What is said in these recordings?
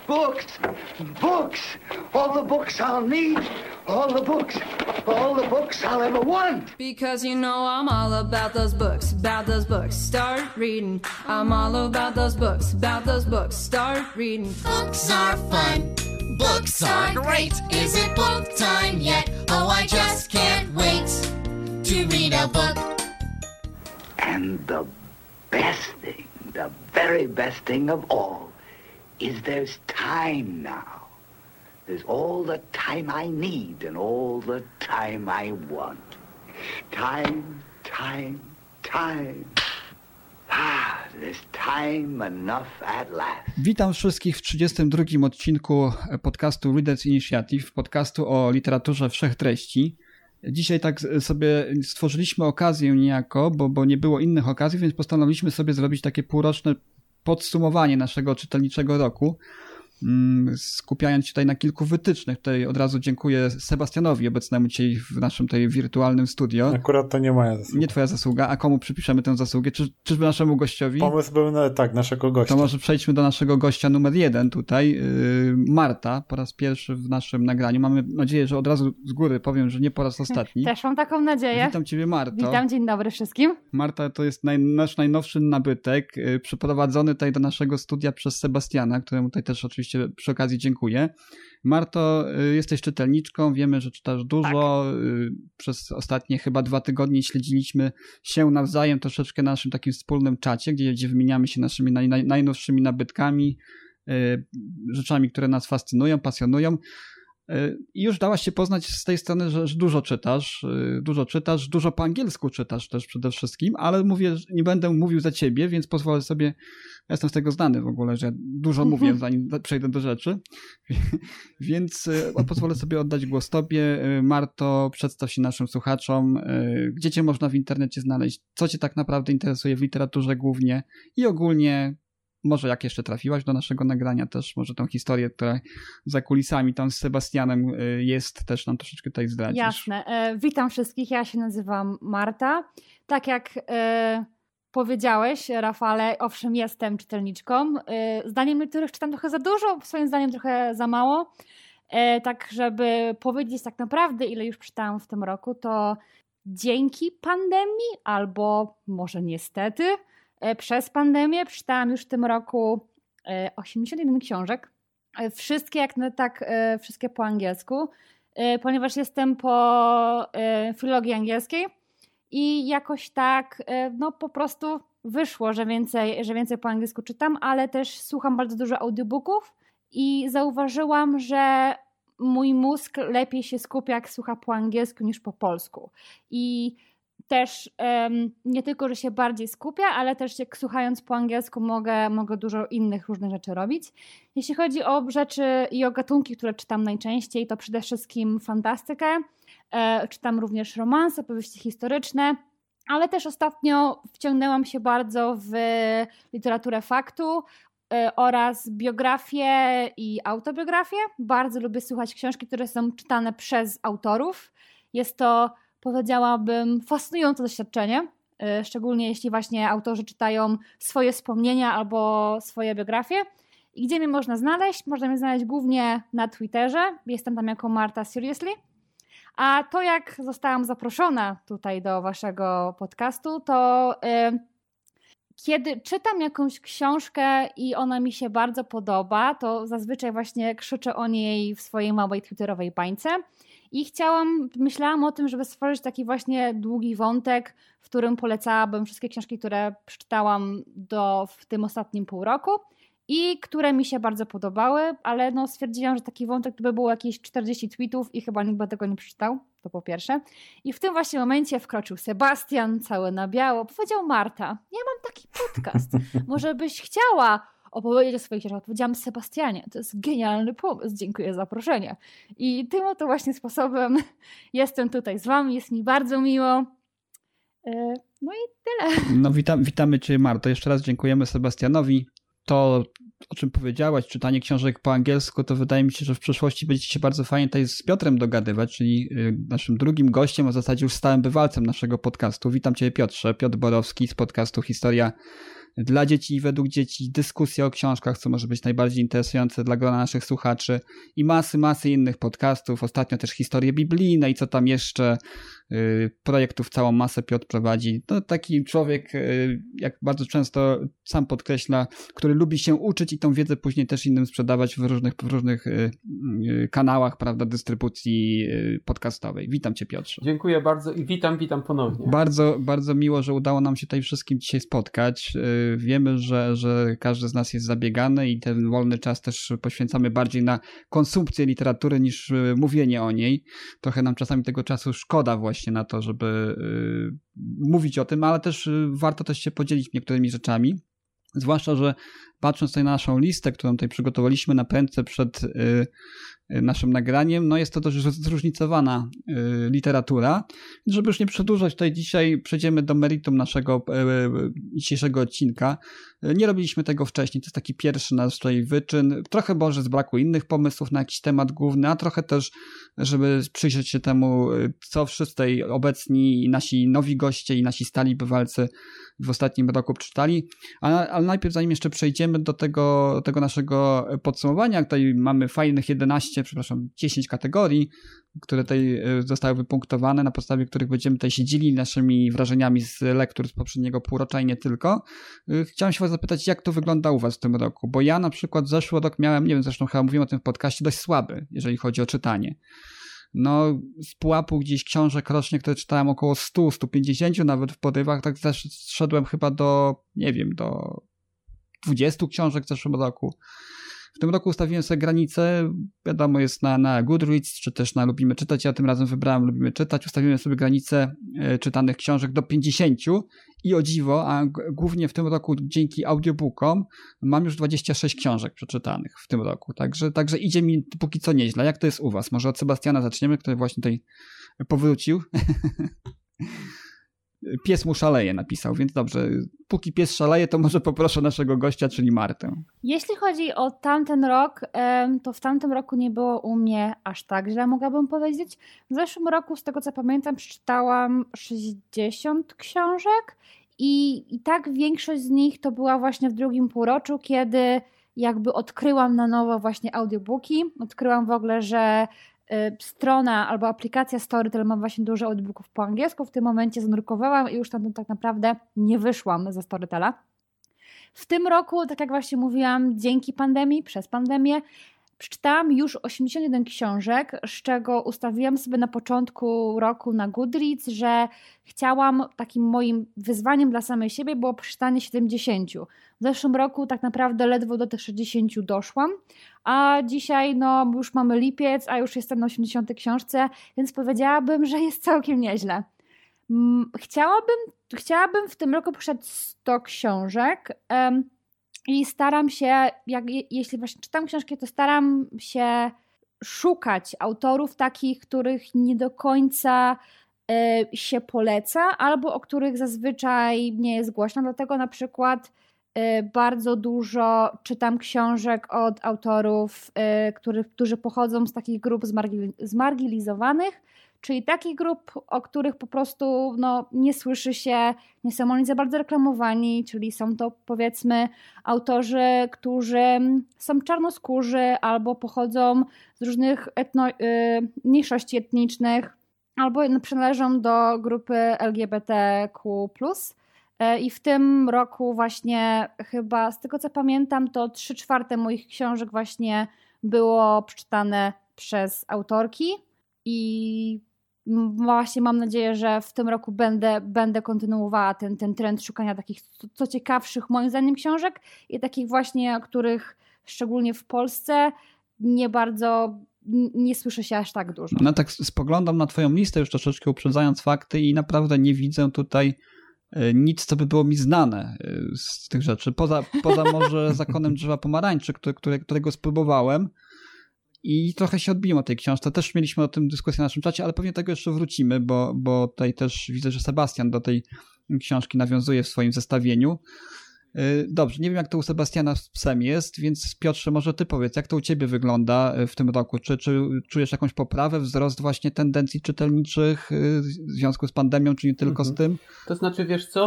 Books! Books! All the books I'll need. All the books I'll ever want. Because you know I'm all about those books, start reading. I'm all about those books, start reading. Books are fun, books are great. Is it book time yet? Oh, I just can't wait to read a book. And the best thing, the very best thing of all, is there's time now. There's all the time I need and all the time I want. Time. There's time enough at last. Witam wszystkich w 32. odcinku podcastu Readers Initiative, podcastu o literaturze wszechtreści. Dzisiaj tak sobie stworzyliśmy okazję niejako, bo nie było innych okazji, więc postanowiliśmy sobie zrobić takie półroczne podsumowanie naszego czytelniczego roku, skupiając się tutaj na kilku wytycznych. Tutaj od razu dziękuję Sebastianowi obecnemu dzisiaj w naszym tutaj wirtualnym studio. Akurat to nie moja zasługa. Nie twoja zasługa. A komu przypiszemy tę zasługę? Czyżby naszemu gościowi? Pomysł był, naszego gościa. To może przejdźmy do naszego gościa numer 1 tutaj. Marta, po raz pierwszy w naszym nagraniu. Mamy nadzieję, że od razu z góry powiem, że nie po raz ostatni. Też mam taką nadzieję. Witam ciebie, Marto. Witam, dzień dobry wszystkim. Marta to jest nasz najnowszy nabytek, przyprowadzony tutaj do naszego studia przez Sebastiana, któremu tutaj też oczywiście przy okazji dziękuję. Marto, jesteś czytelniczką, wiemy, że czytasz dużo. Tak. Przez ostatnie chyba 2 tygodnie śledziliśmy się nawzajem troszeczkę na naszym takim wspólnym czacie, gdzie wymieniamy się naszymi najnowszymi nabytkami, rzeczami, które nas fascynują, pasjonują. I już dałaś się poznać z tej strony, że dużo czytasz, dużo po angielsku czytasz też przede wszystkim, ale mówię, nie będę mówił za ciebie, więc pozwolę sobie, ja jestem z tego znany w ogóle, że dużo mówię, zanim przejdę do rzeczy, więc pozwolę sobie oddać głos tobie. Marto, przedstaw się naszym słuchaczom, gdzie cię można w internecie znaleźć, co cię tak naprawdę interesuje w literaturze głównie i ogólnie. Może jak jeszcze trafiłaś do naszego nagrania też, może tą historię, która za kulisami tam z Sebastianem jest, też nam troszeczkę tutaj zdradzisz. Jasne. Witam wszystkich, ja się nazywam Marta. Tak jak powiedziałeś, Rafale, owszem, jestem czytelniczką. Zdaniem niektórych czytam trochę za dużo, swoim zdaniem trochę za mało. Tak, żeby powiedzieć tak naprawdę, ile już czytałam w tym roku, to dzięki pandemii, albo może niestety, przez pandemię przeczytałam już w tym roku 81 książek. Wszystkie po angielsku, ponieważ jestem po filologii angielskiej i jakoś tak po prostu wyszło, że więcej po angielsku czytam, ale też słucham bardzo dużo audiobooków i zauważyłam, że mój mózg lepiej się skupia, jak słucha po angielsku niż po polsku. I też nie tylko, że się bardziej skupia, ale też jak słuchając po angielsku mogę dużo innych różnych rzeczy robić. Jeśli chodzi o rzeczy i o gatunki, które czytam najczęściej, to przede wszystkim fantastykę. Czytam również romanse, powieści historyczne, ale też ostatnio wciągnęłam się bardzo w literaturę faktu oraz biografię i autobiografię. Bardzo lubię słuchać książki, które są czytane przez autorów. Jest to, powiedziałabym, fascynujące doświadczenie, szczególnie jeśli właśnie autorzy czytają swoje wspomnienia albo swoje biografie. I gdzie mnie można znaleźć? Można mnie znaleźć głównie na Twitterze, jestem tam jako Marta Seriously. A to jak zostałam zaproszona tutaj do waszego podcastu, to kiedy czytam jakąś książkę i ona mi się bardzo podoba, to zazwyczaj właśnie krzyczę o niej w swojej małej twitterowej bańce. I myślałam o tym, żeby stworzyć taki właśnie długi wątek, w którym polecałabym wszystkie książki, które przeczytałam w tym ostatnim pół roku i które mi się bardzo podobały, ale stwierdziłam, że taki wątek to by było jakieś 40 tweetów i chyba nikt by tego nie przeczytał, to po pierwsze. I w tym właśnie momencie wkroczył Sebastian, cały na biało, powiedział: Marta, ja mam taki podcast, może byś chciała opowiedzieć o swoich książkach. Powiedziałam: Sebastianie, to jest genialny pomysł, dziękuję za zaproszenie. I tym oto właśnie sposobem jestem tutaj z wami, jest mi bardzo miło. No i tyle. No witamy cię, Marto. Jeszcze raz dziękujemy Sebastianowi. To, o czym powiedziałaś, czytanie książek po angielsku, to wydaje mi się, że w przyszłości będziecie się bardzo fajnie tutaj z Piotrem dogadywać, czyli naszym drugim gościem, a w zasadzie już stałym bywalcem naszego podcastu. Witam cię, Piotrze. Piotr Borowski z podcastu Historia dla dzieci i według dzieci, dyskusja o książkach, co może być najbardziej interesujące dla grona naszych słuchaczy i masy innych podcastów, ostatnio też historie biblijne i co tam jeszcze, projektów całą masę Piotr prowadzi. To taki człowiek, jak bardzo często sam podkreśla, który lubi się uczyć i tą wiedzę później też innym sprzedawać w różnych kanałach, prawda, dystrybucji podcastowej. Witam Cię, Piotrze. Dziękuję bardzo i witam ponownie. Bardzo miło, że udało nam się tutaj wszystkim dzisiaj spotkać. Wiemy, że każdy z nas jest zabiegany i ten wolny czas też poświęcamy bardziej na konsumpcję literatury niż mówienie o niej. Trochę nam czasami tego czasu szkoda właśnie na to, żeby mówić o tym, ale też warto też się podzielić niektórymi rzeczami. Zwłaszcza, że patrząc tutaj na naszą listę, którą tutaj przygotowaliśmy na prędce przed naszym nagraniem, no jest to dość zróżnicowana literatura. Żeby już nie przedłużać, tutaj dzisiaj przejdziemy do meritum naszego dzisiejszego odcinka. Nie robiliśmy tego wcześniej, to jest taki pierwszy nasz tutaj wyczyn. Trochę może z braku innych pomysłów na jakiś temat główny, a trochę też, żeby przyjrzeć się temu, co wszyscy tutaj obecni nasi nowi goście i nasi stali bywalcy w ostatnim roku przeczytali. Ale najpierw, zanim jeszcze przejdziemy do tego naszego podsumowania, tutaj mamy fajnych 10 kategorii, które tutaj zostały wypunktowane, na podstawie których będziemy tutaj się dzielili naszymi wrażeniami z lektur z poprzedniego półrocza i nie tylko. Chciałem się was zapytać, jak to wygląda u was w tym roku, bo ja na przykład zeszły rok miałem, nie wiem, zresztą chyba mówiłem o tym w podcaście, dość słaby, jeżeli chodzi o czytanie. No, z pułapu gdzieś książek rocznie, które czytałem około 100, 150 nawet w porywach, tak zeszedłem chyba do 20 książek w zeszłym roku. W tym roku ustawiłem sobie granicę, wiadomo, jest na Goodreads, czy też na Lubimy Czytać, ja tym razem wybrałem Lubimy Czytać, ustawiłem sobie granicę czytanych książek do 50 i o dziwo, a głównie w tym roku dzięki audiobookom mam już 26 książek przeczytanych w tym roku, także idzie mi póki co nieźle. Jak to jest u was? Może od Sebastiana zaczniemy, który właśnie tutaj powrócił. Pies mu szaleje napisał, więc dobrze, póki pies szaleje, to może poproszę naszego gościa, czyli Martę. Jeśli chodzi o tamten rok, to w tamtym roku nie było u mnie aż tak źle, mogłabym powiedzieć. W zeszłym roku, z tego co pamiętam, przeczytałam 60 książek i tak większość z nich to była właśnie w drugim półroczu, kiedy jakby odkryłam na nowo właśnie audiobooki. Odkryłam w ogóle, że strona albo aplikacja Storytel ma właśnie dużo audiobooków po angielsku. W tym momencie zanurkowałam i już tam tak naprawdę nie wyszłam ze Storytela. W tym roku, tak jak właśnie mówiłam, dzięki pandemii, przez pandemię, przeczytałam już 81 książek, z czego ustawiłam sobie na początku roku na Goodreads, że chciałam, takim moim wyzwaniem dla samej siebie było przeczytanie 70. W zeszłym roku tak naprawdę ledwo do tych 60 doszłam, a dzisiaj już mamy lipiec, a już jestem na 80 książce, więc powiedziałabym, że jest całkiem nieźle. Chciałabym w tym roku przeczytać 100 książek, i staram się, jeśli właśnie czytam książki, to staram się szukać autorów takich, których nie do końca się poleca, albo o których zazwyczaj nie jest głośno. Dlatego na przykład bardzo dużo czytam książek od autorów, którzy pochodzą z takich grup zmarginalizowanych, czyli takich grup, o których po prostu nie słyszy się, nie są oni za bardzo reklamowani, czyli są to powiedzmy autorzy, którzy są czarnoskórzy albo pochodzą z różnych mniejszości etnicznych, albo przynależą do grupy LGBTQ+. I w tym roku właśnie chyba, z tego co pamiętam, to 3/4 moich książek właśnie było przeczytane przez autorki i właśnie mam nadzieję, że w tym roku będę kontynuowała ten trend szukania takich co ciekawszych moim zdaniem książek i takich właśnie, o których szczególnie w Polsce nie słyszy się aż tak dużo. No tak spoglądam na twoją listę już troszeczkę uprzedzając fakty i naprawdę nie widzę tutaj nic, co by było mi znane z tych rzeczy. Poza może Zakonem drzewa pomarańczy, którego spróbowałem i trochę się odbiłem o tej książce. Też mieliśmy o tym dyskusję na naszym czacie, ale pewnie tego jeszcze wrócimy, bo tutaj też widzę, że Sebastian do tej książki nawiązuje w swoim zestawieniu. Dobrze, nie wiem jak to u Sebastiana z psem jest, więc Piotrze, może ty powiedz, jak to u ciebie wygląda w tym roku? Czy czujesz jakąś poprawę, wzrost właśnie tendencji czytelniczych w związku z pandemią, czy nie tylko z tym? To znaczy, wiesz co,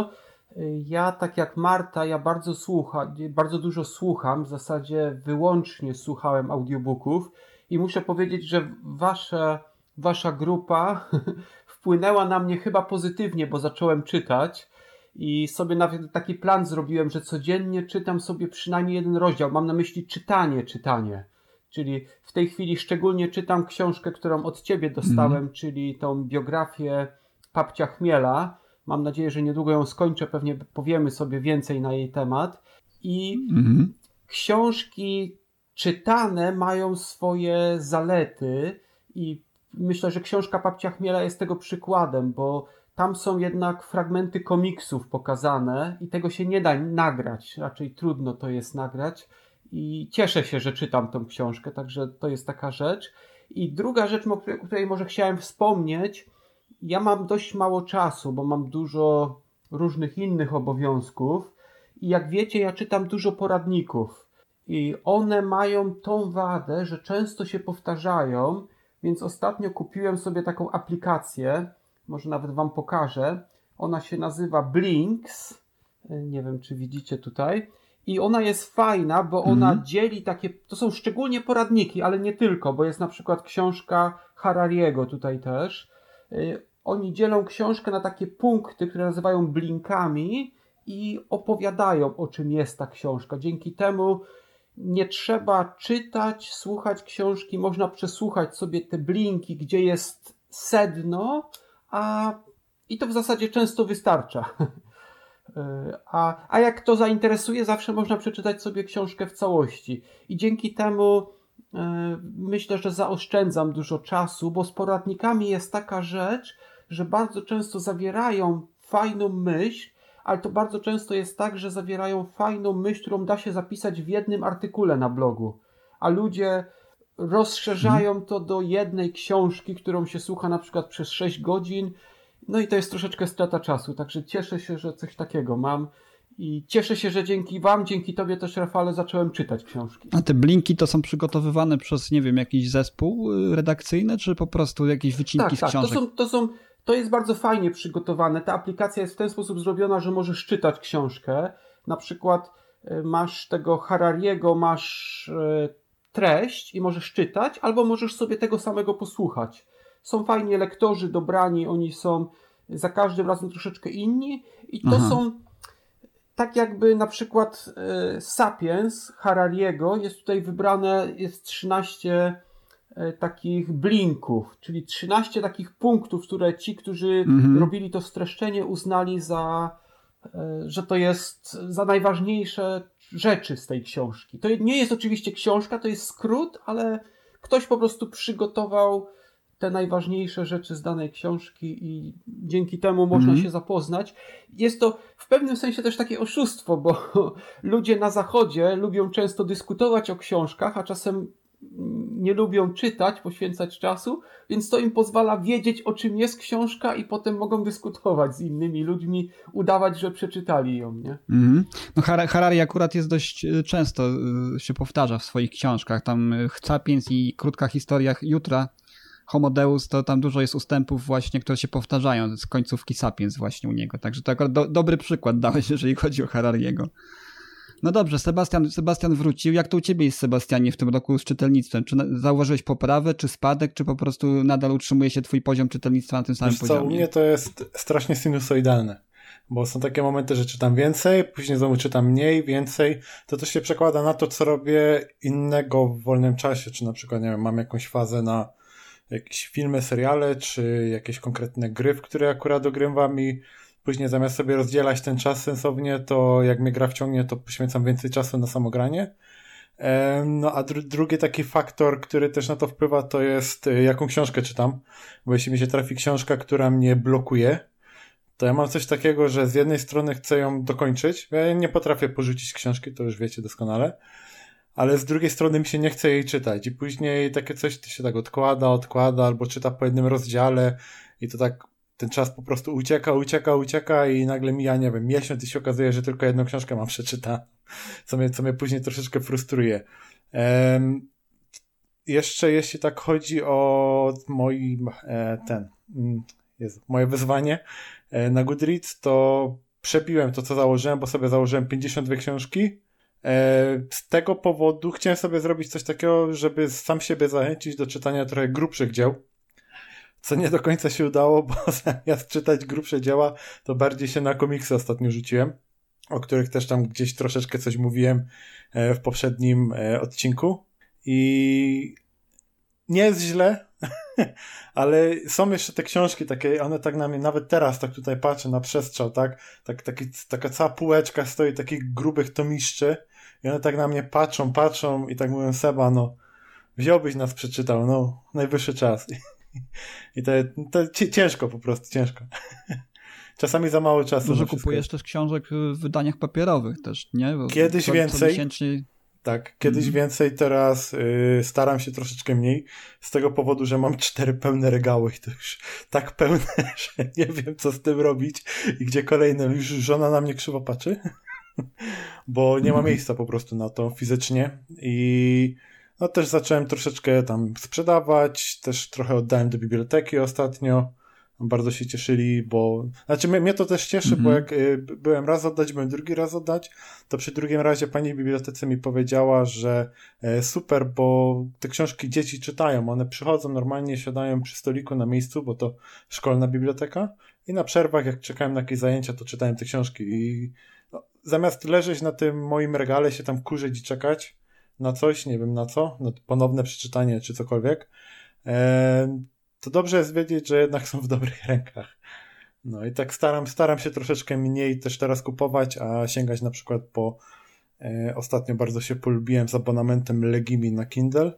Ja, tak jak Marta, ja bardzo dużo słucham, w zasadzie wyłącznie słuchałem audiobooków i muszę powiedzieć, że wasza grupa wpłynęła na mnie chyba pozytywnie, bo zacząłem czytać i sobie nawet taki plan zrobiłem, że codziennie czytam sobie przynajmniej jeden rozdział. Mam na myśli czytanie. Czyli w tej chwili szczególnie czytam książkę, którą od ciebie dostałem, czyli tą biografię Papcia Chmiela. Mam nadzieję, że niedługo ją skończę, pewnie powiemy sobie więcej na jej temat. I książki czytane mają swoje zalety i myślę, że książka Papcia Chmiela jest tego przykładem, bo tam są jednak fragmenty komiksów pokazane i tego się nie da nagrać, raczej trudno to jest nagrać i cieszę się, że czytam tą książkę, także to jest taka rzecz. I druga rzecz, o której może chciałem wspomnieć, ja mam dość mało czasu, bo mam dużo różnych innych obowiązków i jak wiecie, ja czytam dużo poradników i one mają tą wadę, że często się powtarzają, więc ostatnio kupiłem sobie taką aplikację, może nawet wam pokażę, ona się nazywa Blinks, nie wiem czy widzicie tutaj, i ona jest fajna, bo ona dzieli takie, to są szczególnie poradniki, ale nie tylko, bo jest na przykład książka Harariego tutaj też. Oni dzielą książkę na takie punkty, które nazywają blinkami i opowiadają, o czym jest ta książka. Dzięki temu nie trzeba czytać, słuchać książki, można przesłuchać sobie te blinki, gdzie jest sedno, i to w zasadzie często wystarcza. A jak to zainteresuje, zawsze można przeczytać sobie książkę w całości. I dzięki temu myślę, że zaoszczędzam dużo czasu, bo z poradnikami jest taka rzecz, że bardzo często zawierają fajną myśl, ale to bardzo często jest tak, że zawierają fajną myśl, którą da się zapisać w jednym artykule na blogu. A ludzie rozszerzają to do jednej książki, którą się słucha na przykład przez 6 godzin. No i to jest troszeczkę strata czasu. Także cieszę się, że coś takiego mam. I cieszę się, że dzięki wam, dzięki tobie też, Rafale, zacząłem czytać książki. A te blinki to są przygotowywane przez, nie wiem, jakiś zespół redakcyjny, czy po prostu jakieś wycinki z książek? To jest bardzo fajnie przygotowane. Ta aplikacja jest w ten sposób zrobiona, że możesz czytać książkę. Na przykład masz tego Harariego, masz treść i możesz czytać, albo możesz sobie tego samego posłuchać. Są fajnie lektorzy dobrani, oni są za każdym razem troszeczkę inni i to są tak jakby na przykład Sapiens Harariego jest tutaj wybrane, jest 13 takich blinków, czyli 13 takich punktów, które ci, którzy robili to streszczenie, uznali że to jest za najważniejsze rzeczy z tej książki. To nie jest oczywiście książka, to jest skrót, ale ktoś po prostu przygotował te najważniejsze rzeczy z danej książki i dzięki temu można się zapoznać. Jest to w pewnym sensie też takie oszustwo, bo ludzie na zachodzie lubią często dyskutować o książkach, a czasem nie lubią czytać, poświęcać czasu, więc to im pozwala wiedzieć, o czym jest książka i potem mogą dyskutować z innymi ludźmi, udawać, że przeczytali ją, nie? No Harari akurat jest dość często się powtarza w swoich książkach. Tam Sapiens i Krótka historia jutra, Homo Deus, to tam dużo jest ustępów właśnie, które się powtarzają z końcówki Sapiens właśnie u niego. Także to dobry przykład dałeś, jeżeli chodzi o Harariego. No dobrze, Sebastian wrócił. Jak to u ciebie jest, Sebastianie, w tym roku z czytelnictwem? Czy zauważyłeś poprawę, czy spadek, czy po prostu nadal utrzymuje się twój poziom czytelnictwa na tym samym poziomie? U mnie to jest strasznie sinusoidalne, bo są takie momenty, że czytam więcej, później znowu czytam mniej, więcej. To też się przekłada na to, co robię innego w wolnym czasie, czy na przykład, nie wiem, mam jakąś fazę na jakieś filmy, seriale, czy jakieś konkretne gry, w które akurat dogrywam i później zamiast sobie rozdzielać ten czas sensownie, to jak mnie gra wciągnie, to poświęcam więcej czasu na samogranie. No a drugi taki faktor, który też na to wpływa, to jest jaką książkę czytam, bo jeśli mi się trafi książka, która mnie blokuje, to ja mam coś takiego, że z jednej strony chcę ją dokończyć, ja nie potrafię porzucić książki, to już wiecie doskonale, ale z drugiej strony mi się nie chce jej czytać i później takie coś to się tak odkłada, albo czyta po jednym rozdziale i to tak ten czas po prostu ucieka i nagle mija, nie wiem, miesiąc i się okazuje, że tylko jedną książkę mam przeczytać, co mnie później troszeczkę frustruje. Jeszcze jeśli tak chodzi o moje wyzwanie na Goodreads, to przebiłem to, co założyłem, bo sobie założyłem 52 książki. Z tego powodu chciałem sobie zrobić coś takiego, żeby sam siebie zachęcić do czytania trochę grubszych dzieł, co nie do końca się udało, bo zamiast czytać grubsze dzieła, to bardziej się na komiksy ostatnio rzuciłem, o których też tam gdzieś troszeczkę coś mówiłem w poprzednim odcinku. I nie jest źle, ale są jeszcze te książki takie, one tak na mnie, nawet teraz tak tutaj patrzę na przestrzał, tak? Taka cała półeczka stoi takich grubych tomiszczy i one tak na mnie patrzą i tak mówią, Seba, no wziąłbyś nas, przeczytał, no najwyższy czas. I to ciężko po prostu, ciężko. Czasami za mało czasu. Może kupujesz też książek w wydaniach papierowych też, nie? Bo kiedyś więcej. Miesięcznie... Tak, kiedyś więcej, teraz staram się troszeczkę mniej, z tego powodu, że mam 4 pełne regały i to już tak pełne, że nie wiem, co z tym robić i gdzie kolejne, już żona na mnie krzywo patrzy, bo nie ma miejsca po prostu na to fizycznie i no też zacząłem troszeczkę tam sprzedawać, też trochę oddałem do biblioteki ostatnio. Bardzo się cieszyli, bo... Znaczy mnie to też cieszy, bo jak byłem raz oddać, byłem drugi raz oddać, to przy drugim razie pani w bibliotece mi powiedziała, że super, bo te książki dzieci czytają, one przychodzą normalnie, siadają przy stoliku na miejscu, bo to szkolna biblioteka i na przerwach, jak czekałem na jakieś zajęcia, to czytałem te książki i no, zamiast leżeć na tym moim regale, się tam kurzyć i czekać na coś, nie wiem na co, na ponowne przeczytanie czy cokolwiek, to dobrze jest wiedzieć, że jednak są w dobrych rękach. No i tak staram się troszeczkę mniej też teraz kupować, a sięgać na przykład po ostatnio bardzo się polubiłem z abonamentem Legimi na Kindle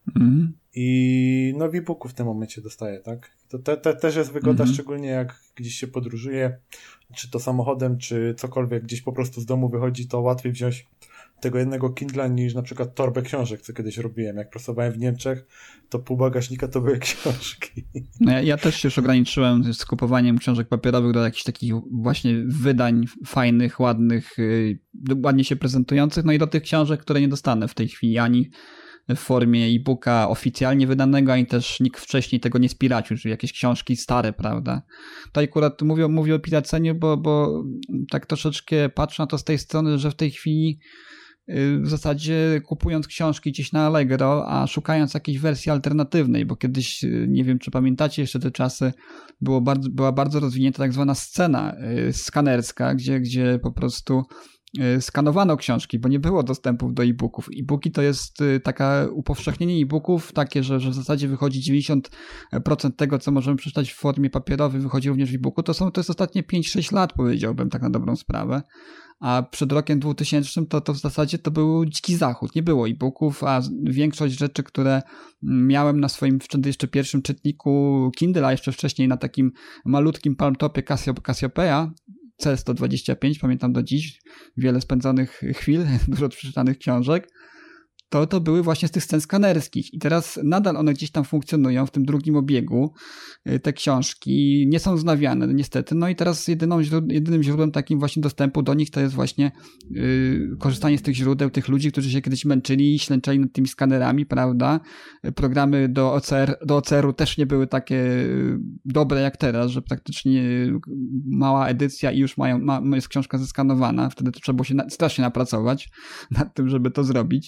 i no w e-booku w tym momencie dostaję, tak? To też jest wygoda, szczególnie jak gdzieś się podróżuje, czy to samochodem, czy cokolwiek, gdzieś po prostu z domu wychodzi, to łatwiej wziąć tego jednego Kindla niż na przykład torbę książek, co kiedyś robiłem. Jak pracowałem w Niemczech, to pół bagażnika to były książki. No ja też się już ograniczyłem z kupowaniem książek papierowych do jakichś takich właśnie wydań fajnych, ładnych, ładnie się prezentujących, no i do tych książek, które nie dostanę w tej chwili ani w formie e-booka oficjalnie wydanego, ani też nikt wcześniej tego nie spiracił, czyli jakieś książki stare, prawda? To akurat mówię o piraceniu, bo tak troszeczkę patrzę na to z tej strony, że w tej chwili w zasadzie kupując książki gdzieś na Allegro, a szukając jakiejś wersji alternatywnej, bo kiedyś, nie wiem czy pamiętacie jeszcze te czasy, była bardzo rozwinięta tak zwana scena skanerska, gdzie po prostu skanowano książki, bo nie było dostępów do e-booków. E-booki to jest taka upowszechnienie e-booków takie, że w zasadzie wychodzi 90% tego, co możemy przeczytać w formie papierowej, wychodzi również w e-booku. To jest ostatnie 5-6 lat, powiedziałbym, tak na dobrą sprawę. A przed rokiem 2000 to w zasadzie to był dziki zachód. Nie było e-booków, a większość rzeczy, które miałem na swoim wtedy jeszcze pierwszym czytniku Kindle, a jeszcze wcześniej na takim malutkim palmtopie Cassiopeia, C125, pamiętam do dziś, wiele spędzonych chwil, dużo przeczytanych książek, to były właśnie z tych scen skanerskich i teraz nadal one gdzieś tam funkcjonują w tym drugim obiegu, te książki nie są wznawiane niestety, no i teraz jedynym źródłem takim właśnie dostępu do nich to jest właśnie korzystanie z tych źródeł, tych ludzi, którzy się kiedyś męczyli i ślęczeli nad tymi skanerami, prawda? Programy do OCR-u też nie były takie dobre jak teraz, że praktycznie mała edycja i już jest książka zeskanowana, wtedy to trzeba było się strasznie napracować nad tym, żeby to zrobić.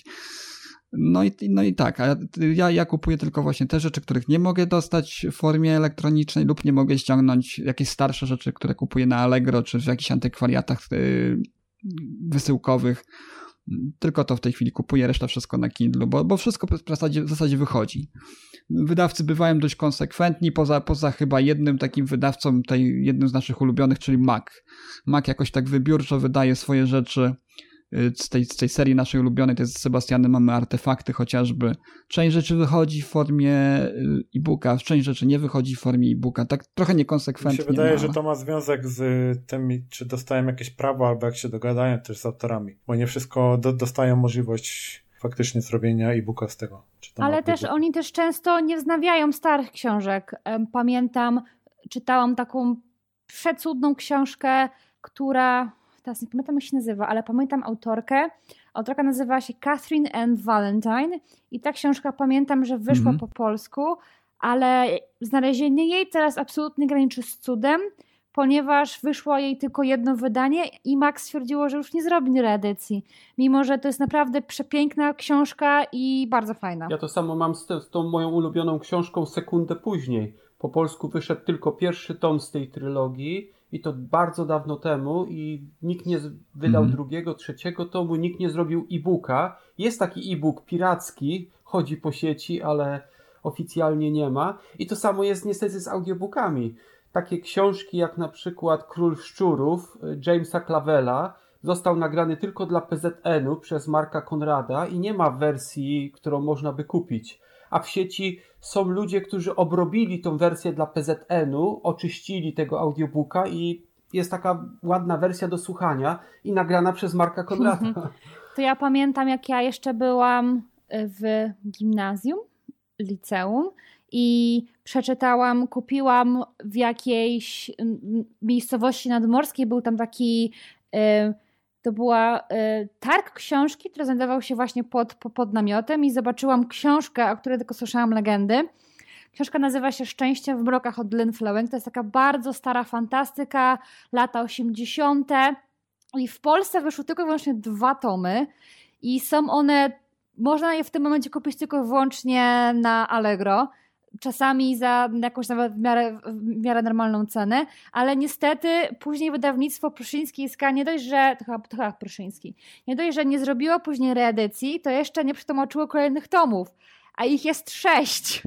No i tak, a ja kupuję tylko właśnie te rzeczy, których nie mogę dostać w formie elektronicznej lub nie mogę ściągnąć jakieś starsze rzeczy, które kupuję na Allegro czy w jakichś antykwariatach wysyłkowych. Tylko to w tej chwili kupuję, reszta wszystko na Kindle, bo wszystko w zasadzie wychodzi. Wydawcy bywają dość konsekwentni, poza chyba jednym takim wydawcą, jednym z naszych ulubionych, czyli Mac. Mac jakoś tak wybiórczo wydaje swoje rzeczy. Z tej serii naszej ulubionej, to jest z Sebastianem, mamy Artefakty chociażby. Część rzeczy wychodzi w formie e-booka, część rzeczy nie wychodzi w formie e-booka. Tak trochę niekonsekwentnie. Mi się wydaje, że to ma związek z tym, czy dostają jakieś prawo, albo jak się dogadają też z autorami. Bo nie wszystko dostają możliwość faktycznie zrobienia e-booka z tego. Ale też oni też często nie wznawiają starych książek. Pamiętam, czytałam taką przecudną książkę, która... Teraz nie pamiętam jak się nazywa, ale pamiętam autorkę. Autorka nazywa się Catherine Ann Valentine i ta książka pamiętam, że wyszła po polsku, ale znalezienie jej teraz absolutnie graniczy z cudem, ponieważ wyszło jej tylko jedno wydanie i Max stwierdziło, że już nie zrobi reedycji. Mimo że to jest naprawdę przepiękna książka i bardzo fajna. Ja to samo mam z tą moją ulubioną książką Sekundę później. Po polsku wyszedł tylko pierwszy tom z tej trylogii i to bardzo dawno temu i nikt nie wydał drugiego, trzeciego tomu, nikt nie zrobił e-booka. Jest taki e-book piracki, chodzi po sieci, ale oficjalnie nie ma. I to samo jest niestety z audiobookami. Takie książki jak na przykład Król Szczurów Jamesa Clavella został nagrany tylko dla PZN-u przez Marka Konrada i nie ma wersji, którą można by kupić. A w sieci są ludzie, którzy obrobili tą wersję dla PZN-u, oczyścili tego audiobooka i jest taka ładna wersja do słuchania i nagrana przez Marka Konrada. To ja pamiętam, jak ja jeszcze byłam w gimnazjum, liceum i kupiłam w jakiejś miejscowości nadmorskiej, był tam taki... To była targ książki, który znajdował się właśnie pod namiotem i zobaczyłam książkę, o której tylko słyszałam legendy. Książka nazywa się Szczęście w mrokach od Lynn Flewing. To jest taka bardzo stara fantastyka, lata 80. I w Polsce wyszły tylko i wyłącznie 2 tomy i są one, można je w tym momencie kupić tylko i wyłącznie na Allegro. Czasami za jakąś nawet w miarę normalną cenę, ale niestety później wydawnictwo Pruszyński i Ska nie dość, że to chyba Pruszyński, nie dość, że nie zrobiło później reedycji, to jeszcze nie przetłumaczyło kolejnych tomów, a ich jest 6.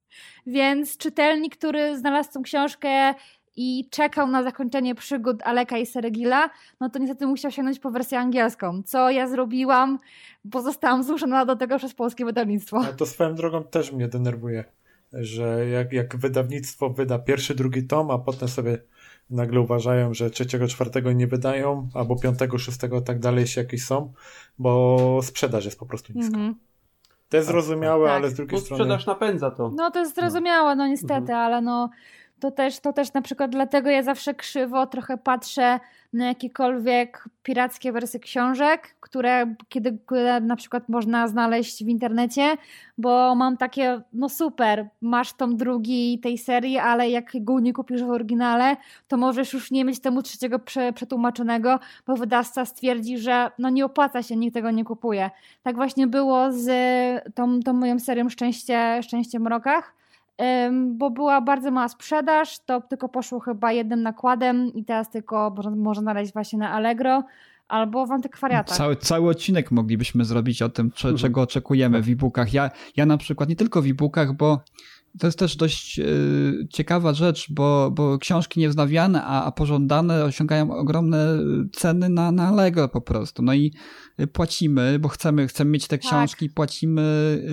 Więc czytelnik, który znalazł tą książkę i czekał na zakończenie przygód Aleka i Seregila, no to niestety musiał sięgnąć po wersję angielską. Co ja zrobiłam, bo zostałam zmuszona do tego przez polskie wydawnictwo. A to swoją drogą też mnie denerwuje, że jak wydawnictwo wyda pierwszy, drugi tom, a potem sobie nagle uważają, że 3., 4. nie wydają, albo 5., 6. tak dalej, jeśli jakieś są, bo sprzedaż jest po prostu niska. To jest zrozumiałe, tak. Ale z drugiej strony... Sprzedaż napędza to. No to jest zrozumiałe, no niestety, ale no to też na przykład dlatego ja zawsze krzywo trochę patrzę na jakiekolwiek pirackie wersje książek, które na przykład można znaleźć w internecie, bo mam takie, no super, masz tom 2 tej serii, ale jak go nie kupisz w oryginale, to możesz już nie mieć tomu 3. przetłumaczonego, bo wydawca stwierdzi, że no nie opłaca się, nikt tego nie kupuje. Tak właśnie było z tą moją serią Szczęście w mrokach, bo była bardzo mała sprzedaż, to tylko poszło chyba jednym nakładem i teraz tylko można znaleźć właśnie na Allegro albo w antykwariatach. Cały odcinek moglibyśmy zrobić o tym, czego oczekujemy w e-bookach. Ja na przykład nie tylko w e-bookach, bo to jest też dość ciekawa rzecz, bo książki niewznawiane, a pożądane osiągają ogromne ceny na Allegro po prostu. No i płacimy, bo chcemy mieć te książki, płacimy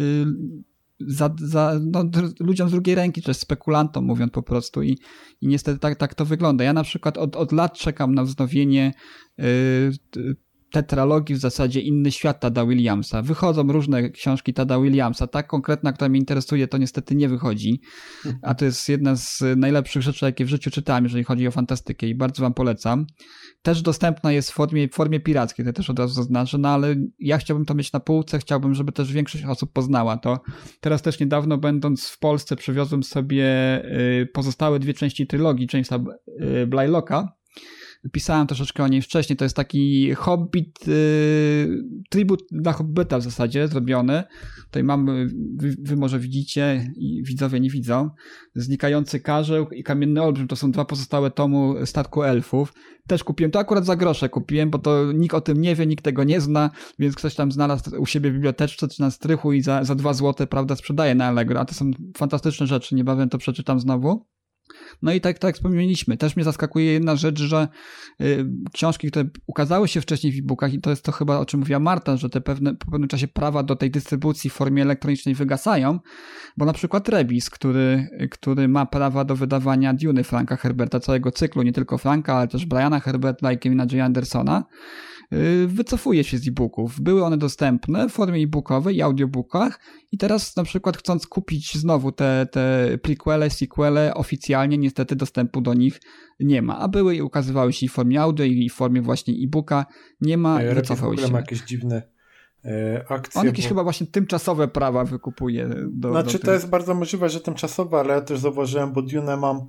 ludziom z drugiej ręki, czy spekulantom, mówiąc po prostu i niestety tak to wygląda. Ja na przykład od lat czekam na wznowienie tetralogii w zasadzie Inny świat Tada Williamsa. Wychodzą różne książki Tada Williamsa. Ta konkretna, która mnie interesuje, to niestety nie wychodzi, a to jest jedna z najlepszych rzeczy, jakie w życiu czytałem, jeżeli chodzi o fantastykę i bardzo wam polecam. Też dostępna jest w formie pirackiej, to też od razu zaznaczę, no ale ja chciałbym to mieć na półce, chciałbym, żeby też większość osób poznała to. Teraz też niedawno, będąc w Polsce, przywiozłem sobie pozostałe 2 części trylogii Jamesa Blylocka. Pisałem troszeczkę o niej wcześniej, to jest taki Hobbit, tribut dla Hobbita w zasadzie zrobiony. Tutaj mamy, wy może widzicie i widzowie nie widzą, Znikający Karzeł i Kamienny Olbrzym, to są 2 pozostałe tomu Statku Elfów. Też kupiłem, to akurat za grosze kupiłem, bo to nikt o tym nie wie, nikt tego nie zna, więc ktoś tam znalazł u siebie w biblioteczce czy na strychu i za 2 zł, prawda, sprzedaje na Allegro, a to są fantastyczne rzeczy, niebawem to przeczytam znowu. No i tak jak wspomnieliśmy, też mnie zaskakuje jedna rzecz, że książki, które ukazały się wcześniej w e-bookach i to jest to chyba, o czym mówiła Marta, że po pewnym czasie prawa do tej dystrybucji w formie elektronicznej wygasają, bo na przykład Rebis, który ma prawa do wydawania Duny Franka Herberta, całego cyklu, nie tylko Franka, ale też Briana Herberta i Kevina J. Andersona, wycofuje się z e-booków. Były one dostępne w formie e-bookowej i audiobookach i teraz na przykład chcąc kupić znowu te prequele, sequele, oficjalnie niestety dostępu do nich nie ma, a były i ukazywały się i w formie audio i w formie właśnie e-booka. Nie ma, wycofały się. ma jakieś dziwne akcje. On jakieś chyba właśnie tymczasowe prawa wykupuje. To jest bardzo możliwe, że tymczasowe, ale ja też zauważyłem, bo Dune mam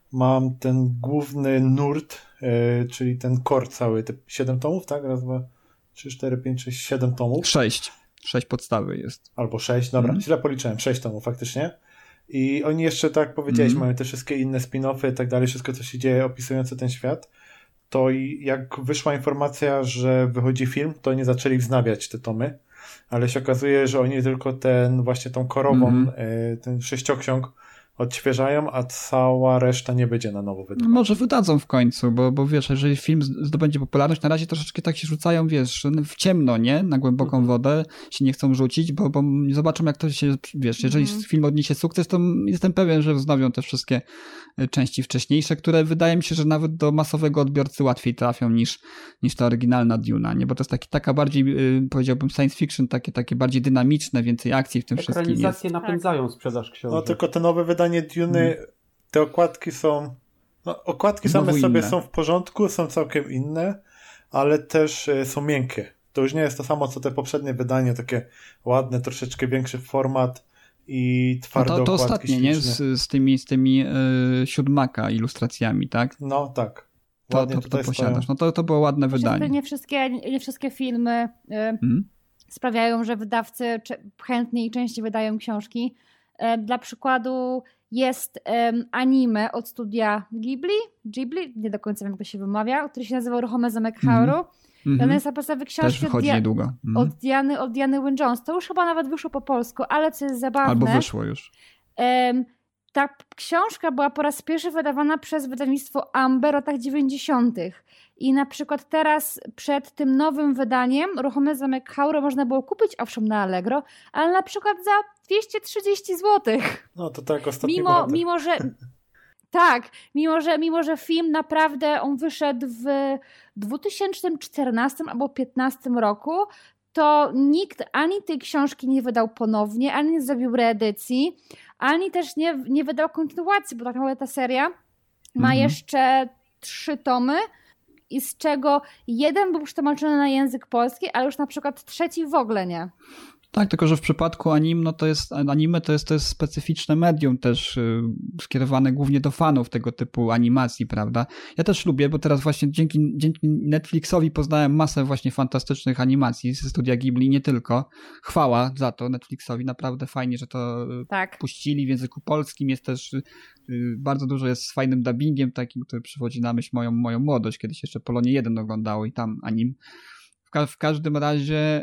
mam ten główny nurt, czyli ten core cały, te 7 tomów, tak? Raz, 2, 3, 4, 5, 6, 7 tomów. 6 podstawy jest. Albo 6, dobra, źle policzyłem, 6 tomów faktycznie. I oni jeszcze, tak jak powiedziałeś, mają te wszystkie inne spin-offy i tak dalej, wszystko co się dzieje opisujące ten świat. To i jak wyszła informacja, że wychodzi film, to oni zaczęli wznawiać te tomy, ale się okazuje, że oni tylko właśnie tą korową, ten 6ksiąg odświeżają, a cała reszta nie będzie na nowo wydawana. Może wydadzą w końcu, bo wiesz, jeżeli film zdobędzie popularność, na razie troszeczkę tak się rzucają, wiesz, w ciemno, nie? Na głęboką wodę się nie chcą rzucić, bo nie zobaczą jak to się, wiesz, jeżeli film odniesie sukces, to jestem pewien, że wznowią te wszystkie części wcześniejsze, które wydaje mi się, że nawet do masowego odbiorcy łatwiej trafią niż ta oryginalna Duna, nie? Bo to jest taka bardziej, powiedziałbym, science fiction, takie bardziej dynamiczne, więcej akcji w tym wszystkim jest. Ekranizacje napędzają sprzedaż książek. No tylko te nowe wydanie Duny, te okładki są... No, okładki same sobie są w porządku, są całkiem inne, ale też są miękkie. To już nie jest to samo, co te poprzednie wydanie, takie ładne, troszeczkę większy format i twarde okładki. To ostatnie, nie? Z tymi siódmaka ilustracjami, tak? No, tak. To posiadasz. No to było ładne wydanie. Nie wszystkie filmy sprawiają, że wydawcy chętniej i częściej wydają książki. Dla przykładu jest anime od studia Ghibli, nie do końca wiem jak to się wymawia, który się nazywa Ruchome Zamek Haru. Ona jest na podstawie książki od Diany Wynne Jones. To już chyba nawet wyszło po polsku, ale co jest zabawne... Albo wyszło już. Ta książka była po raz pierwszy wydawana przez wydawnictwo Amber w latach 90. I na przykład teraz przed tym nowym wydaniem Ruchomy Zamek Haru można było kupić owszem na Allegro, ale na przykład za 230 zł. No to tak ostatni Mimo że film naprawdę on wyszedł w 2014 albo 2015 roku, to nikt ani tej książki nie wydał ponownie, ani nie zrobił reedycji, ani też nie wydał kontynuacji, bo tak naprawdę ta seria ma jeszcze 3 tomy, i z czego jeden był przetłumaczony na język polski, ale już na przykład 3 w ogóle nie. Tak, tylko że w przypadku anime to jest specyficzne medium też skierowane głównie do fanów tego typu animacji, prawda? Ja też lubię, bo teraz właśnie dzięki Netflixowi poznałem masę właśnie fantastycznych animacji ze studia Ghibli, nie tylko. Chwała za to Netflixowi, naprawdę fajnie, że to puścili w języku polskim. Jest też bardzo dużo jest z fajnym dubbingiem takim, który przywodzi na myśl moją młodość, kiedyś jeszcze Polonię 1 oglądało i tam anim. W każdym razie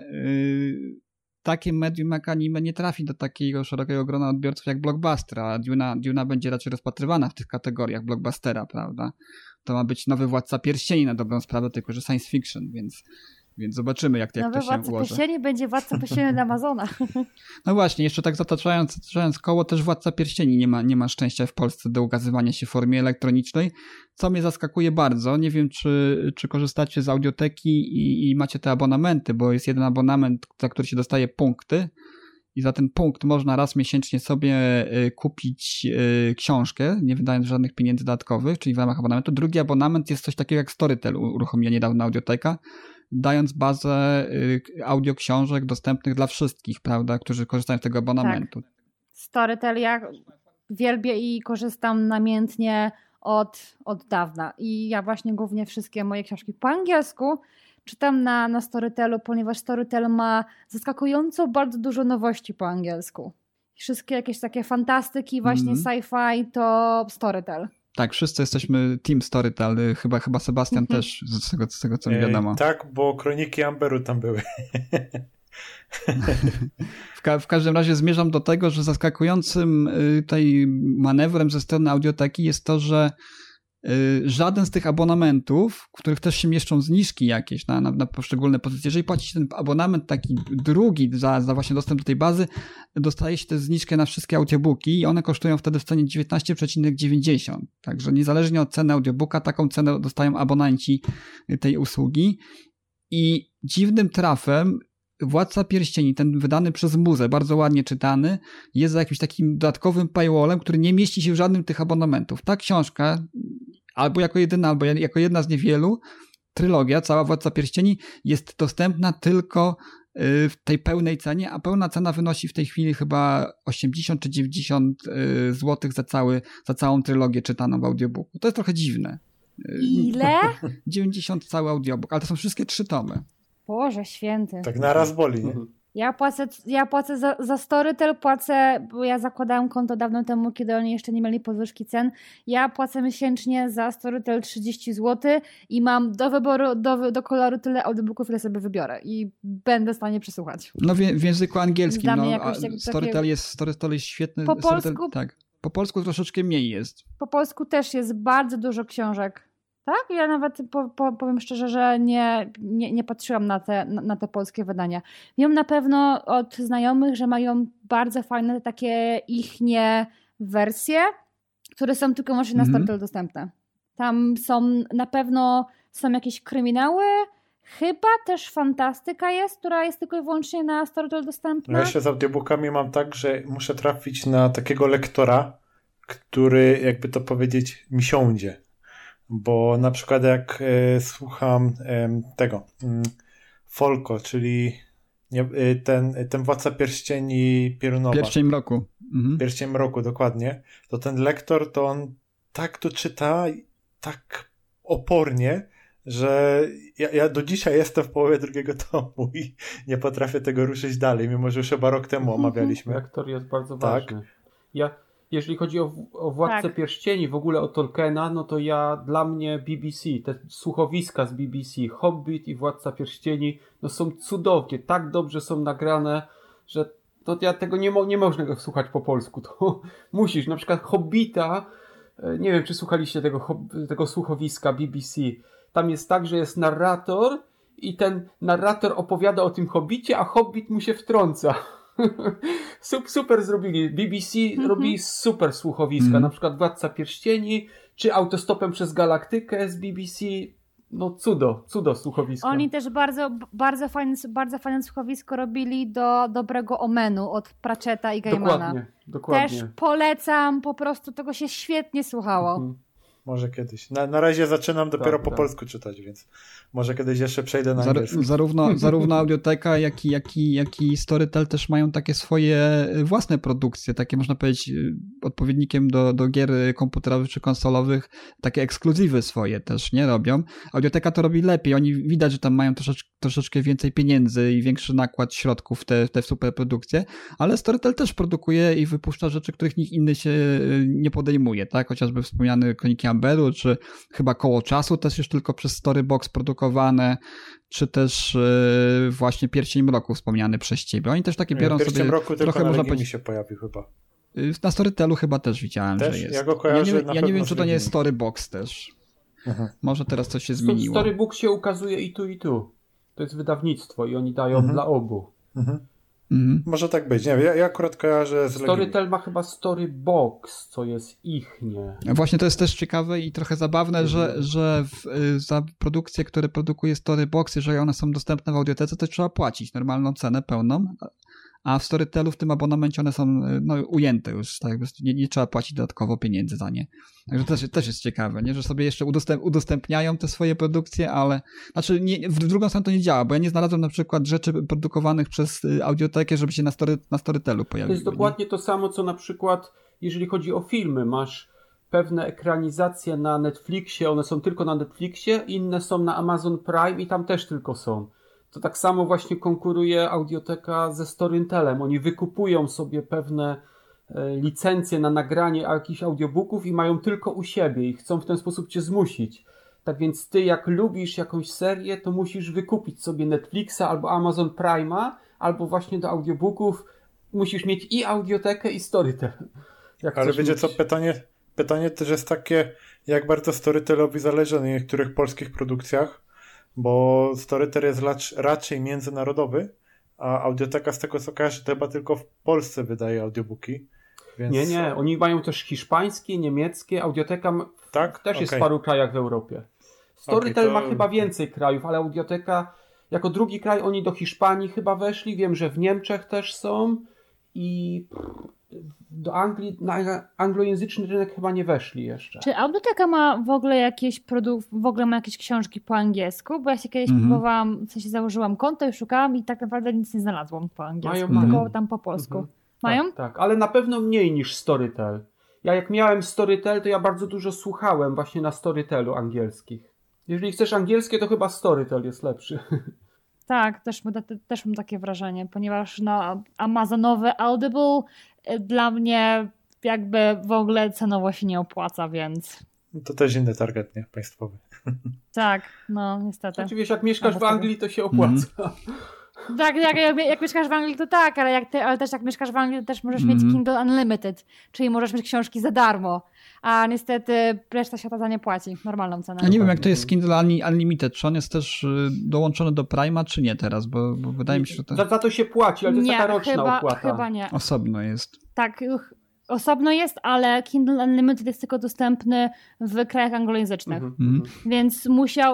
takie medium jak anime nie trafi do takiego szerokiego grona odbiorców jak blockbuster, a Duna będzie raczej rozpatrywana w tych kategoriach blockbustera, prawda? To ma być nowy Władca Pierścieni na dobrą sprawę, tylko że science fiction, więc zobaczymy jak to się ułoży. Nowy Władca Pierścieni będzie Władca Pierścieni na Amazona. No właśnie, jeszcze tak zataczając koło, też Władca Pierścieni nie ma szczęścia w Polsce do ukazywania się w formie elektronicznej, co mnie zaskakuje bardzo. Nie wiem, czy korzystacie z audioteki i macie te abonamenty, bo jest jeden abonament, za który się dostaje punkty i za ten punkt można raz miesięcznie sobie kupić książkę, nie wydając żadnych pieniędzy dodatkowych, czyli w ramach abonamentu. Drugi abonament jest coś takiego jak Storytel, uruchomiła niedawno audioteka, dając bazę audioksiążek dostępnych dla wszystkich, prawda, którzy korzystają z tego abonamentu. Tak. Storytel ja wielbię i korzystam namiętnie od dawna. I ja właśnie głównie wszystkie moje książki po angielsku czytam na Storytelu, ponieważ Storytel ma zaskakująco bardzo dużo nowości po angielsku. Wszystkie jakieś takie fantastyki, właśnie sci-fi to Storytel. Tak, wszyscy jesteśmy team Storytel, chyba Sebastian też, z tego co mi wiadomo. Tak, bo Kroniki Amberu tam były. W każdym razie zmierzam do tego, że zaskakującym tutaj manewrem ze strony audioteki jest to, że żaden z tych abonamentów, w których też się mieszczą zniżki jakieś na poszczególne pozycje, jeżeli płacicie ten abonament taki drugi za właśnie dostęp do tej bazy, dostaje się tę zniżkę na wszystkie audiobooki i one kosztują wtedy w cenie 19,90. Także niezależnie od ceny audiobooka, taką cenę dostają abonenci tej usługi i dziwnym trafem Władca Pierścieni, ten wydany przez Muzę, bardzo ładnie czytany, jest za jakimś takim dodatkowym paywallem, który nie mieści się w żadnym tych abonamentów. Ta książka, albo jako jedyna, albo jako jedna z niewielu, trylogia, cała Władca Pierścieni jest dostępna tylko w tej pełnej cenie, a pełna cena wynosi w tej chwili chyba 80 czy 90 zł za całą trylogię czytaną w audiobooku. To jest trochę dziwne. Ile? 90 cały audiobook, ale to są wszystkie 3 tomy. Boże święty. Tak naraz boli, nie? Ja płacę za Storytel, bo ja zakładałam konto dawno temu, kiedy oni jeszcze nie mieli podwyżki cen. Ja płacę miesięcznie za Storytel 30 zł i mam do wyboru, do koloru tyle audiobooków, ile sobie wybiorę i będę w stanie przesłuchać. No w języku angielskim, Storytel jest świetny. Po polsku? Tak. Po polsku troszeczkę mniej jest. Po polsku też jest bardzo dużo książek. Tak? Ja nawet powiem szczerze, że nie patrzyłam na te polskie wydania. Wiem na pewno od znajomych, że mają bardzo fajne takie ichnie wersje, które są tylko właśnie na Storytel dostępne. Tam na pewno są jakieś kryminały, chyba też fantastyka jest, która jest tylko i wyłącznie na Storytel dostępna. Ja się z audiobookami mam tak, że muszę trafić na takiego lektora, który, jakby to powiedzieć, mi siądzie. Bo na przykład jak słucham tego Folko, czyli ten Władca Pierścieni Pierunowa. Pierścień Mroku. Pierścień Mroku, dokładnie. To ten lektor, to on tak to czyta, tak opornie, że ja do dzisiaj jestem w połowie drugiego tomu i nie potrafię tego ruszyć dalej, mimo że już chyba rok temu omawialiśmy. Lektor jest bardzo ważny. Jeżeli chodzi o Władcę Pierścieni, w ogóle o Tolkiena, no to dla mnie BBC, te słuchowiska z BBC, Hobbit i Władca Pierścieni, no są cudownie, tak dobrze są nagrane, że to ja tego nie można go słuchać po polsku, to musisz, na przykład Hobbita, nie wiem czy słuchaliście tego słuchowiska BBC, tam jest tak, że jest narrator i ten narrator opowiada o tym Hobbicie, a Hobbit mu się wtrąca. Super zrobili. BBC robi super słuchowiska, na przykład Władca Pierścieni, czy Autostopem przez Galaktykę z BBC. No cudo słuchowiska. Oni też bardzo fajne słuchowisko robili do Dobrego Omenu od Pratchetta i Gaimana. Dokładnie. Też polecam, po prostu tego się świetnie słuchało. Może kiedyś. Na razie zaczynam dopiero po polsku czytać, więc może kiedyś jeszcze przejdę na angielski. Zarówno Audioteka, jak i Storytel też mają takie swoje własne produkcje, takie można powiedzieć odpowiednikiem do gier komputerowych czy konsolowych, takie ekskluzywy swoje też, nie robią. Audioteka to robi lepiej, oni widać, że tam mają troszeczkę więcej pieniędzy i większy nakład środków w te superprodukcje, ale Storytel też produkuje i wypuszcza rzeczy, których nikt inny się nie podejmuje, tak? Chociażby wspomniany Kroniki Amberu, czy chyba Koło Czasu też już tylko przez Storybox produkowane, czy też właśnie Pierścień Mroku wspomniany przez ciebie. Oni też takie biorą Pierścień sobie Mroku trochę tylko można powiedzieć. Mi się pojawił chyba. Na Storytelu chyba też widziałem, też? że jest. Ja go kojarzę ja nie wiem, czy to nie jest Storybox też. Może teraz coś się zmieniło. Storybook się ukazuje i tu. To jest wydawnictwo i oni dają dla obu. Może tak być. Nie wiem, ja akurat kojarzę z Storytel ma chyba Storybox, co jest ich, nie? Właśnie to jest też ciekawe i trochę zabawne, że za produkcje, które produkuje Storybox, jeżeli one są dostępne w audiotece, to trzeba płacić normalną cenę pełną, a w Storytelu w tym abonamencie one są ujęte już, tak? Nie trzeba płacić dodatkowo pieniędzy za nie. Także też jest ciekawe, nie? Że sobie jeszcze udostępniają te swoje produkcje, ale w drugą stronę to nie działa, bo ja nie znalazłem na przykład rzeczy produkowanych przez audiotekę, żeby się na Storytelu pojawiły. To jest dokładnie to samo, co na przykład jeżeli chodzi o filmy, masz pewne ekranizacje na Netflixie, one są tylko na Netflixie, inne są na Amazon Prime i tam też tylko są. To tak samo właśnie konkuruje audioteka ze Storytelem. Oni wykupują sobie pewne licencje na nagranie jakichś audiobooków i mają tylko u siebie i chcą w ten sposób cię zmusić. Tak więc ty jak lubisz jakąś serię, to musisz wykupić sobie Netflixa albo Amazon Prime'a, albo właśnie do audiobooków musisz mieć i audiotekę i Storytel. Ale wiecie co, pytanie też jest takie, jak bardzo Storytelowi zależy na niektórych polskich produkcjach, bo Storytel jest raczej międzynarodowy, a audioteka z tego co kojarzę, to chyba tylko w Polsce wydaje audiobooki. Więc... Nie, oni mają też hiszpańskie, niemieckie, audioteka też jest w paru krajach w Europie. Storytel ma chyba więcej krajów, ale audioteka jako drugi kraj oni do Hiszpanii chyba weszli, wiem, że w Niemczech też są i do Anglii, na anglojęzyczny rynek chyba nie weszli jeszcze. Czy Audioteka ma w ogóle ma jakieś książki po angielsku? Bo ja się kiedyś próbowałam, w sensie założyłam konto i szukałam i tak naprawdę nic nie znalazłam po angielsku, tylko tam po polsku. Mają? Tak, ale na pewno mniej niż Storytel. Ja jak miałem Storytel, to ja bardzo dużo słuchałem właśnie na Storytelu angielskich. Jeżeli chcesz angielskie, to chyba Storytel jest lepszy. Tak, też mam takie wrażenie, ponieważ amazonowy Audible dla mnie jakby w ogóle cenowo się nie opłaca, więc... To też inny target, nie? Państwowy. Tak, no niestety. Oczywiście jak mieszkasz w Anglii, to się opłaca. Tak, jak mieszkasz w Anglii, to tak, ale też jak mieszkasz w Anglii, to też możesz mieć Kindle Unlimited, czyli możesz mieć książki za darmo, a niestety reszta świata za nie płaci normalną cenę. Ja nie wiem, jak to jest z Kindle Unlimited, czy on jest też dołączony do Prime'a, czy nie teraz, bo wydaje mi się, że to... Za to się płaci, ale to jest taka roczna opłata. Chyba nie. Osobno jest. Tak, osobno jest, ale Kindle Unlimited jest tylko dostępny w krajach anglojęzycznych. Więc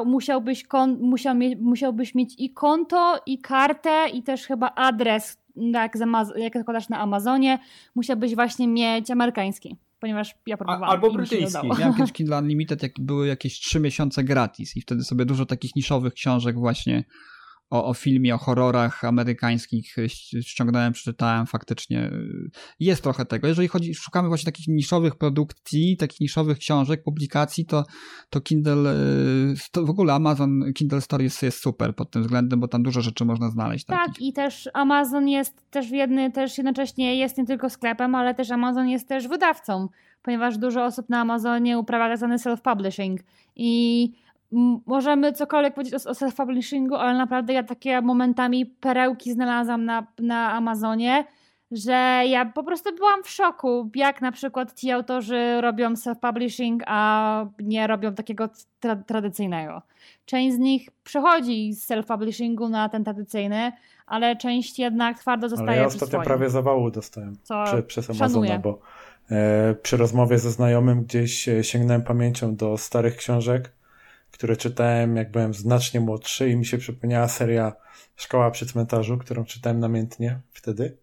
musiałbyś mieć i konto, i kartę, i też chyba adres, jak zakładasz na Amazonie, musiałbyś właśnie mieć amerykański, ponieważ ja próbowałam. Albo brytyjski. Miałem kiedyś Kindle Unlimited, jak były jakieś 3 miesiące gratis i wtedy sobie dużo takich niszowych książek właśnie o filmie, o horrorach amerykańskich ściągnąłem, przeczytałem, faktycznie jest trochę tego. Jeżeli szukamy właśnie takich niszowych produkcji, takich niszowych książek, publikacji, to Kindle, w ogóle Amazon Kindle Store jest super pod tym względem, bo tam dużo rzeczy można znaleźć. Tak, takich. I też Amazon jest też jednocześnie jest nie tylko sklepem, ale też Amazon jest też wydawcą, ponieważ dużo osób na Amazonie uprawia tak zwany self-publishing i możemy cokolwiek powiedzieć o self-publishingu, ale naprawdę ja takie momentami perełki znalazłam na Amazonie, że ja po prostu byłam w szoku, jak na przykład ci autorzy robią self-publishing, a nie robią takiego tradycyjnego. Część z nich przechodzi z self-publishingu na ten tradycyjny, ale część jednak twardo zostaje przy swoim. Ale ja ostatnio prawie zawału dostałem przez Amazona, szanuję. Bo przy rozmowie ze znajomym gdzieś sięgnąłem pamięcią do starych książek, które czytałem jak byłem znacznie młodszy i mi się przypomniała seria Szkoła przy cmentarzu, którą czytałem namiętnie wtedy.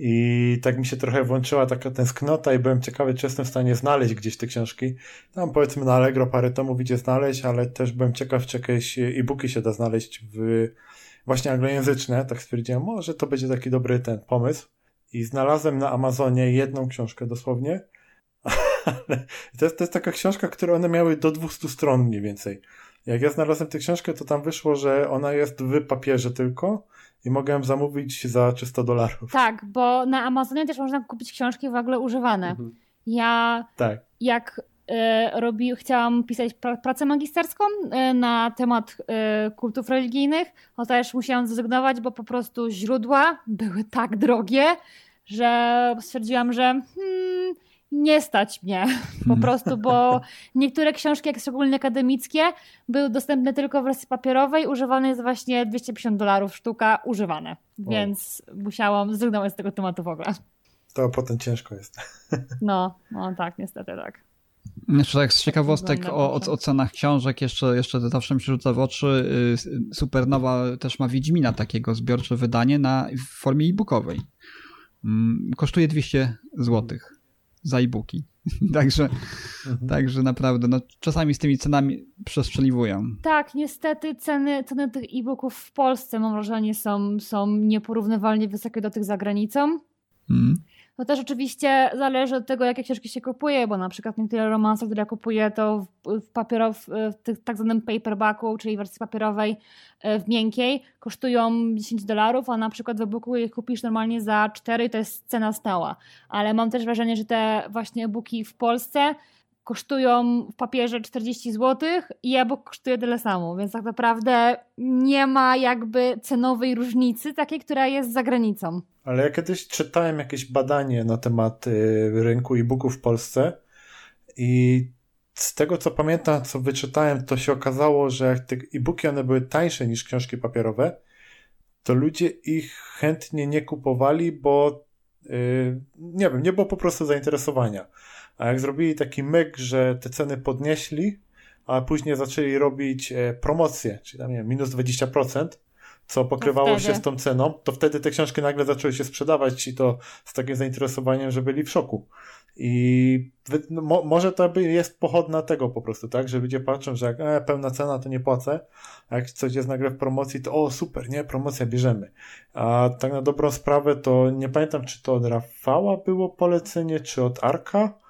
I tak mi się trochę włączyła taka tęsknota i byłem ciekawy, czy jestem w stanie znaleźć gdzieś te książki. Tam powiedzmy na Allegro parę tomów idzie znaleźć, ale też byłem ciekaw, czy jakieś e-booki się da znaleźć właśnie anglojęzyczne. Tak stwierdziłem, może to będzie taki dobry ten pomysł. I znalazłem na Amazonie jedną książkę dosłownie. Ale to jest taka książka, którą one miały do 200 stron mniej więcej. Jak ja znalazłem tę książkę, to tam wyszło, że ona jest w papierze tylko i mogę ją zamówić za $300. Tak, bo na Amazonie też można kupić książki w ogóle używane. Ja jak chciałam pisać pracę magisterską na temat kultów religijnych, to też musiałam zrezygnować, bo po prostu źródła były tak drogie, że stwierdziłam, że nie stać mnie po prostu, bo niektóre książki, jak szczególnie akademickie, były dostępne tylko w wersji papierowej, używane jest właśnie $250 sztuka używane, więc musiałam zrezygnować z tego tematu w ogóle. To potem ciężko jest. No tak, niestety tak. Jeszcze tak z ciekawostek o cenach książek, jeszcze to zawsze mi się rzuca w oczy, Supernowa też ma Wiedźmina takiego, zbiorcze wydanie w formie e-bookowej. Kosztuje 200 zł za e-booki. Także naprawdę, czasami z tymi cenami przestrzeliwują. Tak, niestety ceny tych e-booków w Polsce, mam wrażenie, są nieporównywalnie wysokie do tych za granicą. To też oczywiście zależy od tego, jakie książki się kupuje, bo na przykład niektóre romanse, które ja kupuję, to w tak zwanym paperbacku, czyli wersji papierowej w miękkiej, kosztują $10, a na przykład w e-booku je kupisz normalnie za 4, to jest cena stała. Ale mam też wrażenie, że te właśnie e-booki w Polsce kosztują w papierze 40 zł i e-book kosztuje tyle samo, więc tak naprawdę nie ma jakby cenowej różnicy takiej, która jest za granicą. Ale ja kiedyś czytałem jakieś badanie na temat rynku e-booków w Polsce i z tego co pamiętam, co wyczytałem, to się okazało, że jak te e-booki one były tańsze niż książki papierowe, to ludzie ich chętnie nie kupowali, bo nie wiem, nie było po prostu zainteresowania. A jak zrobili taki myk, że te ceny podnieśli, a później zaczęli robić promocje, czyli tam nie wiem, minus 20%, co pokrywało się z tą ceną, to wtedy te książki nagle zaczęły się sprzedawać i to z takim zainteresowaniem, że byli w szoku. I może to jest pochodna tego po prostu, tak, że ludzie patrzą, że jak pełna cena, to nie płacę, a jak coś jest nagle w promocji, to o super, nie, promocja, bierzemy. A tak na dobrą sprawę to nie pamiętam, czy to od Rafała było polecenie, czy od Arka,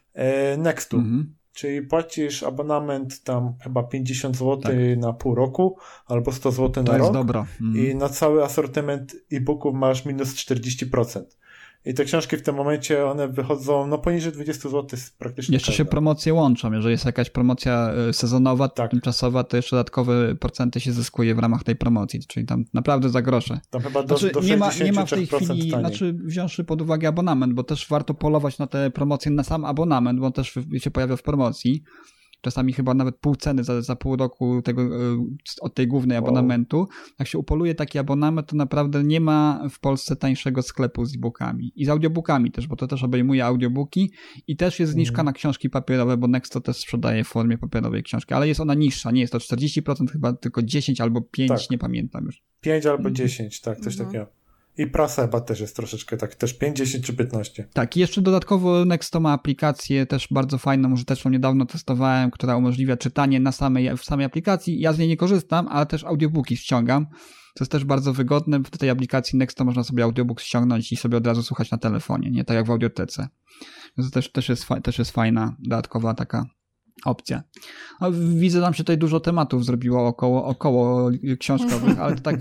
Nextu. Czyli płacisz abonament tam chyba 50 zł na pół roku, albo 100 zł na rok. To jest dobra. I na cały asortyment e-booków masz minus 40%. I te książki w tym momencie, one wychodzą no poniżej 20 zł praktycznie. Jeszcze się promocje łączą. Jeżeli jest jakaś promocja sezonowa, tymczasowa, to jeszcze dodatkowe procenty się zyskuje w ramach tej promocji, czyli tam naprawdę za grosze. Tam chyba do nie ma w tej chwili, wziąwszy pod uwagę abonament, bo też warto polować na te promocje na sam abonament, bo on też się pojawia w promocji. Czasami chyba nawet pół ceny za pół roku tego, od tej głównej abonamentu. Jak się upoluje taki abonament, to naprawdę nie ma w Polsce tańszego sklepu z e-bookami. I z audiobookami też, bo to też obejmuje audiobooki i też jest zniżka na książki papierowe, bo Nexto też sprzedaje w formie papierowej książki, ale jest ona niższa, nie jest to 40%, chyba tylko 10 albo 5, nie pamiętam już. 5 albo 10, tak, coś takiego. I prasa chyba też jest troszeczkę tak, też 5, 10 czy 15. Tak, i jeszcze dodatkowo Nexto ma aplikację też bardzo fajną, użyteczną, niedawno testowałem, która umożliwia czytanie w samej aplikacji. Ja z niej nie korzystam, ale też audiobooki ściągam. To jest też bardzo wygodne. W tej aplikacji Nexto można sobie audiobook ściągnąć i sobie od razu słuchać na telefonie, nie tak jak w audiotece. To też jest fajna, dodatkowa taka opcja. No, widzę, nam się tutaj dużo tematów zrobiło około książkowych, ale to tak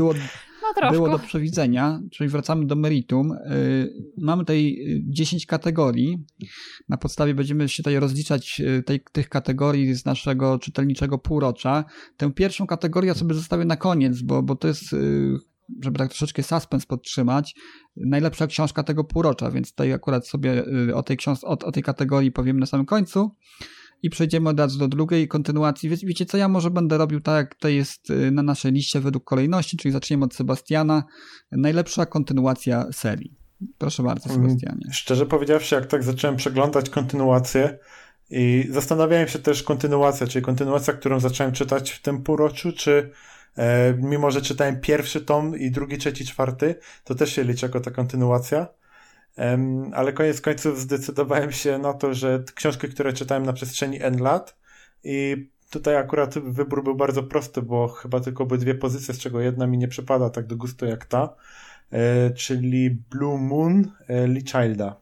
było do przewidzenia, czyli wracamy do meritum. Mamy tutaj 10 kategorii. Na podstawie będziemy się tutaj rozliczać tych kategorii z naszego czytelniczego półrocza. Tę pierwszą kategorię sobie zostawię na koniec, bo to jest, żeby tak troszeczkę suspens podtrzymać, najlepsza książka tego półrocza, więc tutaj akurat sobie o tej kategorii powiemy na samym końcu. I przejdziemy od razu do drugiej kontynuacji. Wiecie co, ja może będę robił tak, jak to jest na naszej liście według kolejności, czyli zaczniemy od Sebastiana. Najlepsza kontynuacja serii. Proszę bardzo, Sebastianie. Szczerze powiedziawszy, jak tak zacząłem przeglądać kontynuację i zastanawiałem się też czyli kontynuacja, którą zacząłem czytać w tym półroczu, czy mimo, że czytałem pierwszy tom i drugi, trzeci, czwarty, to też się liczy jako ta kontynuacja. Ale koniec końców zdecydowałem się na to, że książki, które czytałem na przestrzeni N lat i tutaj akurat wybór był bardzo prosty, bo chyba tylko były 2 pozycje, z czego jedna mi nie przypada tak do gustu jak ta, czyli Blue Moon Lee Childa.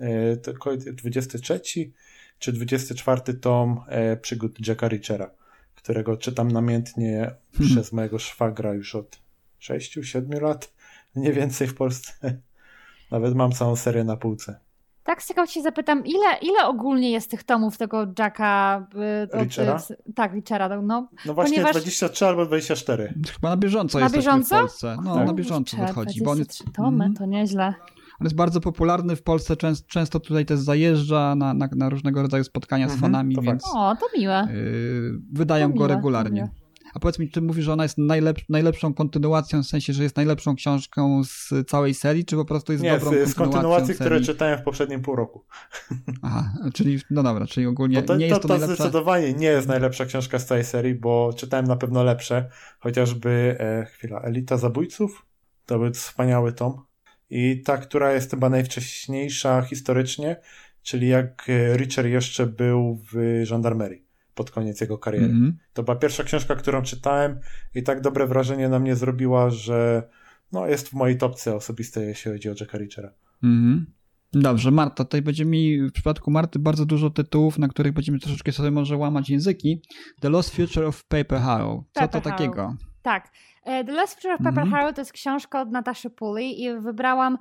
23 czy 24 tom przygód Jacka Reachera, którego czytam namiętnie przez mojego szwagra już od 6-7 lat, mniej więcej w Polsce. Nawet mam całą serię na półce. Tak, z ciekawości się zapytam, ile ogólnie jest tych tomów tego Jacka Reachera? Tak, Reachera. No właśnie ponieważ... 23 albo 24. Chyba na bieżąco jest w Polsce. No, tak. Na bieżąco wychodzi. 23 tomy, to nieźle. On jest bardzo popularny w Polsce, często tutaj też zajeżdża na różnego rodzaju spotkania z fanami, więc to miłe. Wydają go regularnie. A powiedz mi, czy mówisz, że ona jest najlepszą kontynuacją, w sensie, że jest najlepszą książką z całej serii, czy po prostu jest dobrą kontynuacją z kontynuacji, które czytałem w poprzednim półroku. Aha, czyli no dobra, czyli ogólnie nie jest to najlepsza... zdecydowanie nie jest najlepsza książka z całej serii, bo czytałem na pewno lepsze, chociażby Elita Zabójców, to był wspaniały tom. I ta, która jest chyba najwcześniejsza historycznie, czyli jak Reacher jeszcze był w żandarmerii pod koniec jego kariery. To była pierwsza książka, którą czytałem i tak dobre wrażenie na mnie zrobiła, że jest w mojej topce osobistej, jeśli chodzi o Jacka Reachera. Dobrze, Marta, tutaj będzie mi w przypadku Marty bardzo dużo tytułów, na których będziemy troszeczkę sobie może łamać języki. The Lost Future of Paper Harrow. Co to takiego? Tak. The Lost Future of Paper Harrow to jest książka od Nataszy Pulley i wybrałam,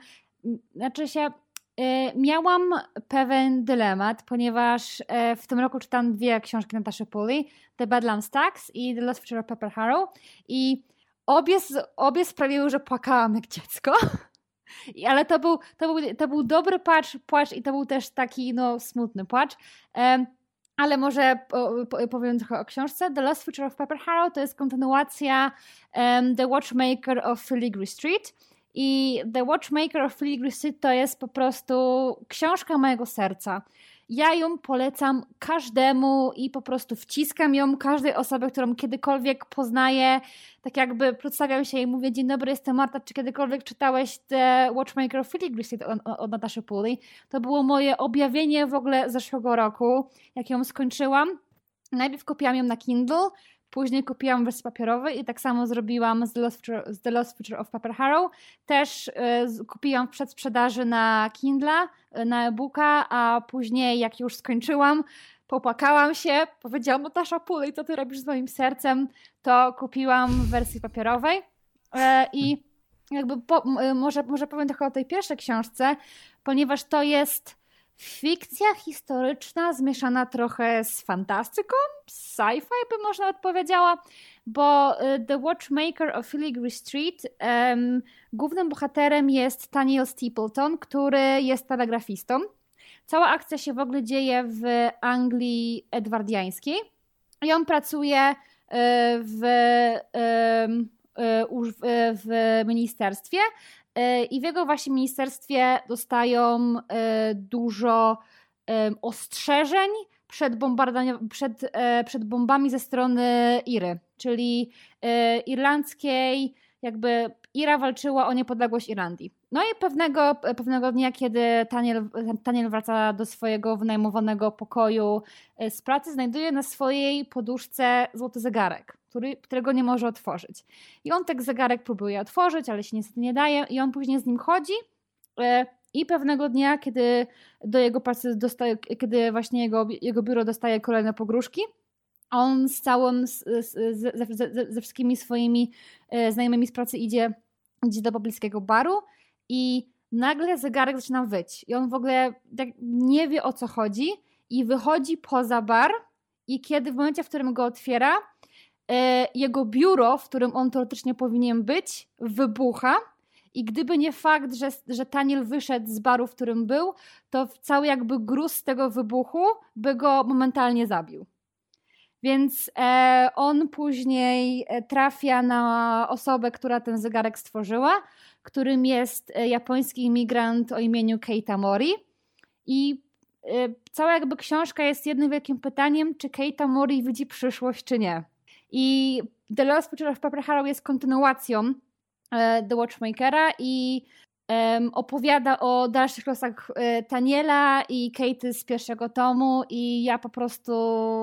miałam pewien dylemat, ponieważ w tym roku czytałam 2 książki Nataszy Pulley, The Badlands Tax i The Lost Future of Paper Harrow i obie sprawiły, że płakałam jak dziecko. Ale to był dobry płacz i to był też taki smutny płacz. Ale może powiem trochę o książce. The Lost Future of Paper Harrow to jest kontynuacja The Watchmaker of Filigree Street. I The Watchmaker of Filigree Street to jest po prostu książka mojego serca. Ja ją polecam każdemu i po prostu wciskam ją każdej osobie, którą kiedykolwiek poznaję. Tak jakby przedstawiam się i mówię: dzień dobry, jestem Marta, czy kiedykolwiek czytałeś The Watchmaker of Filigree Street od Nataszy Pulley? To było moje objawienie w ogóle zeszłego roku, jak ją skończyłam. Najpierw kupiłam ją na Kindle, później kupiłam wersję papierowej i tak samo zrobiłam z The Lost Future of Paper Harrow. Też kupiłam w przedsprzedaży na Kindle, na e-booka, a później jak już skończyłam, popłakałam się, powiedziałam: Natasza Pulley, co ty robisz z moim sercem? To kupiłam w wersji papierowej i jakby może powiem trochę o tej pierwszej książce, ponieważ to jest fikcja historyczna zmieszana trochę z fantastyką, sci-fi by można nawet powiedziała, bo The Watchmaker of Filigree Street głównym bohaterem jest Daniel Stapleton, który jest telegrafistą. Cała akcja się w ogóle dzieje w Anglii edwardiańskiej i on pracuje w ministerstwie i w jego właśnie ministerstwie dostają dużo ostrzeżeń przed bombami ze strony Iry, czyli irlandzkiej, jakby Ira walczyła o niepodległość Irlandii. No i pewnego dnia, kiedy Daniel wraca do swojego wynajmowanego pokoju z pracy, znajduje na swojej poduszce złoty zegarek, którego nie może otworzyć. I on ten zegarek próbuje otworzyć, ale się niestety nie daje i on później z nim chodzi i pewnego dnia, kiedy do jego pracy kiedy właśnie jego biuro dostaje kolejne pogróżki, on ze wszystkimi swoimi znajomymi z pracy idzie do pobliskiego baru i nagle zegarek zaczyna wyć. I on w ogóle nie wie, o co chodzi i wychodzi poza bar i kiedy w momencie, w którym go otwiera, jego biuro, w którym on teoretycznie powinien być, wybucha i gdyby nie fakt, że Daniel wyszedł z baru, w którym był, to cały jakby gruz tego wybuchu by go momentalnie zabił. Więc on później trafia na osobę, która ten zegarek stworzyła, którym jest japoński imigrant o imieniu Keita Mori. I cała jakby książka jest jednym wielkim pytaniem, czy Keita Mori widzi przyszłość, czy nie. I The Lost Future of Paper Harrow jest kontynuacją The Watchmakera i opowiada o dalszych losach Daniela i Katy z pierwszego tomu i ja po prostu...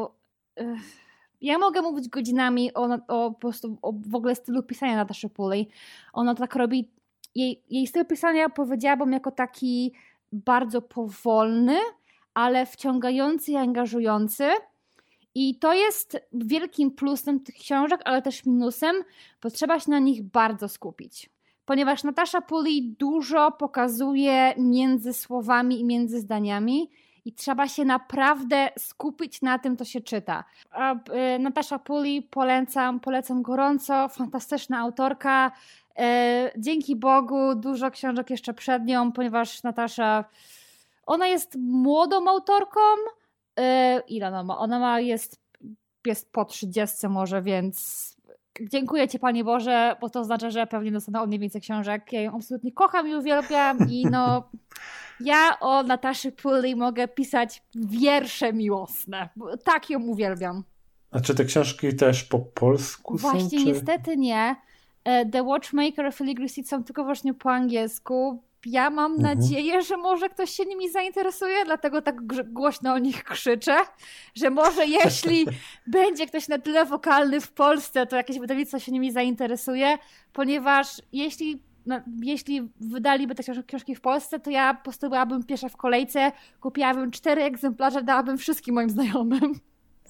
Ja mogę mówić godzinami po prostu w ogóle stylu pisania Nataszy Pulley. Ona tak robi... Jej styl pisania powiedziałabym jako taki bardzo powolny, ale wciągający i angażujący. I to jest wielkim plusem tych książek, ale też minusem, bo trzeba się na nich bardzo skupić. Ponieważ Natasza Pulley dużo pokazuje między słowami i między zdaniami i trzeba się naprawdę skupić na tym, co się czyta. Natasza Pulley polecam gorąco, fantastyczna autorka. Dzięki Bogu dużo książek jeszcze przed nią, ponieważ Natasza, ona jest młodą autorką. Ile ona ma? Ona jest po 30 może, więc dziękuję Ci, Panie Boże, bo to oznacza, że pewnie dostanę od niej więcej książek. Ja ją absolutnie kocham i uwielbiam i no ja o Nataszy Pulley mogę pisać wiersze miłosne. Tak ją uwielbiam. A czy te książki też po polsku są? Właśnie niestety nie. The Watchmaker of Filigree Street są tylko właśnie po angielsku. Ja mam nadzieję, że może ktoś się nimi zainteresuje, dlatego tak głośno o nich krzyczę, że może jeśli będzie ktoś na tyle wokalny w Polsce, to jakieś wydawnictwo się nimi zainteresuje, ponieważ jeśli wydaliby te książki w Polsce, to ja po prostu byłabym pierwsza w kolejce, kupiłabym 4 egzemplarze, dałabym wszystkim moim znajomym.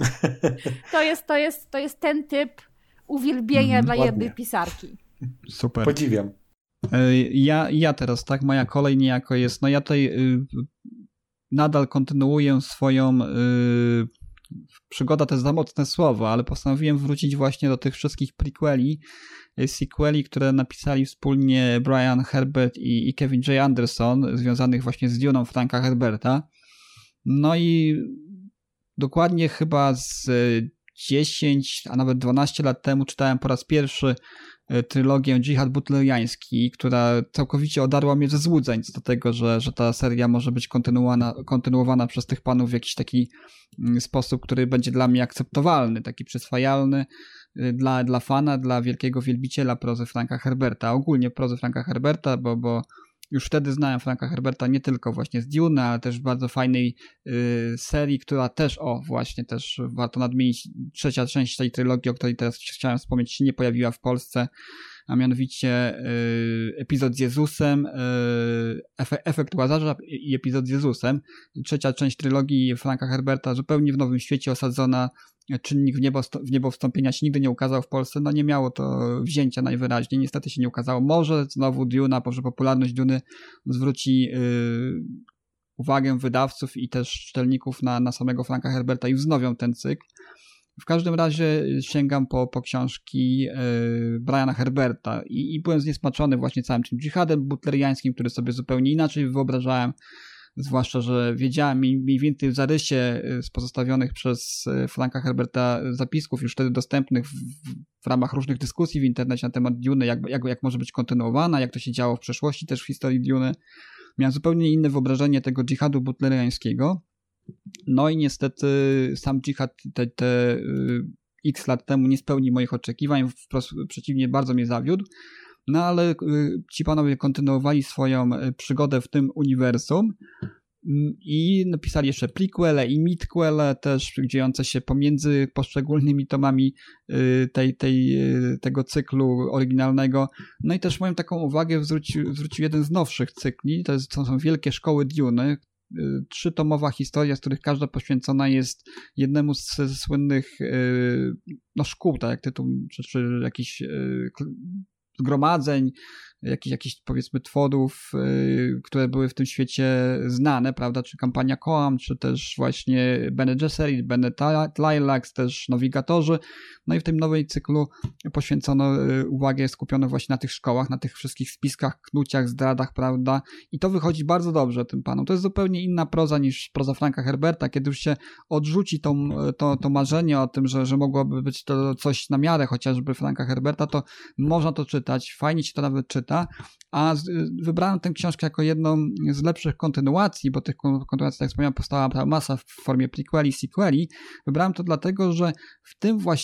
To jest ten typ uwielbienia dla jednej pisarki. Super. Podziwiam. Ja teraz, tak, moja kolej niejako jest, no ja tutaj nadal kontynuuję swoją przygoda, to jest za mocne słowo, ale postanowiłem wrócić właśnie do tych wszystkich prequeli, sequeli, które napisali wspólnie Brian Herbert i Kevin J. Anderson, związanych właśnie z Dune'ą Franka Herberta. No i dokładnie chyba z 10, a nawet 12 lat temu czytałem po raz pierwszy trylogię Dżihad Butleriański, która całkowicie odarła mnie ze złudzeń co do tego, że ta seria może być kontynuowana przez tych panów w jakiś taki sposób, który będzie dla mnie akceptowalny, taki przyswajalny dla fana, dla wielkiego wielbiciela prozy Franka Herberta, ogólnie prozy Franka Herberta, bo już wtedy znałem Franka Herberta nie tylko właśnie z Dune, ale też w bardzo fajnej serii, która też, właśnie też warto nadmienić, trzecia część tej trylogii, o której teraz chciałem wspomnieć, się nie pojawiła w Polsce, a mianowicie epizod z Jezusem, Efekt Łazarza i epizod z Jezusem. Trzecia część trylogii Franka Herberta, zupełnie w nowym świecie osadzona. Czynnik w niebo wstąpienia się nigdy nie ukazał w Polsce, nie miało to wzięcia najwyraźniej, niestety się nie ukazało. Może znowu Duna, może popularność Duny zwróci uwagę wydawców i też czytelników na samego Franka Herberta i wznowią ten cykl. W każdym razie sięgam po książki Briana Herberta i byłem zniesmaczony właśnie całym tym dżihadem butleriańskim, który sobie zupełnie inaczej wyobrażałem, zwłaszcza, że wiedziałem mniej więcej w zarysie z pozostawionych przez Franka Herberta zapisków już wtedy dostępnych w ramach różnych dyskusji w internecie na temat Duny, jak może być kontynuowana, jak to się działo w przeszłości też w historii Duny. Miałem zupełnie inne wyobrażenie tego dżihadu butleriańskiego. No i niestety sam dżihad te x lat temu nie spełnił moich oczekiwań, wprost przeciwnie, bardzo mnie zawiódł. No ale ci panowie kontynuowali swoją przygodę w tym uniwersum i napisali jeszcze prequele i midquele też dziejące się pomiędzy poszczególnymi tomami tego cyklu oryginalnego. No i też moją taką uwagę zwrócił jeden z nowszych cykli, to są Wielkie Szkoły Duny, 3-tomowa historia, z których każda poświęcona jest jednemu z słynnych szkół, tak jak tytuł, czy jakichś zgromadzeń, jakichś powiedzmy tworów, które były w tym świecie znane, prawda, czy kampania Koam, czy też właśnie Bene Gesserit, Bene Tleilax, też Nowigatorzy. No i w tym nowym cyklu poświęcono uwagę, skupiono właśnie na tych szkołach, na tych wszystkich spiskach, knuciach, zdradach, prawda, i to wychodzi bardzo dobrze tym panom. To jest zupełnie inna proza niż proza Franka Herberta, kiedy już się odrzuci to marzenie o tym, że mogłoby być to coś na miarę chociażby Franka Herberta, to można to czytać, fajnie się to nawet czyta, a wybrałem tę książkę jako jedną z lepszych kontynuacji, bo tych kontynuacji, tak jak wspomniałem, powstała masa w formie prequeli, sequeli. Wybrałem to dlatego, że w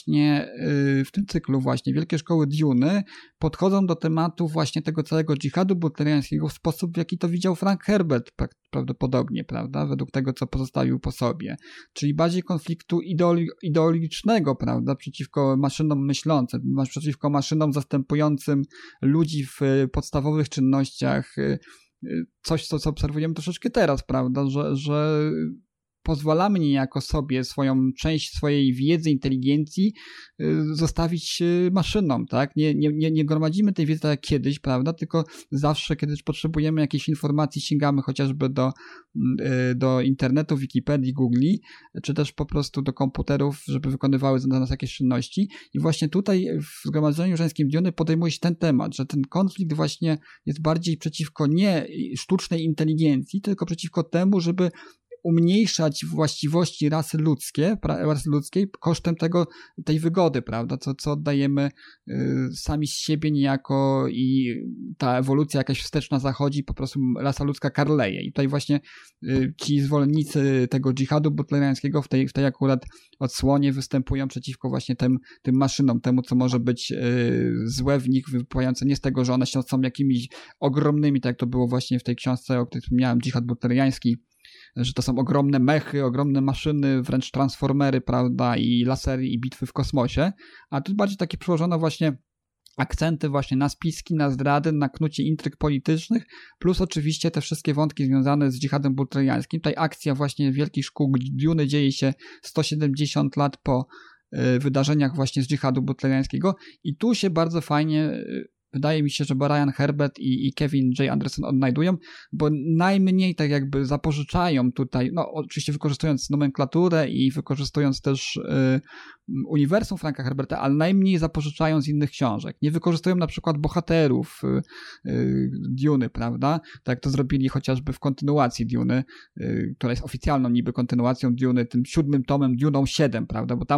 tym cyklu właśnie Wielkie Szkoły Duny podchodzą do tematu właśnie tego całego dżihadu butleriańskiego w sposób, w jaki to widział Frank Herbert prawdopodobnie, prawda, według tego, co pozostawił po sobie. Czyli bardziej konfliktu ideologicznego, prawda, przeciwko maszynom myślącym, przeciwko maszynom zastępującym ludzi w podstawowych czynnościach. Coś, co obserwujemy troszeczkę teraz, prawda, że pozwalamy niejako sobie część swojej wiedzy, inteligencji zostawić maszynom, tak? Nie gromadzimy tej wiedzy tak jak kiedyś, prawda? Tylko zawsze, kiedy potrzebujemy jakiejś informacji, sięgamy chociażby do internetu, Wikipedii, Googli, czy też po prostu do komputerów, żeby wykonywały za nas jakieś czynności. I właśnie tutaj w Zgromadzeniu Żeńskim Duny podejmuje się ten temat, że ten konflikt właśnie jest bardziej przeciwko nie sztucznej inteligencji, tylko przeciwko temu, żeby umniejszać właściwości rasy ludzkiej kosztem tej wygody, prawda, co oddajemy sami z siebie niejako i ta ewolucja jakaś wsteczna zachodzi, po prostu rasa ludzka karleje. I tutaj właśnie ci zwolennicy tego dżihadu butleriańskiego w tej akurat odsłonie występują przeciwko właśnie tym maszynom, temu, co może być złe w nich, wypływające nie z tego, że one są jakimiś ogromnymi, tak jak to było właśnie w tej książce, o której wspomniałem, dżihad butleriański, że to są ogromne mechy, ogromne maszyny, wręcz transformery, prawda, i lasery, i bitwy w kosmosie, a tu bardziej takie przełożono właśnie akcenty właśnie na spiski, na zdrady, na knucie intryg politycznych, plus oczywiście te wszystkie wątki związane z dżihadem butleriańskim. Tutaj akcja właśnie Wielkich Szkół Duny dzieje się 170 lat po wydarzeniach właśnie z dżihadu butleriańskiego i tu się bardzo fajnie wydaje mi się, że Brian Herbert i Kevin J. Anderson odnajdują, bo najmniej tak jakby zapożyczają tutaj, no oczywiście wykorzystując nomenklaturę i wykorzystując też uniwersum Franka Herberta, ale najmniej zapożyczają z innych książek. Nie wykorzystują na przykład bohaterów Duny, prawda? Tak jak to zrobili chociażby w kontynuacji Duny, która jest oficjalną niby kontynuacją Duny, tym 7. tomem Duną 7, prawda? Bo tam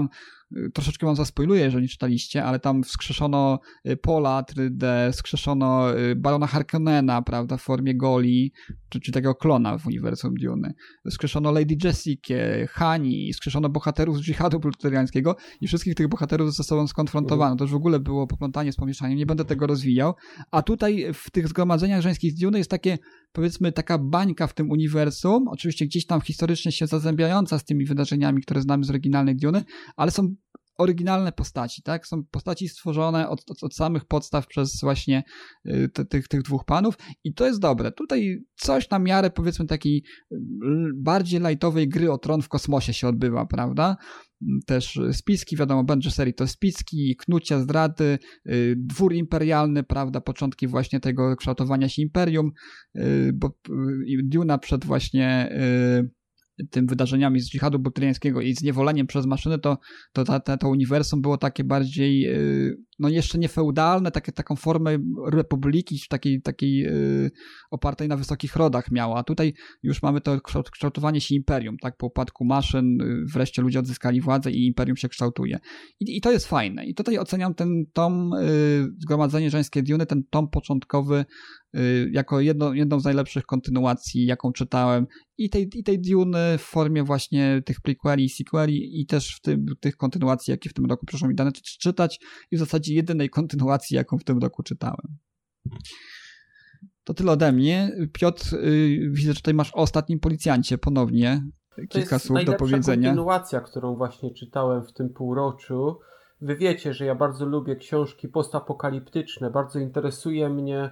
troszeczkę wam zaspoiluję, jeżeli czytaliście, ale tam wskrzeszono Pola 3D, wskrzeszono Barona Harkonnena, prawda, w formie Goli, czy takiego klona w uniwersum Dune. Wskrzeszono Lady Jessica, Hani, wskrzeszono bohaterów z dżihadu plutoniańskiego i wszystkich tych bohaterów ze sobą skonfrontowano. To już w ogóle było poplątanie z pomieszaniem, nie będę tego rozwijał. A tutaj w tych zgromadzeniach żeńskich z Dune jest takie, powiedzmy, taka bańka w tym uniwersum, oczywiście gdzieś tam historycznie się zazębiająca z tymi wydarzeniami, które znamy z oryginalnej Duny, ale są oryginalne postaci, tak? Są postaci stworzone od samych podstaw przez właśnie tych dwóch panów i to jest dobre. Tutaj coś na miarę, powiedzmy, takiej bardziej lightowej gry o tron w kosmosie się odbywa, prawda? Też spiski, wiadomo, Bene Gesserit to spiski, knucia, zdrady, dwór imperialny, prawda, początki właśnie tego kształtowania się imperium, bo Duna przed właśnie tym wydarzeniami z dżihadu butyriańskiego i zniewoleniem przez maszyny, to uniwersum było takie bardziej, no jeszcze nie feudalne, taką formę republiki, takiej opartej na wysokich rodach miała. A tutaj już mamy to kształtowanie się imperium, tak? Po upadku maszyn wreszcie ludzie odzyskali władzę i imperium się kształtuje. I to jest fajne. I tutaj oceniam ten tom Zgromadzenie Żeńskie Duny, ten tom początkowy jako jedną z najlepszych kontynuacji, jaką czytałem. I tej Duny w formie właśnie tych prequeli i sequeli i też tych kontynuacji, jakie w tym roku przyszło mi dane czytać i w zasadzie jedynej kontynuacji, jaką w tym roku czytałem. To tyle ode mnie. Piotr, widzę, że tutaj masz o Ostatnim Policjancie ponownie kilka słów do powiedzenia. To jest kontynuacja, którą właśnie czytałem w tym półroczu. Wy wiecie, że ja bardzo lubię książki postapokaliptyczne. Bardzo interesuje mnie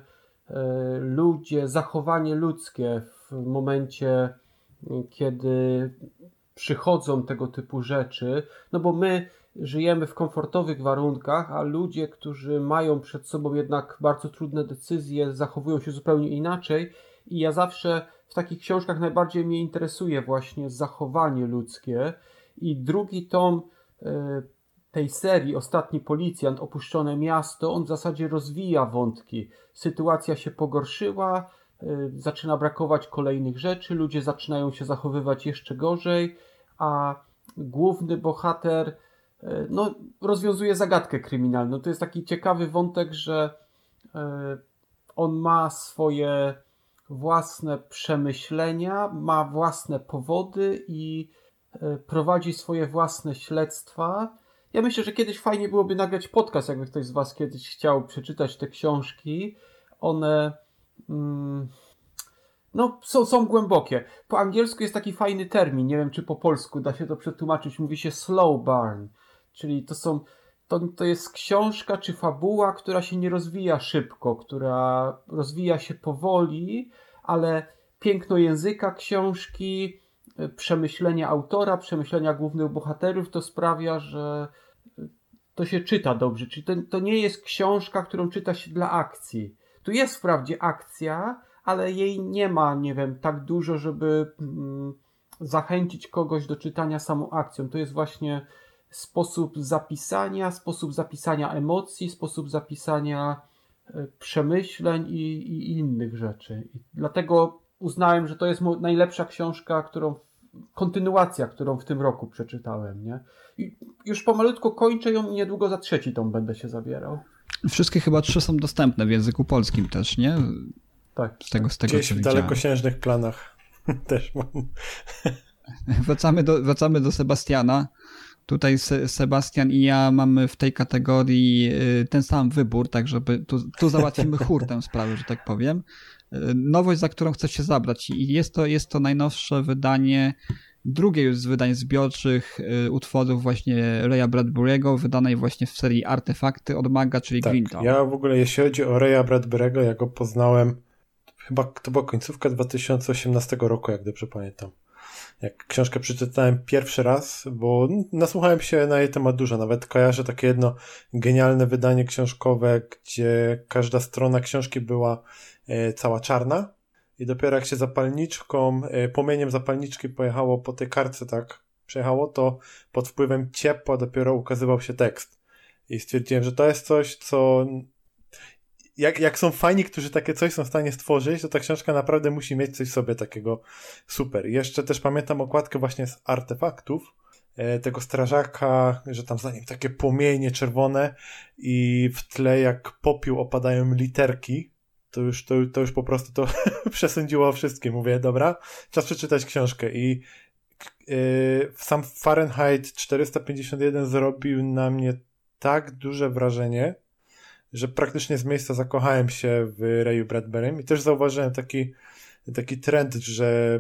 zachowanie ludzkie w momencie, kiedy przychodzą tego typu rzeczy, no bo my żyjemy w komfortowych warunkach, a ludzie, którzy mają przed sobą jednak bardzo trudne decyzje, zachowują się zupełnie inaczej i ja zawsze w takich książkach najbardziej mnie interesuje właśnie zachowanie ludzkie i drugi tom tej serii Ostatni Policjant, Opuszczone Miasto, on w zasadzie rozwija wątki. Sytuacja się pogorszyła, zaczyna brakować kolejnych rzeczy, ludzie zaczynają się zachowywać jeszcze gorzej, a główny bohater rozwiązuje zagadkę kryminalną. To jest taki ciekawy wątek, że on ma swoje własne przemyślenia, ma własne powody i prowadzi swoje własne śledztwa. Ja myślę, że kiedyś fajnie byłoby nagrać podcast, jakby ktoś z was kiedyś chciał przeczytać te książki. One są głębokie. Po angielsku jest taki fajny termin, nie wiem czy po polsku da się to przetłumaczyć, mówi się slow burn, czyli to jest książka czy fabuła, która się nie rozwija szybko, która rozwija się powoli, ale piękno języka książki, przemyślenia autora, przemyślenia głównych bohaterów to sprawia, że to się czyta dobrze. Czyli to nie jest książka, którą czyta się dla akcji. Tu jest wprawdzie akcja, ale jej nie ma, nie wiem, tak dużo, żeby zachęcić kogoś do czytania samą akcją. To jest właśnie sposób zapisania emocji, sposób zapisania przemyśleń i innych rzeczy. I dlatego uznałem, że to jest najlepsza książka, kontynuacja, którą w tym roku przeczytałem, nie? I już pomalutko kończę ją i niedługo za 3. tom będę się zabierał. Wszystkie chyba 3 są dostępne w języku polskim też, nie? Tak. Z tego gdzieś w dalekosiężnych planach też mam. Wracamy do Sebastiana. Tutaj Sebastian i ja mamy w tej kategorii ten sam wybór, tak żeby tu załatwimy tę sprawę, że tak powiem. Nowość, za którą chcę się zabrać i jest to najnowsze wydanie, drugie już z wydań zbiorczych utworów właśnie Raya Bradbury'ego, wydanej właśnie w serii Artefakty od Maga, czyli tak, Green Dawn. Ja w ogóle, jeśli chodzi o Raya Bradbury'ego, ja go poznałem chyba to była końcówka 2018 roku, jak dobrze pamiętam. Jak książkę przeczytałem pierwszy raz, bo nasłuchałem się na jej temat dużo, nawet kojarzę takie jedno genialne wydanie książkowe, gdzie każda strona książki była cała czarna i dopiero jak się płomieniem zapalniczki pojechało po tej kartce, tak przejechało, to pod wpływem ciepła dopiero ukazywał się tekst. I stwierdziłem, że to jest coś, co jak są fajni, którzy takie coś są w stanie stworzyć, to ta książka naprawdę musi mieć coś w sobie takiego super. Jeszcze też pamiętam okładkę właśnie z Artefaktów, tego strażaka, że tam za nim takie płomienie czerwone i w tle jak popiół opadają literki, to już po prostu to przesądziło o wszystkim. Mówię, dobra, czas przeczytać książkę i sam Fahrenheit 451 zrobił na mnie tak duże wrażenie, że praktycznie z miejsca zakochałem się w Rayu Bradburym i też zauważyłem taki trend, że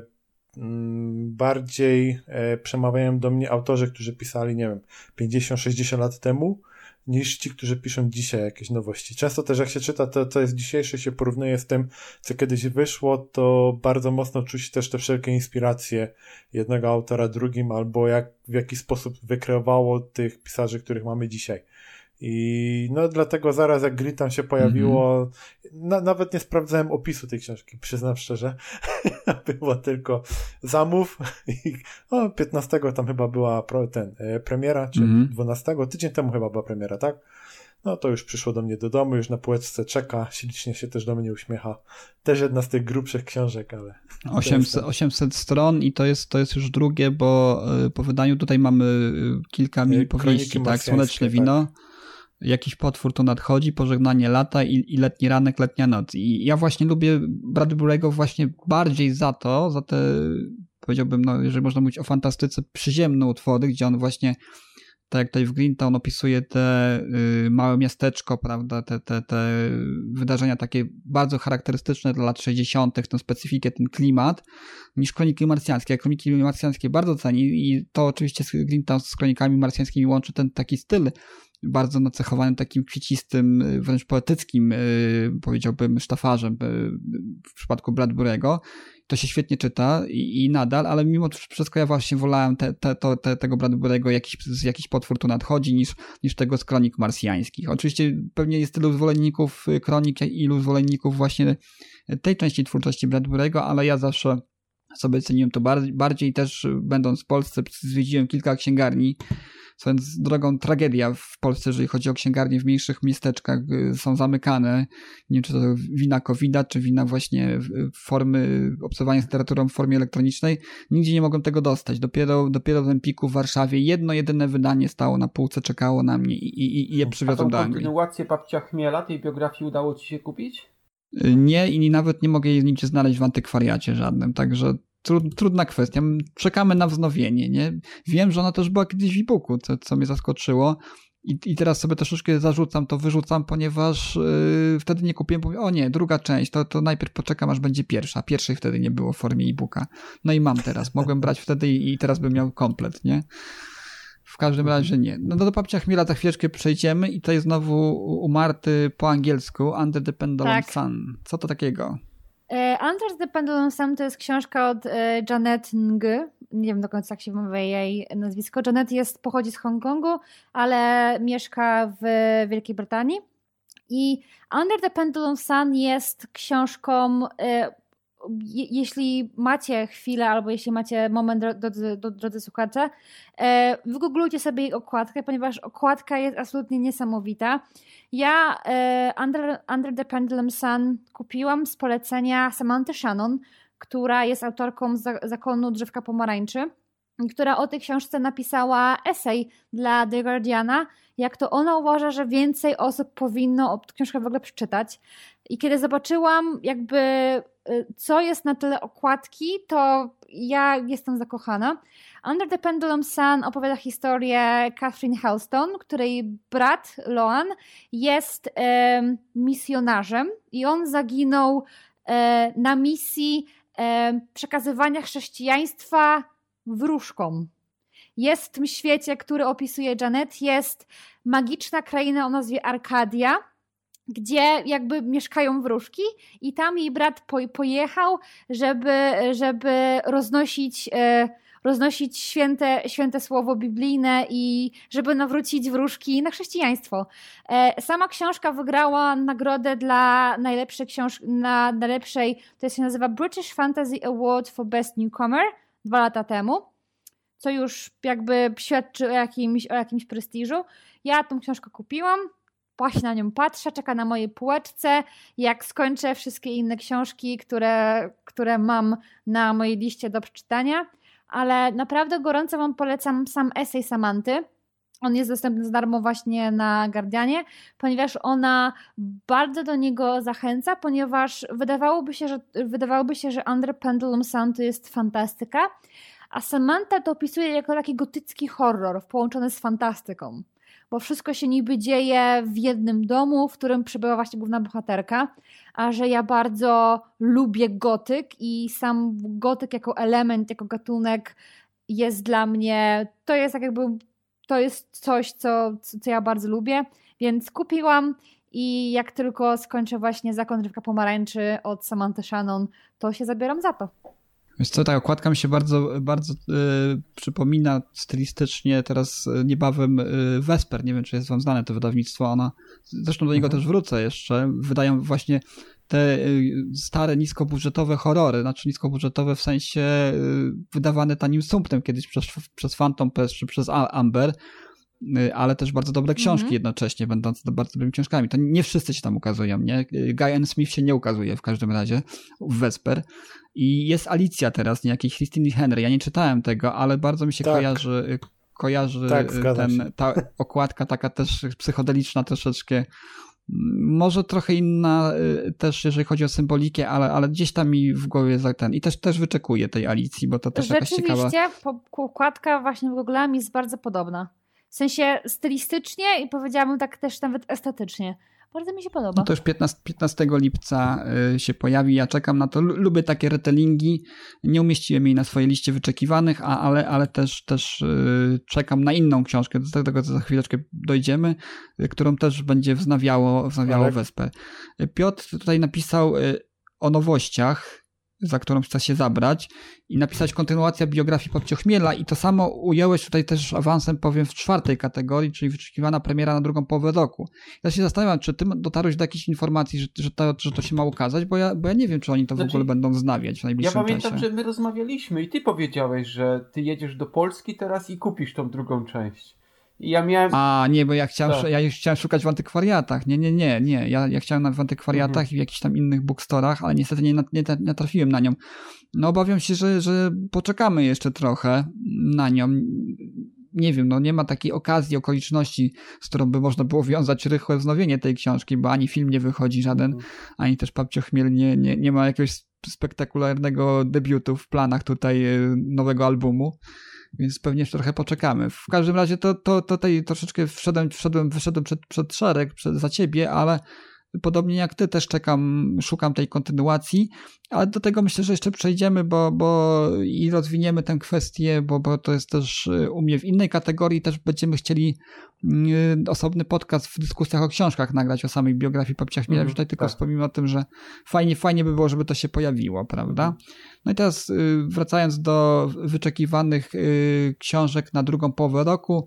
bardziej przemawiają do mnie autorzy, którzy pisali, nie wiem, 50-60 lat temu, niż ci, którzy piszą dzisiaj jakieś nowości. Często też jak się czyta to, co jest dzisiejsze, się porównuje z tym, co kiedyś wyszło, to bardzo mocno czuć też te wszelkie inspiracje jednego autora drugim, albo w jaki sposób wykreowało tych pisarzy, których mamy dzisiaj. I no dlatego zaraz jak Grit tam się pojawiło, nawet nie sprawdzałem opisu tej książki, przyznam szczerze. Było tylko zamów i 15 tam chyba była premiera, czy 12, tydzień temu chyba była premiera, tak? No to już przyszło do mnie do domu, już na półeczce czeka, ślicznie się też do mnie uśmiecha. Też jedna z tych grubszych książek, ale... 800 stron i to jest już drugie, bo po wydaniu tutaj mamy kilka mini powieści, tak? Słoneczne wino. Tak. Jakiś potwór tu nadchodzi, pożegnanie lata i letni ranek, letnia noc. I ja właśnie lubię Bradbury'ego właśnie bardziej za te, powiedziałbym, no, jeżeli można mówić o fantastyce, przyziemne utwory, gdzie on właśnie, tak jak tutaj w Grinta, on opisuje te małe miasteczko, prawda, te wydarzenia takie bardzo charakterystyczne dla lat 60., tę specyfikę, ten klimat, niż Kroniki Marsjańskie. Kroniki Marsjańskie bardzo ceni i to oczywiście Grinta z Kronikami Marsjańskimi łączy ten taki styl bardzo nacechowany takim kwiecistym, wręcz poetyckim, powiedziałbym, sztafarzem w przypadku Bradbury'ego. To się świetnie czyta i nadal, ale mimo wszystko ja właśnie wolałem tego Bradbury'ego, jakiś potwór tu nadchodzi, niż tego z Kronik Marsjańskich. Oczywiście pewnie jest tylu zwolenników kronik, ilu zwolenników właśnie tej części twórczości Bradbury'ego, ale ja zawsze sobie ceniłem to bardziej. Też będąc w Polsce zwiedziłem kilka księgarni, więc drogą tragedia w Polsce, jeżeli chodzi o księgarnie w mniejszych miasteczkach, są zamykane. Nie wiem, czy to wina COVID-a, czy wina właśnie formy obcowania z literaturą w formie elektronicznej. Nigdzie nie mogłem tego dostać. Dopiero w Empiku w Warszawie jedyne wydanie stało na półce, czekało na mnie i je przywiozłem do Anglii. Kontynuację Babcia Chmiela, tej biografii udało ci się kupić? Nie i nawet nie mogę jej nigdzie znaleźć w antykwariacie żadnym, także trudna kwestia. Czekamy na wznowienie, nie? Wiem, że ona też była kiedyś w e-booku, co mnie zaskoczyło i teraz sobie troszeczkę wyrzucam, ponieważ wtedy nie kupiłem, bo o nie, druga część, to najpierw poczekam, aż będzie pierwsza. Pierwszej wtedy nie było w formie e-booka. No i mam teraz. Mogłem brać wtedy i teraz bym miał komplet, nie? W każdym razie nie. No do Babcia Chmiela za chwileczkę przejdziemy i to jest znowu u Marty po angielsku Under the Pendulum Sun. Co to takiego? Under the Pendulum Sun to jest książka od Janet Ng. Nie wiem do końca jak się wymawia jej nazwisko. Janet pochodzi z Hongkongu, ale mieszka w Wielkiej Brytanii. I Under the Pendulum Sun jest książką, jeśli macie chwilę albo jeśli macie moment, drodzy słuchacze, wygooglujcie sobie jej okładkę, ponieważ okładka jest absolutnie niesamowita. Ja Under the Pendulum Sun kupiłam z polecenia Samanthy Shannon, która jest autorką Zakonu Drzewka Pomarańczy, która o tej książce napisała esej dla The Guardiana, jak to ona uważa, że więcej osób powinno książkę w ogóle przeczytać. I kiedy zobaczyłam jakby co jest na tle okładki, to ja jestem zakochana. Under the Pendulum Sun opowiada historię Catherine Helston, której brat Loan jest misjonarzem i on zaginął na misji przekazywania chrześcijaństwa wróżkom. Jest w tym świecie, który opisuje Janet, jest magiczna kraina o nazwie Arkadia, gdzie jakby mieszkają wróżki i tam jej brat pojechał, żeby roznosić święte słowo biblijne i żeby nawrócić wróżki na chrześcijaństwo. Sama książka wygrała nagrodę dla najlepszej, to się nazywa British Fantasy Award for Best Newcomer 2 lata temu, co już jakby świadczy o jakimś prestiżu. Ja tą książkę kupiłam, właśnie na nią patrzę, czeka na mojej półeczce. Jak skończę wszystkie inne książki, które mam na mojej liście do przeczytania. ale naprawdę gorąco wam polecam sam esej Samanty. On jest dostępny za darmo właśnie na Guardianie, ponieważ ona bardzo do niego zachęca, ponieważ wydawałoby się, że Under Pendulum Sun to jest fantastyka, a Samantha to opisuje jako taki gotycki horror połączony z fantastyką. Bo wszystko się niby dzieje w jednym domu, w którym przebywa właśnie główna bohaterka, a że ja bardzo lubię gotyk i sam gotyk jako element, jako gatunek jest dla mnie, to jest coś, co ja bardzo lubię, więc kupiłam i jak tylko skończę właśnie Zakon Rybka Pomarańczy od Samanthy Shannon, to się zabieram za to. Wiesz co, ta okładka mi się bardzo, bardzo przypomina stylistycznie teraz niebawem Vesper. Nie wiem, czy jest wam znane to wydawnictwo. Zresztą do niego też wrócę jeszcze. Wydają właśnie te stare, niskobudżetowe horrory. Znaczy niskobudżetowe w sensie wydawane tanim sumptem kiedyś przez Phantom Press czy przez Amber, ale też bardzo dobre książki jednocześnie, będące bardzo dobrymi książkami. To nie wszyscy się tam ukazują, nie? Guy N. Smith się nie ukazuje w każdym razie w Vesper. I jest Alicja teraz, nie jakiejś Christine Henry. Ja nie czytałem tego, ale bardzo mi się kojarzy ta okładka taka też psychodeliczna troszeczkę. Może trochę inna też, jeżeli chodzi o symbolikę, ale gdzieś tam mi w głowie i też wyczekuję tej Alicji, bo to też jakaś ciekawa... Rzeczywiście, okładka właśnie wyglądała jest bardzo podobna. W sensie stylistycznie i powiedziałabym tak też nawet estetycznie. Bardzo mi się podoba. No to już 15 lipca się pojawi. Ja czekam na to. Lubię takie retellingi. Nie umieściłem jej na swojej liście wyczekiwanych, ale też czekam na inną książkę. Do tego za chwileczkę dojdziemy, którą też będzie wznawiało Vesper. Piotr tutaj napisał o nowościach, za którą chce się zabrać i napisać kontynuacja biografii Popciochmiela i to samo ująłeś tutaj też awansem, powiem, w 4. kategorii, czyli wyczekiwana premiera na drugą połowę roku. Ja się zastanawiam, czy ty dotarłeś do jakiejś informacji, że to się ma ukazać, bo ja nie wiem, czy oni to w ogóle będą wznawiać w najbliższym czasie. Ja pamiętam, że my rozmawialiśmy i ty powiedziałeś, że ty jedziesz do Polski teraz i kupisz tą drugą część. I ja miałem... nie, bo ja chciałem szukać w antykwariatach. Nie. Ja chciałem w antykwariatach i w jakichś tam innych bookstorach, ale niestety nie trafiłem na nią. No obawiam się, że poczekamy jeszcze trochę na nią. Nie wiem, nie ma takiej okoliczności, z którą by można było wiązać rychłe wznowienie tej książki, bo ani film nie wychodzi żaden, ani też Popciochmiel nie ma jakiegoś spektakularnego debiutu w planach tutaj nowego albumu. Więc pewnie jeszcze trochę poczekamy. W każdym razie to tutaj troszeczkę wyszedłem przed szereg za ciebie, ale podobnie jak ty też szukam tej kontynuacji, ale do tego myślę, że jeszcze przejdziemy, bo i rozwiniemy tę kwestię, bo to jest też u mnie w innej kategorii, też będziemy chcieli osobny podcast w dyskusjach o książkach nagrać o samej biografii Popciochmiela. Tutaj tylko wspomnimy o tym, że fajnie by było, żeby to się pojawiło, prawda? No i teraz wracając do wyczekiwanych książek na drugą połowę roku,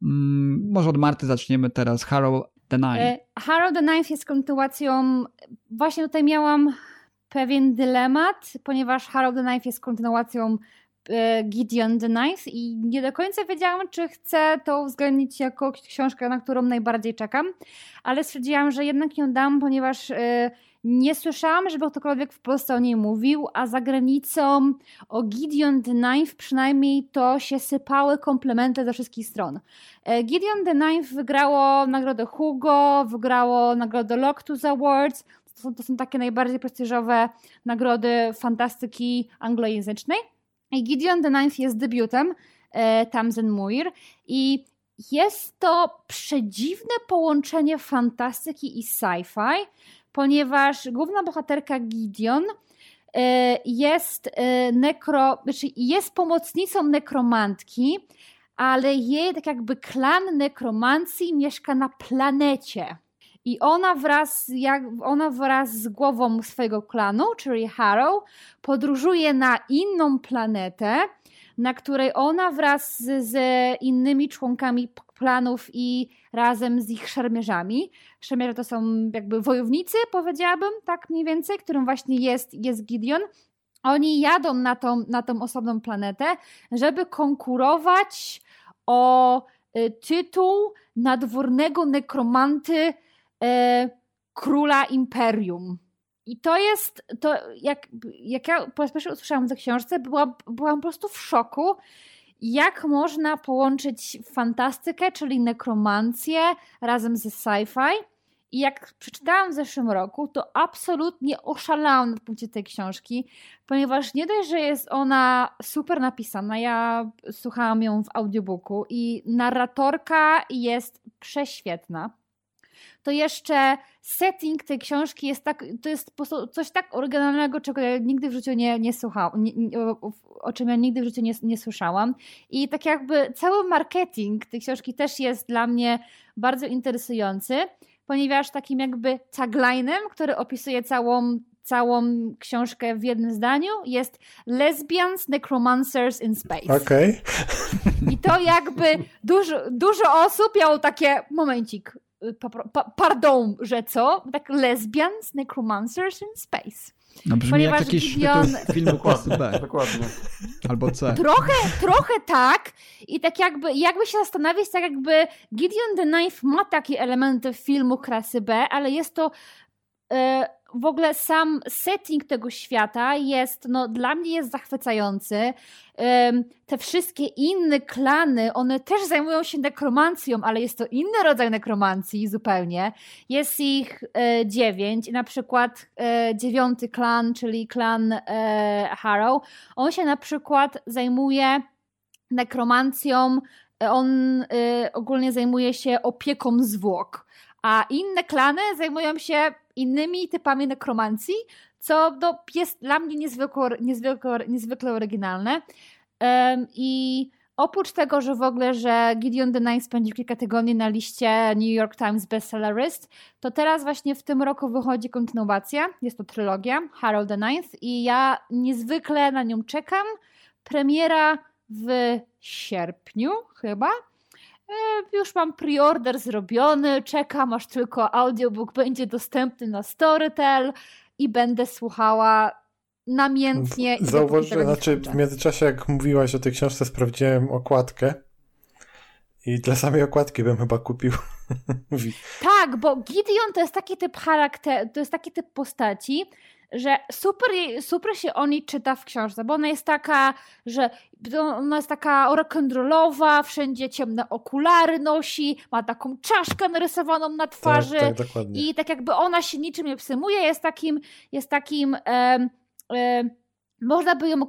może od Marty zaczniemy teraz. Harrow the Ninth. Harrow the Ninth jest kontynuacją, właśnie tutaj miałam pewien dylemat, ponieważ Harrow the Ninth jest kontynuacją Gideon the Ninth i nie do końca wiedziałam, czy chcę to uwzględnić jako książkę, na którą najbardziej czekam, ale stwierdziłam, że jednak ją dam, ponieważ nie słyszałam, żeby ktokolwiek w Polsce o niej mówił, a za granicą o Gideon the Ninth przynajmniej to się sypały komplementy ze wszystkich stron. Gideon the Ninth wygrało nagrodę Hugo, wygrało nagrodę Loctus Awards. To są takie najbardziej prestiżowe nagrody fantastyki anglojęzycznej. I Gideon the Ninth jest debiutem Tamzyn Muir i jest to przedziwne połączenie fantastyki i sci-fi, ponieważ główna bohaterka Gideon jest pomocnicą nekromantki, ale jej tak jakby klan nekromancji mieszka na planecie. I ona wraz z głową swojego klanu, czyli Harrow, podróżuje na inną planetę, na której ona wraz z innymi członkami klanów i razem z ich szermierzami. Szermierze to są jakby wojownicy, powiedziałabym, tak mniej więcej, którym właśnie jest Gideon. Oni jadą na tą osobną planetę, żeby konkurować o tytuł nadwornego nekromanty króla imperium. I to jest, jak ja po raz pierwszy usłyszałam tę książce, byłam po prostu w szoku, jak można połączyć fantastykę, czyli nekromancję razem ze sci-fi. I jak przeczytałam w zeszłym roku, to absolutnie oszalałam na punkcie tej książki, ponieważ nie dość, że jest ona super napisana, ja słuchałam ją w audiobooku i narratorka jest prześwietna, to jeszcze setting tej książki to jest po prostu coś tak oryginalnego, czego ja nigdy w życiu nie słuchałam, o czym ja nigdy w życiu nie słyszałam. I tak jakby cały marketing tej książki też jest dla mnie bardzo interesujący, ponieważ takim jakby taglinem, który opisuje całą książkę w jednym zdaniu, jest Lesbians, Necromancers in Space. Okej. I to jakby dużo osób miało takie, momencik, pardon, że co? Tak Lesbians, Necromancers in Space. No brzmi ponieważ jak jakiś Gideon... tytuł filmu klasy B. Dokładnie. Albo C. Trochę tak i tak jakby się zastanawiać, tak jakby Gideon the Knife ma takie elementy filmu klasy B, ale jest to w ogóle sam setting tego świata jest, no dla mnie jest zachwycający. Te wszystkie inne klany, one też zajmują się nekromancją, ale jest to inny rodzaj nekromancji zupełnie. Jest ich 9 i na przykład 9. klan, czyli klan Harrow, on się na przykład zajmuje nekromancją, on ogólnie zajmuje się opieką zwłok, a inne klany zajmują się innymi typami nekromancji, co jest dla mnie niezwykle oryginalne. I oprócz tego, że w ogóle, że Gideon the Knife spędził kilka tygodni na liście New York Times Bestseller List, to teraz właśnie w tym roku wychodzi kontynuacja, jest to trylogia Harrow the Ninth i ja niezwykle na nią czekam. Premiera w sierpniu chyba. Już mam preorder zrobiony, czekam aż tylko audiobook będzie dostępny na Storytel i będę słuchała namiętnie. Zauważ, że w międzyczasie jak mówiłaś o tej książce, sprawdziłem okładkę i dla samej okładki bym chyba kupił. Tak, bo Gideon to jest taki typ charakteru, to jest taki typ postaci, że super się o niej czyta w książce, bo ona jest taka, że ona jest taka rock'n'rollowa, wszędzie ciemne okulary nosi, ma taką czaszkę narysowaną na twarzy tak, dokładnie. I tak jakby ona się niczym nie przejmuje, jest takim można by ją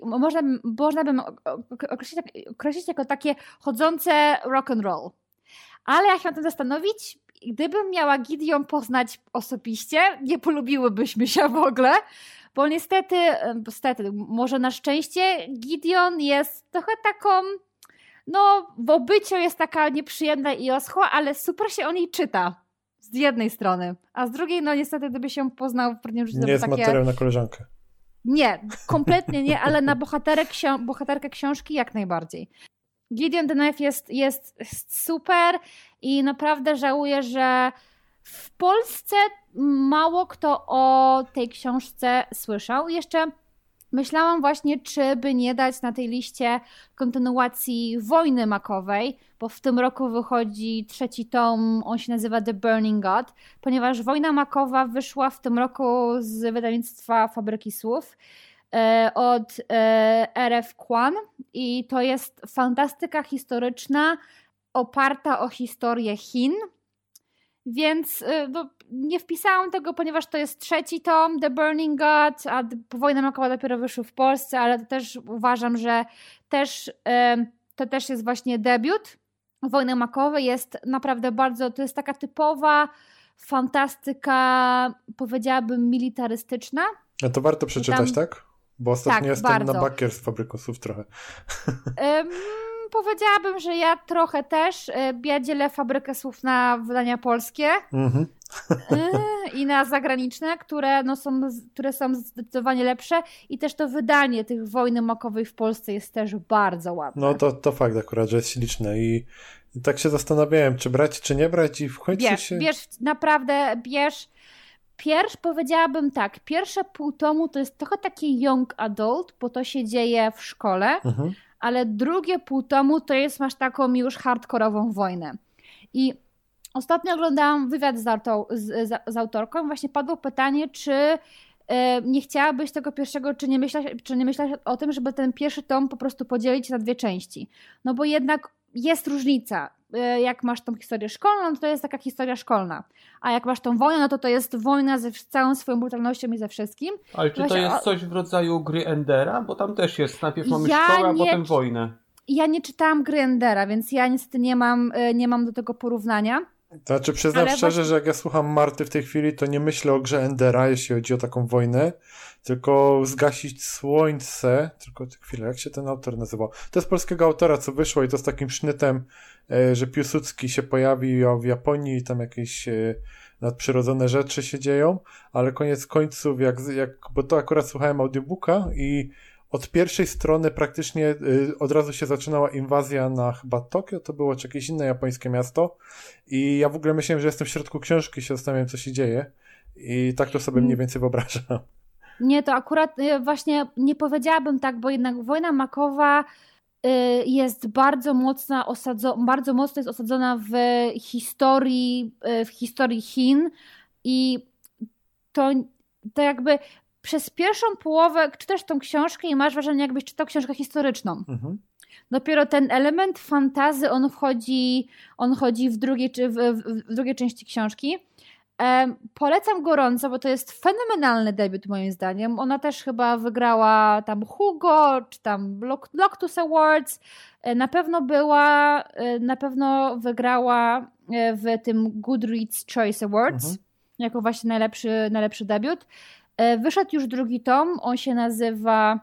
określić jako takie chodzące rock'n'roll. Ale jak się na tym zastanowić, gdybym miała Gideon poznać osobiście, nie polubiłybyśmy się w ogóle, bo niestety, może na szczęście, Gideon jest trochę taką, no w obyciu jest taka nieprzyjemna i oschła, ale super się o niej czyta. Z jednej strony. A z drugiej, no niestety, gdyby się poznał w pewnym życiu... Nie jest materiał na koleżankę. Nie, kompletnie nie, ale na bohaterkę książki jak najbardziej. Gideon the Knife jest super i naprawdę żałuję, że w Polsce mało kto o tej książce słyszał. Jeszcze myślałam właśnie, czy by nie dać na tej liście kontynuacji Wojny Makowej, bo w tym roku wychodzi 3. tom, on się nazywa The Burning God, ponieważ Wojna Makowa wyszła w tym roku z wydawnictwa Fabryki Słów od R.F. Kuan i to jest fantastyka historyczna oparta o historię Chin, więc nie wpisałam tego, ponieważ to jest 3. tom The Burning God, a Wojna Makowa dopiero wyszła w Polsce, ale to też uważam, że to też jest właśnie debiut Wojny Makowej, jest naprawdę bardzo, to jest taka typowa fantastyka, powiedziałabym militarystyczna. A to warto przeczytać, tak? Bo ostatnio jestem bardzo. na bakier z Fabryką Słów trochę. Powiedziałabym, że ja trochę też. Ja dzielę Fabrykę Słów na wydania polskie i na zagraniczne, które są zdecydowanie lepsze i też to wydanie tych Wojny Makowej w Polsce jest też bardzo ładne. No to fakt akurat, że jest śliczne i tak się zastanawiałem, czy brać, czy nie brać i w końcu bierz. Powiedziałabym tak, pierwsze pół tomu to jest trochę taki young adult, bo to się dzieje w szkole, ale drugie pół tomu to masz taką już hardkorową wojnę. I ostatnio oglądałam wywiad z autorką. Właśnie padło pytanie, czy nie chciałabyś tego pierwszego, czy nie myślałaś o tym, żeby ten pierwszy tom po prostu podzielić na 2 części. No bo jednak jest różnica. Jak masz tą historię szkolną, to jest taka historia szkolna. A jak masz tą wojnę, no to jest wojna ze całą swoją brutalnością i ze wszystkim. Ale czy to jest coś w rodzaju gry Endera? Bo tam też jest, najpierw mamy szkołę, a potem wojnę. Ja nie czytałam gry Endera, więc ja niestety nie mam do tego porównania. To znaczy przyznam szczerze, że jak ja słucham Marty w tej chwili, to nie myślę o grze Endera, jeśli chodzi o taką wojnę, tylko zgasić słońce, tylko chwilę, jak się ten autor nazywał? To jest polskiego autora, co wyszło i to z takim sznytem, że Piłsudski się pojawi w Japonii i tam jakieś nadprzyrodzone rzeczy się dzieją, ale koniec końców, bo to akurat słuchałem audiobooka i od pierwszej strony praktycznie od razu się zaczynała inwazja na chyba Tokio, to było czy jakieś inne japońskie miasto i ja w ogóle myślałem, że jestem w środku książki i się zastanawiam, co się dzieje i tak to sobie mniej więcej wyobrażam. Nie, to akurat właśnie nie powiedziałabym tak, bo jednak Wojna Makowa jest bardzo mocno jest osadzona w historii Chin i to jakby przez pierwszą połowę czytasz tą książkę i masz wrażenie, jakbyś czytał książkę historyczną. Mhm. Dopiero ten element fantazy, on chodzi w drugiej części książki. Polecam gorąco, bo to jest fenomenalny debiut moim zdaniem. Ona też chyba wygrała tam Hugo, czy tam Loctus Awards. Na pewno wygrała w tym Goodreads Choice Awards jako właśnie najlepszy debiut. Wyszedł już 2 tom, on się nazywa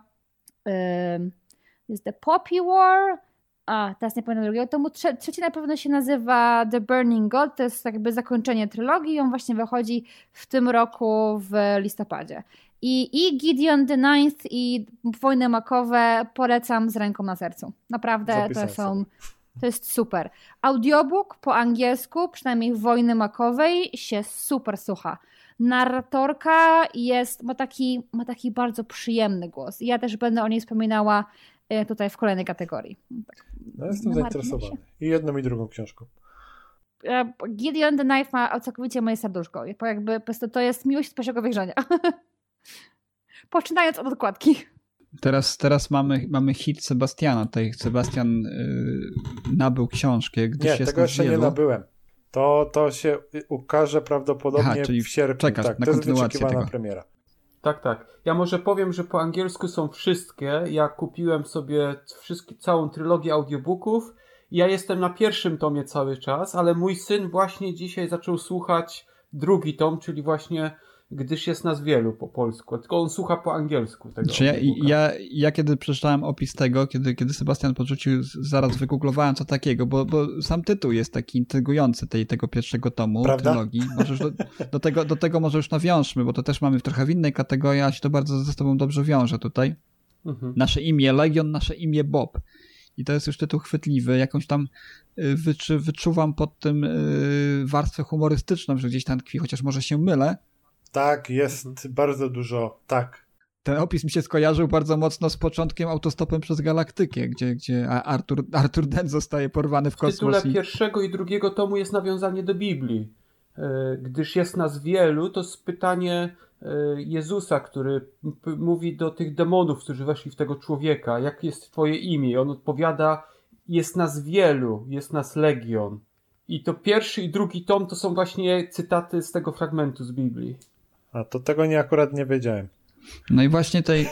jest The Poppy War, teraz nie pamiętam drugiego tomu, trzeci na pewno się nazywa The Burning God, to jest jakby zakończenie trylogii i on właśnie wychodzi w tym roku w listopadzie. I Gideon the Ninth i Wojny Makowe polecam z ręką na sercu. Naprawdę to jest super. Audiobook po angielsku, przynajmniej Wojny Makowej, się super słucha. Narratorka ma taki bardzo przyjemny głos. Ja też będę o niej wspominała tutaj w kolejnej kategorii. No jestem zainteresowany. I jedną i drugą książką. Gideon the Knife ma całkowicie moje serduszko. Jakby po prostu to jest miłość z pierwszego wejrzenia. Poczynając od okładki. Teraz mamy hit Sebastiana. Tutaj Sebastian nabył książkę. Nie, tego jeszcze nie nabyłem. To się ukaże prawdopodobnie w sierpniu. Czekasz na to jest kontynuację wyczekiwana tego. premiera. Tak. Ja może powiem, że po angielsku są wszystkie. Ja kupiłem sobie całą trylogię audiobooków. Ja jestem na pierwszym tomie cały czas, ale mój syn właśnie dzisiaj zaczął słuchać 2 tom, czyli właśnie Gdyż jest nas wielu po polsku, tylko on słucha po angielsku tego. Ja kiedy przeczytałem opis tego, kiedy Sebastian podrzucił, zaraz wygooglowałem co takiego, bo sam tytuł jest taki intrygujący tego pierwszego tomu trylogii. Do tego może już nawiążmy, bo to też mamy trochę w innej kategorii, a się to bardzo ze sobą dobrze wiąże tutaj. Nasze imię Legion, nasze imię Bob. I to jest już tytuł chwytliwy, jakąś tam wyczuwam pod tym warstwę humorystyczną, że gdzieś tam tkwi, chociaż może się mylę. Tak, jest bardzo dużo, tak. Ten opis mi się skojarzył bardzo mocno z początkiem Autostopem przez Galaktykę, gdzie Arthur Dent zostaje porwany w kosmos. W tytule pierwszego i drugiego tomu jest nawiązanie do Biblii. Gdyż jest nas wielu, to jest pytanie Jezusa, który mówi do tych demonów, którzy weszli w tego człowieka, jak jest twoje imię? I on odpowiada, jest nas wielu, jest nas legion. I to pierwszy i drugi tom to są właśnie cytaty z tego fragmentu z Biblii. A to tego akurat nie wiedziałem. No i właśnie tutaj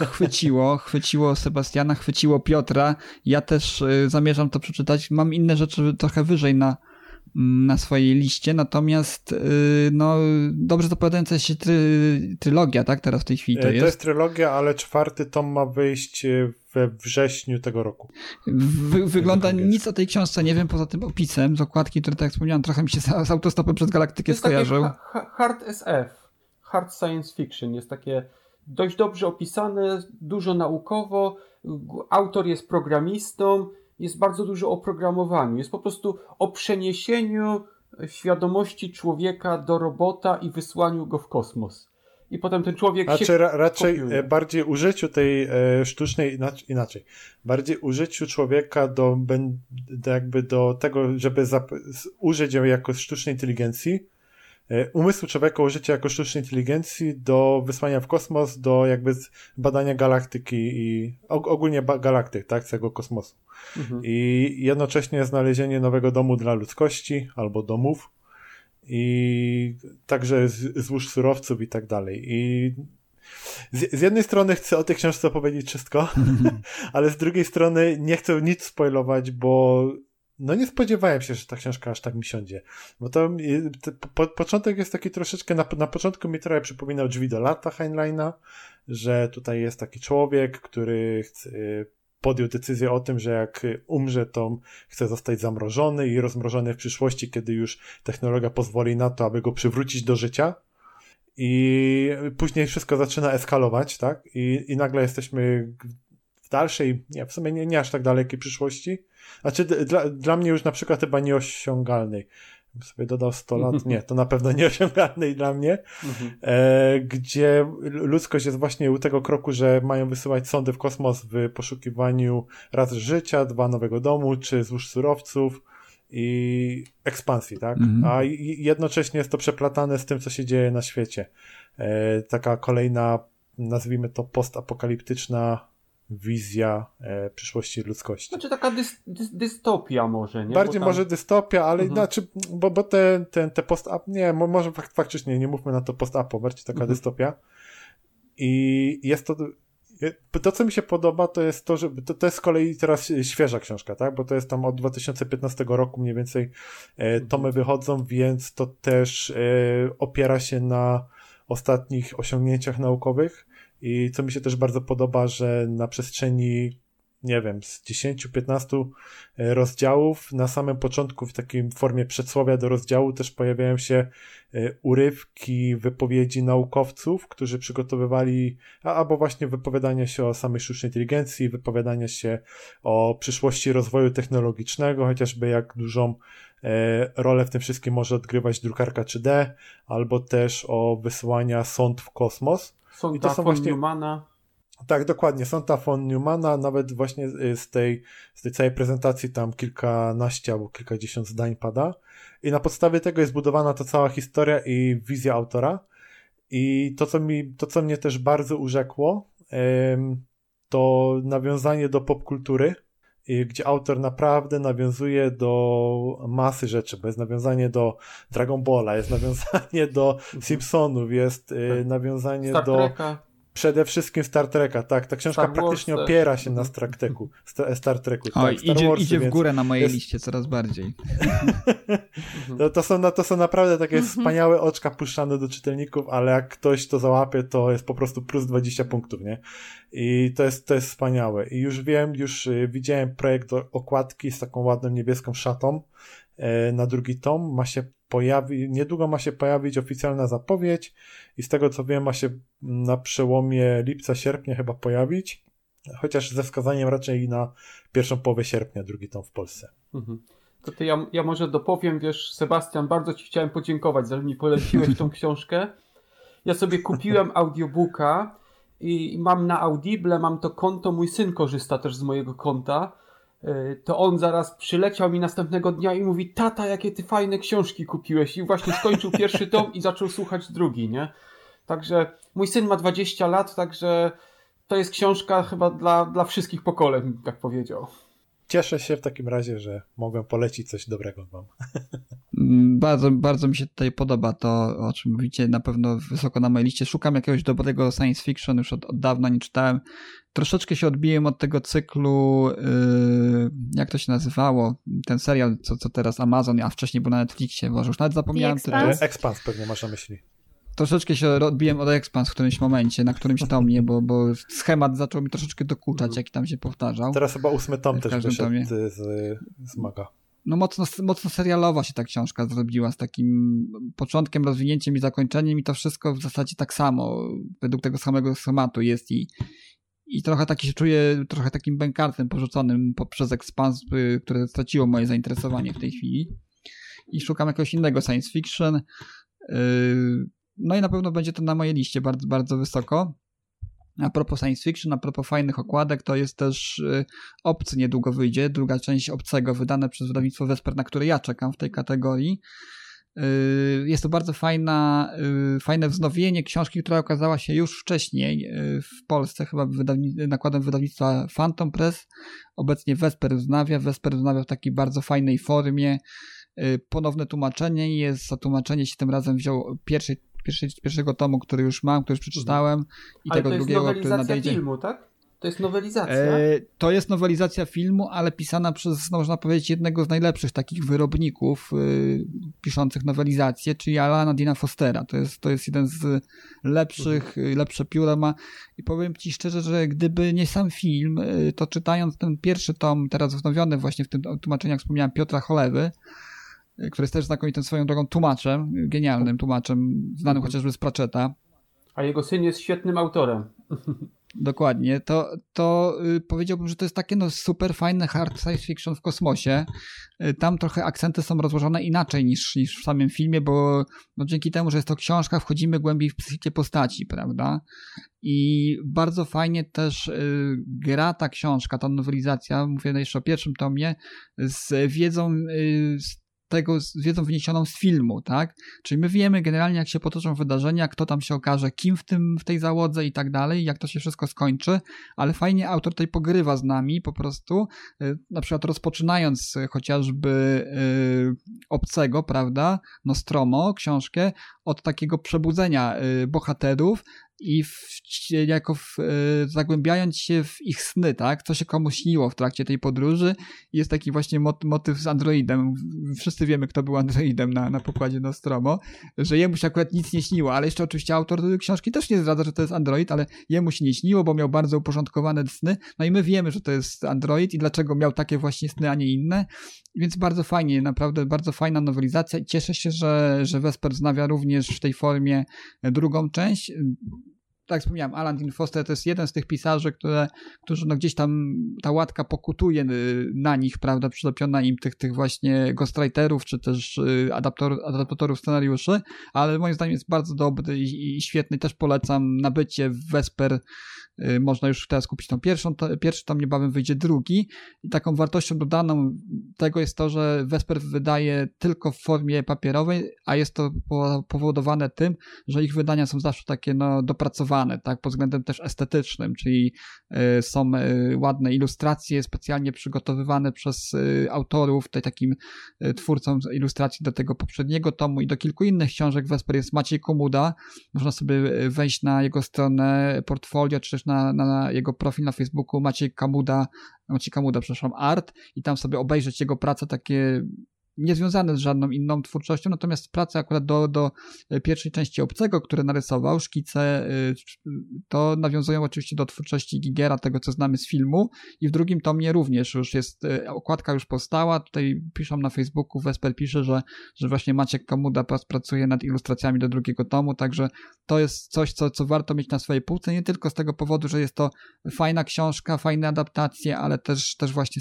chwyciło Sebastiana, chwyciło Piotra. Ja też zamierzam to przeczytać. Mam inne rzeczy trochę wyżej na swojej liście, natomiast no dobrze zapowiadająca się trylogia, tak? Teraz w tej chwili to jest. To jest trylogia, ale 4 tom ma wyjść we wrześniu tego roku. Wygląda, nic o tej książce nie wiem, poza tym opisem z okładki, który, tak jak wspomniałem, trochę mi się z Autostopem przez Galaktykę skojarzył. Hard SF, hard science fiction, jest takie dość dobrze opisane, dużo naukowo, autor jest programistą, jest bardzo dużo o programowaniu, jest po prostu o przeniesieniu świadomości człowieka do robota i wysłaniu go w kosmos. i potem ten człowiek A się czy raczej kopiuje. bardziej użyciu tej sztucznej, inaczej, bardziej użyciu człowieka do tego, żeby użyć ją jako sztucznej inteligencji, umysłu człowieka użycia jako sztucznej inteligencji do wysłania w kosmos, do jakby badania galaktyki i ogólnie galaktyk, tak, całego kosmosu. I jednocześnie znalezienie nowego domu dla ludzkości, albo domów, i także złóż surowców i tak dalej. I z jednej strony chcę o tej książce powiedzieć wszystko, ale z drugiej strony nie chcę nic spoilować, bo no nie spodziewałem się, że ta książka aż tak mi siądzie. Bo to początek jest taki troszeczkę, na początku mi trochę przypominał Drzwi do lata Heinleina, że tutaj jest taki człowiek, który podjął decyzję o tym, że jak umrze, to chce zostać zamrożony i rozmrożony w przyszłości, kiedy już technologia pozwoli na to, aby go przywrócić do życia. I później wszystko zaczyna eskalować, tak? I nagle jesteśmy w dalszej, w sumie nie aż tak dalekiej przyszłości. Znaczy dla mnie już na przykład chyba nieosiągalnej. Bym sobie dodał 100 lat, nie, to na pewno nieosiągalnej dla mnie, gdzie ludzkość jest właśnie u tego kroku, że mają wysyłać sondy w kosmos w poszukiwaniu raz życia, 2 nowego domu, czy złóż surowców i ekspansji, tak? A jednocześnie jest to przeplatane z tym, co się dzieje na świecie. Taka kolejna, nazwijmy to postapokaliptyczna wizja przyszłości ludzkości. Znaczy taka dystopia może, nie? Bardziej Bo tam... może dystopia, ale znaczy, bo te post-up, nie, może faktycznie nie mówmy na to post-apo, bardziej taka dystopia. I jest to, co mi się podoba, to jest to, że to jest z kolei teraz świeża książka, tak? Bo to jest tam od 2015 roku mniej więcej tomy wychodzą, więc to też opiera się na ostatnich osiągnięciach naukowych. I co mi się też bardzo podoba, że na przestrzeni, nie wiem, z 10-15 rozdziałów, na samym początku w takiej formie przedsłowia do rozdziału też pojawiają się urywki wypowiedzi naukowców, którzy przygotowywali, albo właśnie wypowiadania się o samej sztucznej inteligencji, wypowiadania się o przyszłości rozwoju technologicznego, chociażby jak dużą rolę w tym wszystkim może odgrywać drukarka 3D, albo też o wysyłania sond w kosmos. Sonda von Neumana. Tak, dokładnie. Sonda von Neumana, nawet właśnie z tej całej prezentacji tam kilkanaście albo kilkadziesiąt zdań pada. I na podstawie tego jest budowana ta cała historia i wizja autora. I to, co mnie też bardzo urzekło, to nawiązanie do popkultury, gdzie autor naprawdę nawiązuje do masy rzeczy, bo jest nawiązanie do Dragon Balla, jest nawiązanie do Simpsonów, jest nawiązanie Star do Treka. Przede wszystkim Star Treka, tak. Ta książka praktycznie opiera się na Star Treku. Oj, tak, idzie w górę na mojej liście coraz bardziej. To są naprawdę takie wspaniałe oczka puszczane do czytelników, ale jak ktoś to załapie, to jest po prostu plus 20 punktów, nie? I to jest wspaniałe. I już widziałem projekt okładki z taką ładną niebieską szatą na drugi tom. Niedługo ma się pojawić oficjalna zapowiedź i z tego co wiem ma się na przełomie lipca-sierpnia chyba pojawić, chociaż ze wskazaniem raczej na pierwszą połowę sierpnia drugi tom w Polsce. To ty ja może dopowiem, wiesz, Sebastian, bardzo ci chciałem podziękować, że mi poleciłeś tą książkę. Ja sobie kupiłem audiobooka i mam na Audible, mam to konto, mój syn korzysta też z mojego konta. To on zaraz przyleciał mi następnego dnia i mówi: tata, jakie ty fajne książki kupiłeś. I właśnie skończył pierwszy tom i zaczął słuchać drugi, nie? Także mój syn ma 20 lat, także to jest książka chyba dla wszystkich pokoleń, tak powiedział. Cieszę się w takim razie, że mogłem polecić coś dobrego wam. Bardzo, bardzo mi się tutaj podoba to, o czym mówicie, na pewno wysoko na mojej liście. Szukam jakiegoś dobrego science fiction, już od dawna nie czytałem. Troszeczkę się odbiłem od tego cyklu, jak to się nazywało, ten serial, co teraz Amazon, a wcześniej był na Netflixie, może już nawet zapomniałem. Expanse pewnie masz na myśli. Troszeczkę się odbiłem od Expanse w którymś momencie, na którymś tomie, bo schemat zaczął mi troszeczkę dokuczać, jaki tam się powtarzał. Teraz chyba 8 tom też wyszedł z Maga. No mocno serialowa się ta książka zrobiła, z takim początkiem, rozwinięciem i zakończeniem i to wszystko w zasadzie tak samo, według tego samego schematu jest i trochę taki się czuję, trochę takim bękartem porzuconym przez Expanse, które straciło moje zainteresowanie w tej chwili. I szukam jakiegoś innego science fiction. No i na pewno będzie to na mojej liście bardzo, bardzo wysoko. A propos science fiction, a propos fajnych okładek, to jest też Obcy niedługo wyjdzie, druga część Obcego, wydane przez wydawnictwo Vesper, na które ja czekam w tej kategorii. Jest to bardzo fajne wznowienie książki, która okazała się już wcześniej w Polsce, chyba nakładem wydawnictwa Phantom Press. Obecnie Vesper wznawia w takiej bardzo fajnej formie. Ponowne tłumaczenie jest, a tłumaczenie się tym razem wziął pierwszego tomu, który już mam, który już przeczytałem i ale tego drugiego, który nadejdzie. To jest nowelizacja filmu, tak? To jest nowelizacja? To jest nowelizacja filmu, ale pisana przez, no można powiedzieć, jednego z najlepszych takich wyrobników piszących nowelizacje, czyli Alana Deana Fostera. To jest jeden z lepsze pióra ma. I powiem ci szczerze, że gdyby nie sam film, to czytając ten pierwszy tom, teraz wznowiony właśnie w tym tłumaczeniu, jak wspomniałem, Piotra Cholewy, który jest też znakomitym swoją drogą tłumaczem, genialnym tłumaczem, znanym chociażby z Pratchetta. A jego syn jest świetnym autorem. Dokładnie. To powiedziałbym, że to jest takie super fajne hard science fiction w kosmosie. Tam trochę akcenty są rozłożone inaczej niż w samym filmie, bo dzięki temu, że jest to książka, wchodzimy głębiej w psychikę postaci, prawda? I bardzo fajnie też gra ta książka, ta nowelizacja, mówię jeszcze o pierwszym tomie, z wiedzą wyniesioną z filmu, tak? Czyli my wiemy generalnie, jak się potoczą wydarzenia, kto tam się okaże, kim w tej załodze i tak dalej, jak to się wszystko skończy, ale fajnie autor tutaj pogrywa z nami po prostu, na przykład rozpoczynając chociażby Obcego, prawda, Nostromo, książkę, od takiego przebudzenia bohaterów i zagłębiając się w ich sny, tak? Co się komu śniło w trakcie tej podróży. Jest taki właśnie motyw z androidem. Wszyscy wiemy, kto był androidem na pokładzie Nostromo, że jemu się akurat nic nie śniło, ale jeszcze oczywiście autor książki też nie zdradza, że to jest android, ale jemu się nie śniło, bo miał bardzo uporządkowane sny. No i my wiemy, że to jest android i dlaczego miał takie właśnie sny, a nie inne. Więc bardzo fajnie, naprawdę bardzo fajna nowelizacja. Cieszę się, że Vesper wznawia również w tej formie drugą część. Tak jak wspomniałem, Alan Dean Foster to jest jeden z tych pisarzy, którzy gdzieś tam ta łatka pokutuje na nich, prawda, przylepiona im tych właśnie ghostwriterów, czy też adaptatorów scenariuszy, ale moim zdaniem jest bardzo dobry i świetny. Też polecam nabycie w Vesper. Można już teraz kupić tą pierwszy tom, niebawem wyjdzie drugi i taką wartością dodaną tego jest to, że Vesper wydaje tylko w formie papierowej, a jest to powodowane tym, że ich wydania są zawsze takie dopracowane, tak, pod względem też estetycznym, czyli są ładne ilustracje specjalnie przygotowywane przez autorów, tutaj takim twórcą ilustracji do tego poprzedniego tomu i do kilku innych książek Vesper jest Maciej Komuda. Można sobie wejść na jego stronę portfolio, czy też na jego profil na Facebooku Maciej Kamuda, art i tam sobie obejrzeć jego prace takie niezwiązane z żadną inną twórczością, natomiast prace akurat do pierwszej części Obcego, które narysował, szkice, to nawiązują oczywiście do twórczości Gigera, tego co znamy z filmu i w drugim tomie również już jest, okładka już powstała, tutaj piszą na Facebooku, Vesper pisze, że właśnie Maciek Kamuda pracuje nad ilustracjami do drugiego tomu, także to jest coś, co warto mieć na swojej półce, nie tylko z tego powodu, że jest to fajna książka, fajne adaptacje, ale też właśnie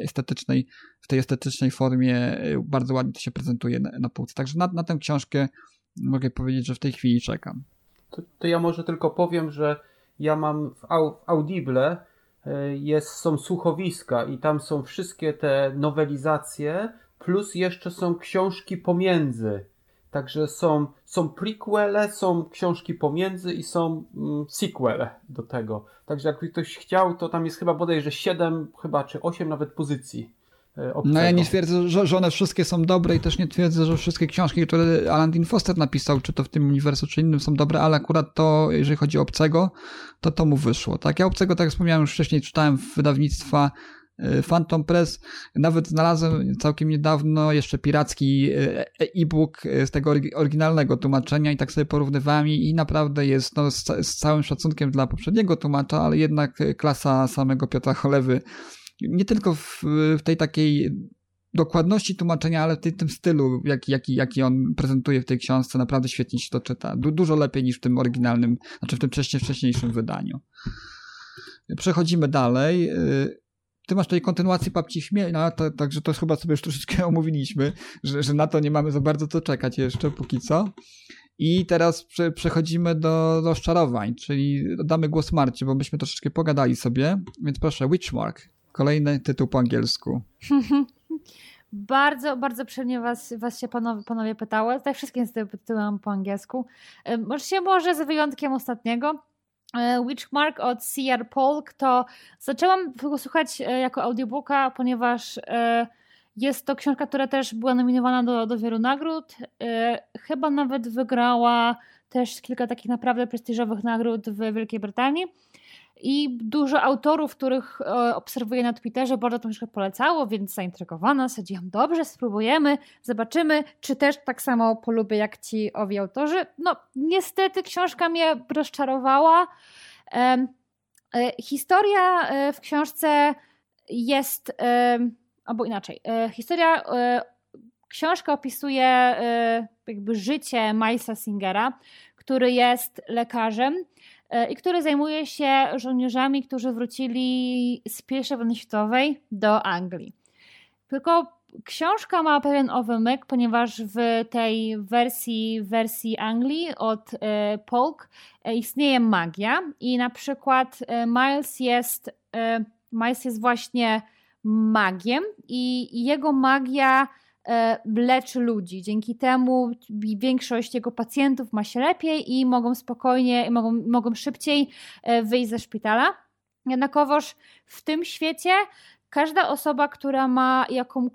w tej estetycznej formie bardzo ładnie to się prezentuje na półce. Także na tę książkę mogę powiedzieć, że w tej chwili czekam. To ja może tylko powiem, że ja mam w Audible są słuchowiska i tam są wszystkie te nowelizacje, plus jeszcze są książki pomiędzy. Także są prequele, są książki pomiędzy i są sequele do tego. Także jakby ktoś chciał, to tam jest chyba bodajże 7 czy 8 nawet pozycji. Obcego. No ja nie twierdzę, że one wszystkie są dobre i też nie twierdzę, że wszystkie książki, które Alan Dean Foster napisał, czy to w tym uniwersum, czy innym są dobre, ale akurat to, jeżeli chodzi o Obcego, to mu wyszło. Tak, ja Obcego, tak jak wspomniałem już wcześniej, czytałem w wydawnictwa Phantom Press, nawet znalazłem całkiem niedawno jeszcze piracki e-book z tego oryginalnego tłumaczenia i tak sobie porównywałem i naprawdę jest z całym szacunkiem dla poprzedniego tłumacza, ale jednak klasa samego Piotra Cholewy nie tylko w tej takiej dokładności tłumaczenia, ale w tym stylu, jaki on prezentuje w tej książce, naprawdę świetnie się to czyta. Dużo lepiej niż w tym oryginalnym, znaczy w tym wcześniejszym wydaniu. Przechodzimy dalej. Ty masz tutaj kontynuację Babci Chmiela, także to chyba sobie już troszeczkę omówiliśmy, że na to nie mamy za bardzo co czekać jeszcze póki co. I teraz przechodzimy do rozczarowań, czyli damy głos Marcie, bo byśmy troszeczkę pogadali sobie. Więc proszę, Witchmark. Kolejny tytuł po angielsku. Bardzo, bardzo przyjemnie was się panowie pytały. Tutaj wszystkie tytuły po angielsku. Może z wyjątkiem ostatniego. Witchmark od C.R. Polk, to zaczęłam tego słuchać jako audiobooka, ponieważ jest to książka, która też była nominowana do wielu nagród. Chyba nawet wygrała też kilka takich naprawdę prestiżowych nagród w Wielkiej Brytanii. I dużo autorów, których obserwuję na Twitterze, bardzo tą książkę polecało, więc zaintrygowana, stwierdziłam, dobrze, spróbujemy, zobaczymy, czy też tak samo polubię jak ci owi autorzy. No, niestety książka mnie rozczarowała. Historia w książce jest, albo inaczej, książka opisuje jakby życie Milesa Singera, który jest lekarzem i który zajmuje się żołnierzami, którzy wrócili z I wojny światowej do Anglii. Tylko książka ma pewien owy myk, ponieważ w tej wersji Anglii od Polk istnieje magia i na przykład Miles jest właśnie magiem i jego magia leczy ludzi. Dzięki temu większość jego pacjentów ma się lepiej i mogą spokojnie, mogą szybciej wyjść ze szpitala. Jednakowoż w tym świecie każda osoba, która ma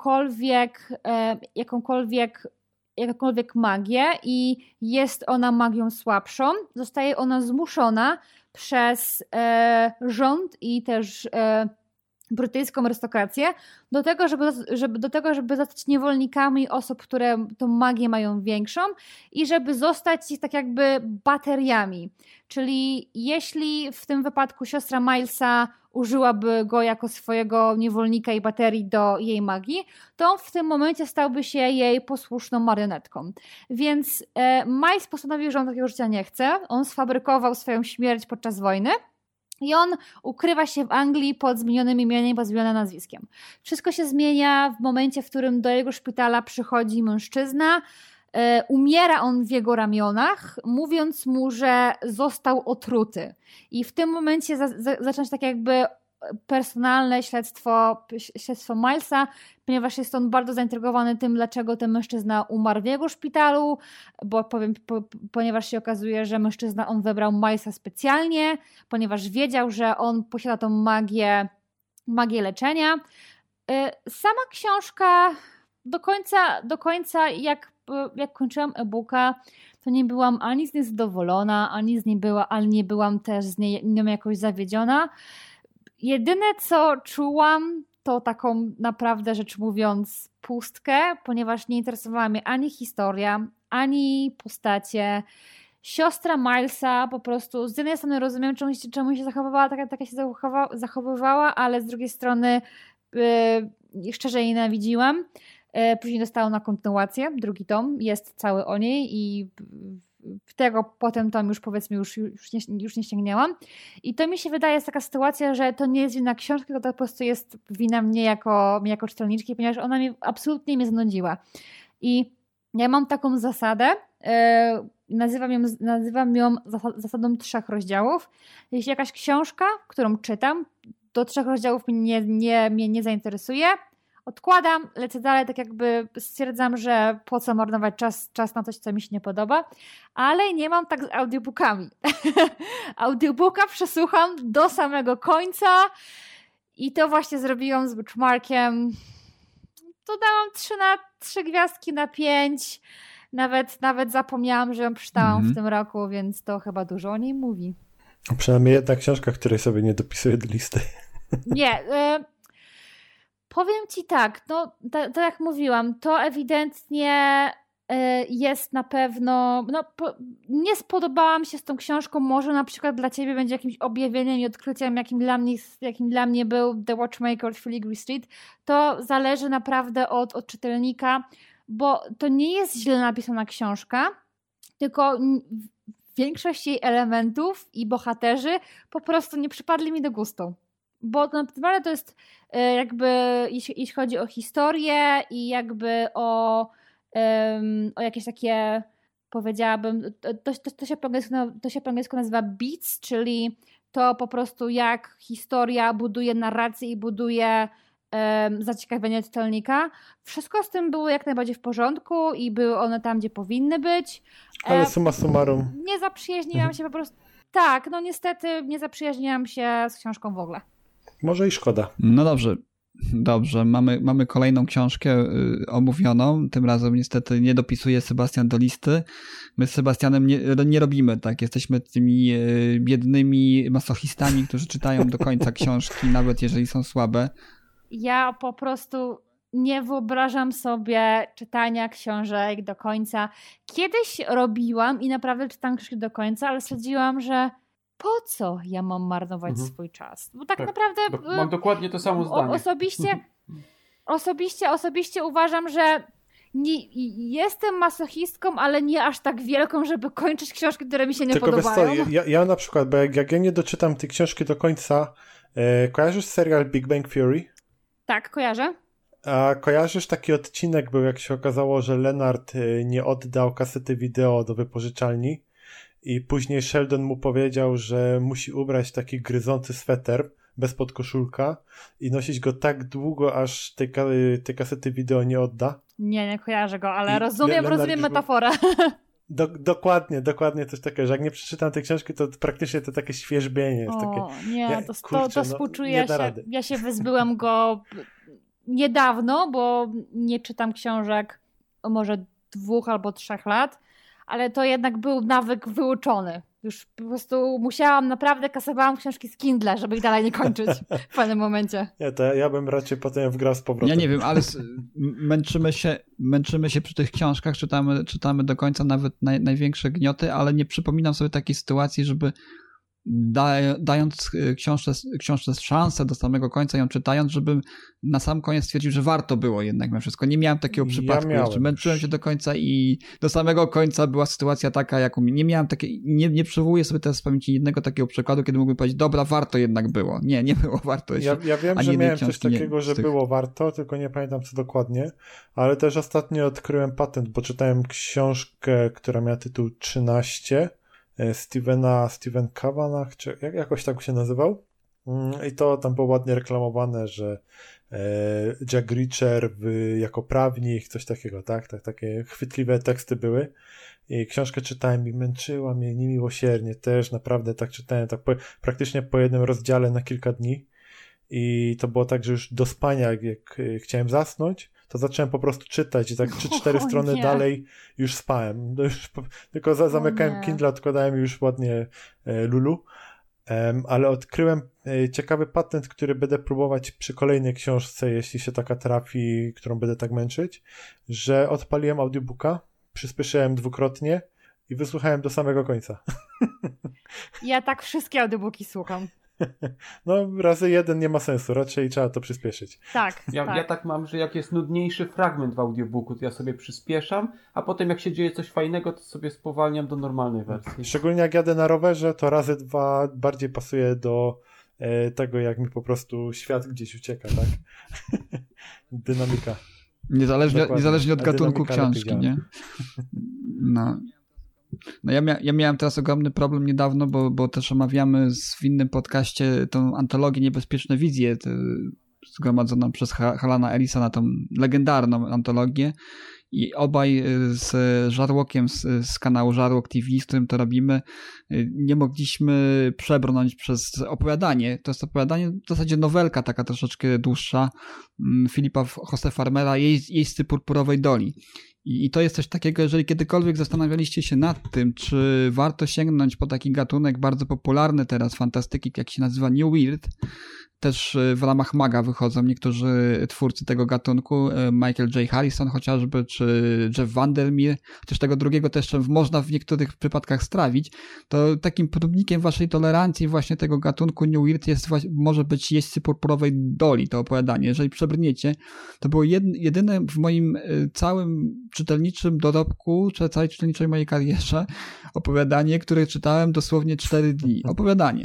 jakąkolwiek magię i jest ona magią słabszą, zostaje ona zmuszona przez rząd i też brytyjską arystokrację do tego, żeby zostać niewolnikami osób, które tą magię mają większą i żeby zostać ich tak jakby bateriami. Czyli jeśli w tym wypadku siostra Milesa użyłaby go jako swojego niewolnika i baterii do jej magii, to on w tym momencie stałby się jej posłuszną marionetką. Więc Miles postanowił, że on takiego życia nie chce. On sfabrykował swoją śmierć podczas wojny. I on ukrywa się w Anglii pod zmienionym imieniem, pod zmienionym nazwiskiem. Wszystko się zmienia w momencie, w którym do jego szpitala przychodzi mężczyzna. Umiera on w jego ramionach, mówiąc mu, że został otruty. I w tym momencie zaczyna się tak jakby personalne śledztwo Milesa, ponieważ jest on bardzo zaintrygowany tym, dlaczego ten mężczyzna umarł w jego szpitalu, ponieważ się okazuje, że mężczyzna on wybrał Milesa specjalnie, ponieważ wiedział, że on posiada tą magię leczenia. Sama książka do końca jak kończyłam e-booka, to nie byłam ani z niej zadowolona, ale nie byłam też z nią jakoś zawiedziona. Jedyne, co czułam, to taką naprawdę, rzecz mówiąc, pustkę, ponieważ nie interesowała mnie ani historia, ani postacie. Siostra Milesa po prostu, z jednej strony rozumiem, czemu się zachowywała tak, jak się zachowywała, ale z drugiej strony szczerze jej nienawidziłam. Później dostała na kontynuację, drugi tom, jest cały o niej i tego potem tom już powiedzmy już nie sięgnęłam. I to mi się wydaje jest taka sytuacja, że to nie jest wina książki, tylko to po prostu jest wina mnie jako czytelniczki, ponieważ ona absolutnie mnie znudziła. I ja mam taką zasadę, nazywam ją zasadą 3 rozdziałów. Jeśli jakaś książka, którą czytam, do 3 rozdziałów mnie nie zainteresuje, odkładam, lecę dalej, tak jakby stwierdzam, że po co marnować czas na coś, co mi się nie podoba, ale nie mam tak z audiobookami. Audiobooka przesłucham do samego końca i to właśnie zrobiłam z Witchmarkiem. To dałam 3 gwiazdki na 5. Nawet zapomniałam, że ją przeczytałam w tym roku, więc to chyba dużo o niej mówi. Przynajmniej jedna książka, której sobie nie dopisuję do listy. Nie, powiem ci tak, no tak jak mówiłam, to ewidentnie jest na pewno, nie spodobałam się z tą książką, może na przykład dla ciebie będzie jakimś objawieniem i odkryciem, jakim dla mnie był The Watchmaker od Filigree Street. To zależy naprawdę od czytelnika, bo to nie jest źle napisana książka, tylko większość jej elementów i bohaterzy po prostu nie przypadli mi do gustu. Bo naprawdę to jest jakby, jeśli chodzi o historię i jakby o jakieś takie powiedziałabym, to się po angielsku nazywa beats, czyli to po prostu jak historia buduje narrację i buduje zaciekawienie czytelnika. Wszystko z tym było jak najbardziej w porządku i były one tam, gdzie powinny być. Ale summa summarum. Nie zaprzyjaźniłam się po prostu. Tak, no niestety nie zaprzyjaźniłam się z książką w ogóle. Może i szkoda. No dobrze. Mamy kolejną książkę omówioną. Tym razem niestety nie dopisuje Sebastian do listy. My z Sebastianem nie robimy tak. Jesteśmy tymi biednymi masochistami, którzy czytają do końca książki, nawet jeżeli są słabe. Ja po prostu nie wyobrażam sobie czytania książek do końca. Kiedyś robiłam i naprawdę czytam książki do końca, ale stwierdziłam, że po co ja mam marnować swój czas? Bo tak naprawdę... Mam dokładnie to samo zdanie. Osobiście uważam, że jestem masochistką, ale nie aż tak wielką, żeby kończyć książki, które mi się nie podobają. Wiesz co, ja na przykład, bo jak ja nie doczytam tej książki do końca, kojarzysz serial Big Bang Theory? Tak, kojarzę. A kojarzysz taki odcinek był, jak się okazało, że Leonard nie oddał kasety wideo do wypożyczalni i później Sheldon mu powiedział, że musi ubrać taki gryzący sweter bez podkoszulka i nosić go tak długo, aż tej kasety wideo nie odda. Nie kojarzę go, ale rozumiem metaforę. Dokładnie coś takiego, że jak nie przeczytam tej książki, to praktycznie to takie świeżbienie jest. To współczuję się. Ja się wyzbyłam go niedawno, bo nie czytam książek może 2 albo 3 lat, ale to jednak był nawyk wyuczony. Już po prostu naprawdę kasowałam książki z Kindle, żeby ich dalej nie kończyć w pewnym momencie. Nie, to ja bym raczej potem wgrał z powrotem. Ja nie wiem, ale męczymy się przy tych książkach, czytamy do końca nawet największe gnioty, ale nie przypominam sobie takiej sytuacji, żeby dając książce szansę do samego końca, ją czytając, żebym na sam koniec stwierdził, że warto było jednak na wszystko. Nie miałem takiego przypadku. Jeszcze męczyłem się do końca i do samego końca była sytuacja taka, jaką nie miałem takiej, nie przywołuję sobie teraz z pamięci jednego takiego przykładu, kiedy mógłbym powiedzieć, dobra, warto jednak było. Nie było warto. Ja wiem, że miałem coś takiego, że było warto, tylko nie pamiętam co dokładnie, ale też ostatnio odkryłem patent, bo czytałem książkę, która miała tytuł 13 Steven Kavanagh, czy jakoś tak się nazywał. I to tam było ładnie reklamowane, że Jack Reacher jako prawnik, coś takiego, tak? Takie chwytliwe teksty były. I książkę czytałem i męczyła mnie niemiłosiernie też, naprawdę tak czytałem, tak praktycznie po jednym rozdziale na kilka dni. I to było tak, że już do spania, jak chciałem zasnąć, to zacząłem po prostu czytać i tak 3-4 strony dalej już spałem. Tylko zamykałem Kindle, odkładałem już ładnie Lulu. Ale odkryłem ciekawy patent, który będę próbować przy kolejnej książce, jeśli się taka trafi, którą będę tak męczyć, że odpaliłem audiobooka, przyspieszyłem 2-krotnie i wysłuchałem do samego końca. Ja tak wszystkie audiobooki słucham. No, razy 1 nie ma sensu, raczej trzeba to przyspieszyć. Tak. Ja tak mam, że jak jest nudniejszy fragment w audiobooku, to ja sobie przyspieszam, a potem jak się dzieje coś fajnego, to sobie spowalniam do normalnej wersji. Szczególnie jak jadę na rowerze, to razy 2 bardziej pasuje do tego, jak mi po prostu świat gdzieś ucieka, tak? Dynamika. Niezależnie od gatunku książki, nie? No ja miałem teraz ogromny problem niedawno, bo też omawiamy w innym podcaście tą antologię Niebezpieczne Wizje, zgromadzoną przez Halana Ellisona, tą legendarną antologię i obaj z Żarłokiem z kanału Żarłok TV, z którym to robimy, nie mogliśmy przebrnąć przez opowiadanie. To jest opowiadanie, w zasadzie nowelka taka troszeczkę dłuższa, Filipa Jose Farmera, Jeźdźcy Purpurowej Doli. I to jest coś takiego, jeżeli kiedykolwiek zastanawialiście się nad tym, czy warto sięgnąć po taki gatunek bardzo popularny teraz fantastyki, jak się nazywa New Weird, też w ramach Maga wychodzą niektórzy twórcy tego gatunku, Michael J. Harrison chociażby, czy Jeff Vandermeer, chociaż tego drugiego też można w niektórych przypadkach strawić, to takim próbnikiem waszej tolerancji właśnie tego gatunku New Weird może być Jeźdźcy Purpurowej Doli, to opowiadanie. Jeżeli przebrniecie, to było jedyne w moim całym czytelniczym dorobku, czy całej czytelniczej mojej karierze opowiadanie, które czytałem dosłownie 4 dni. Opowiadanie.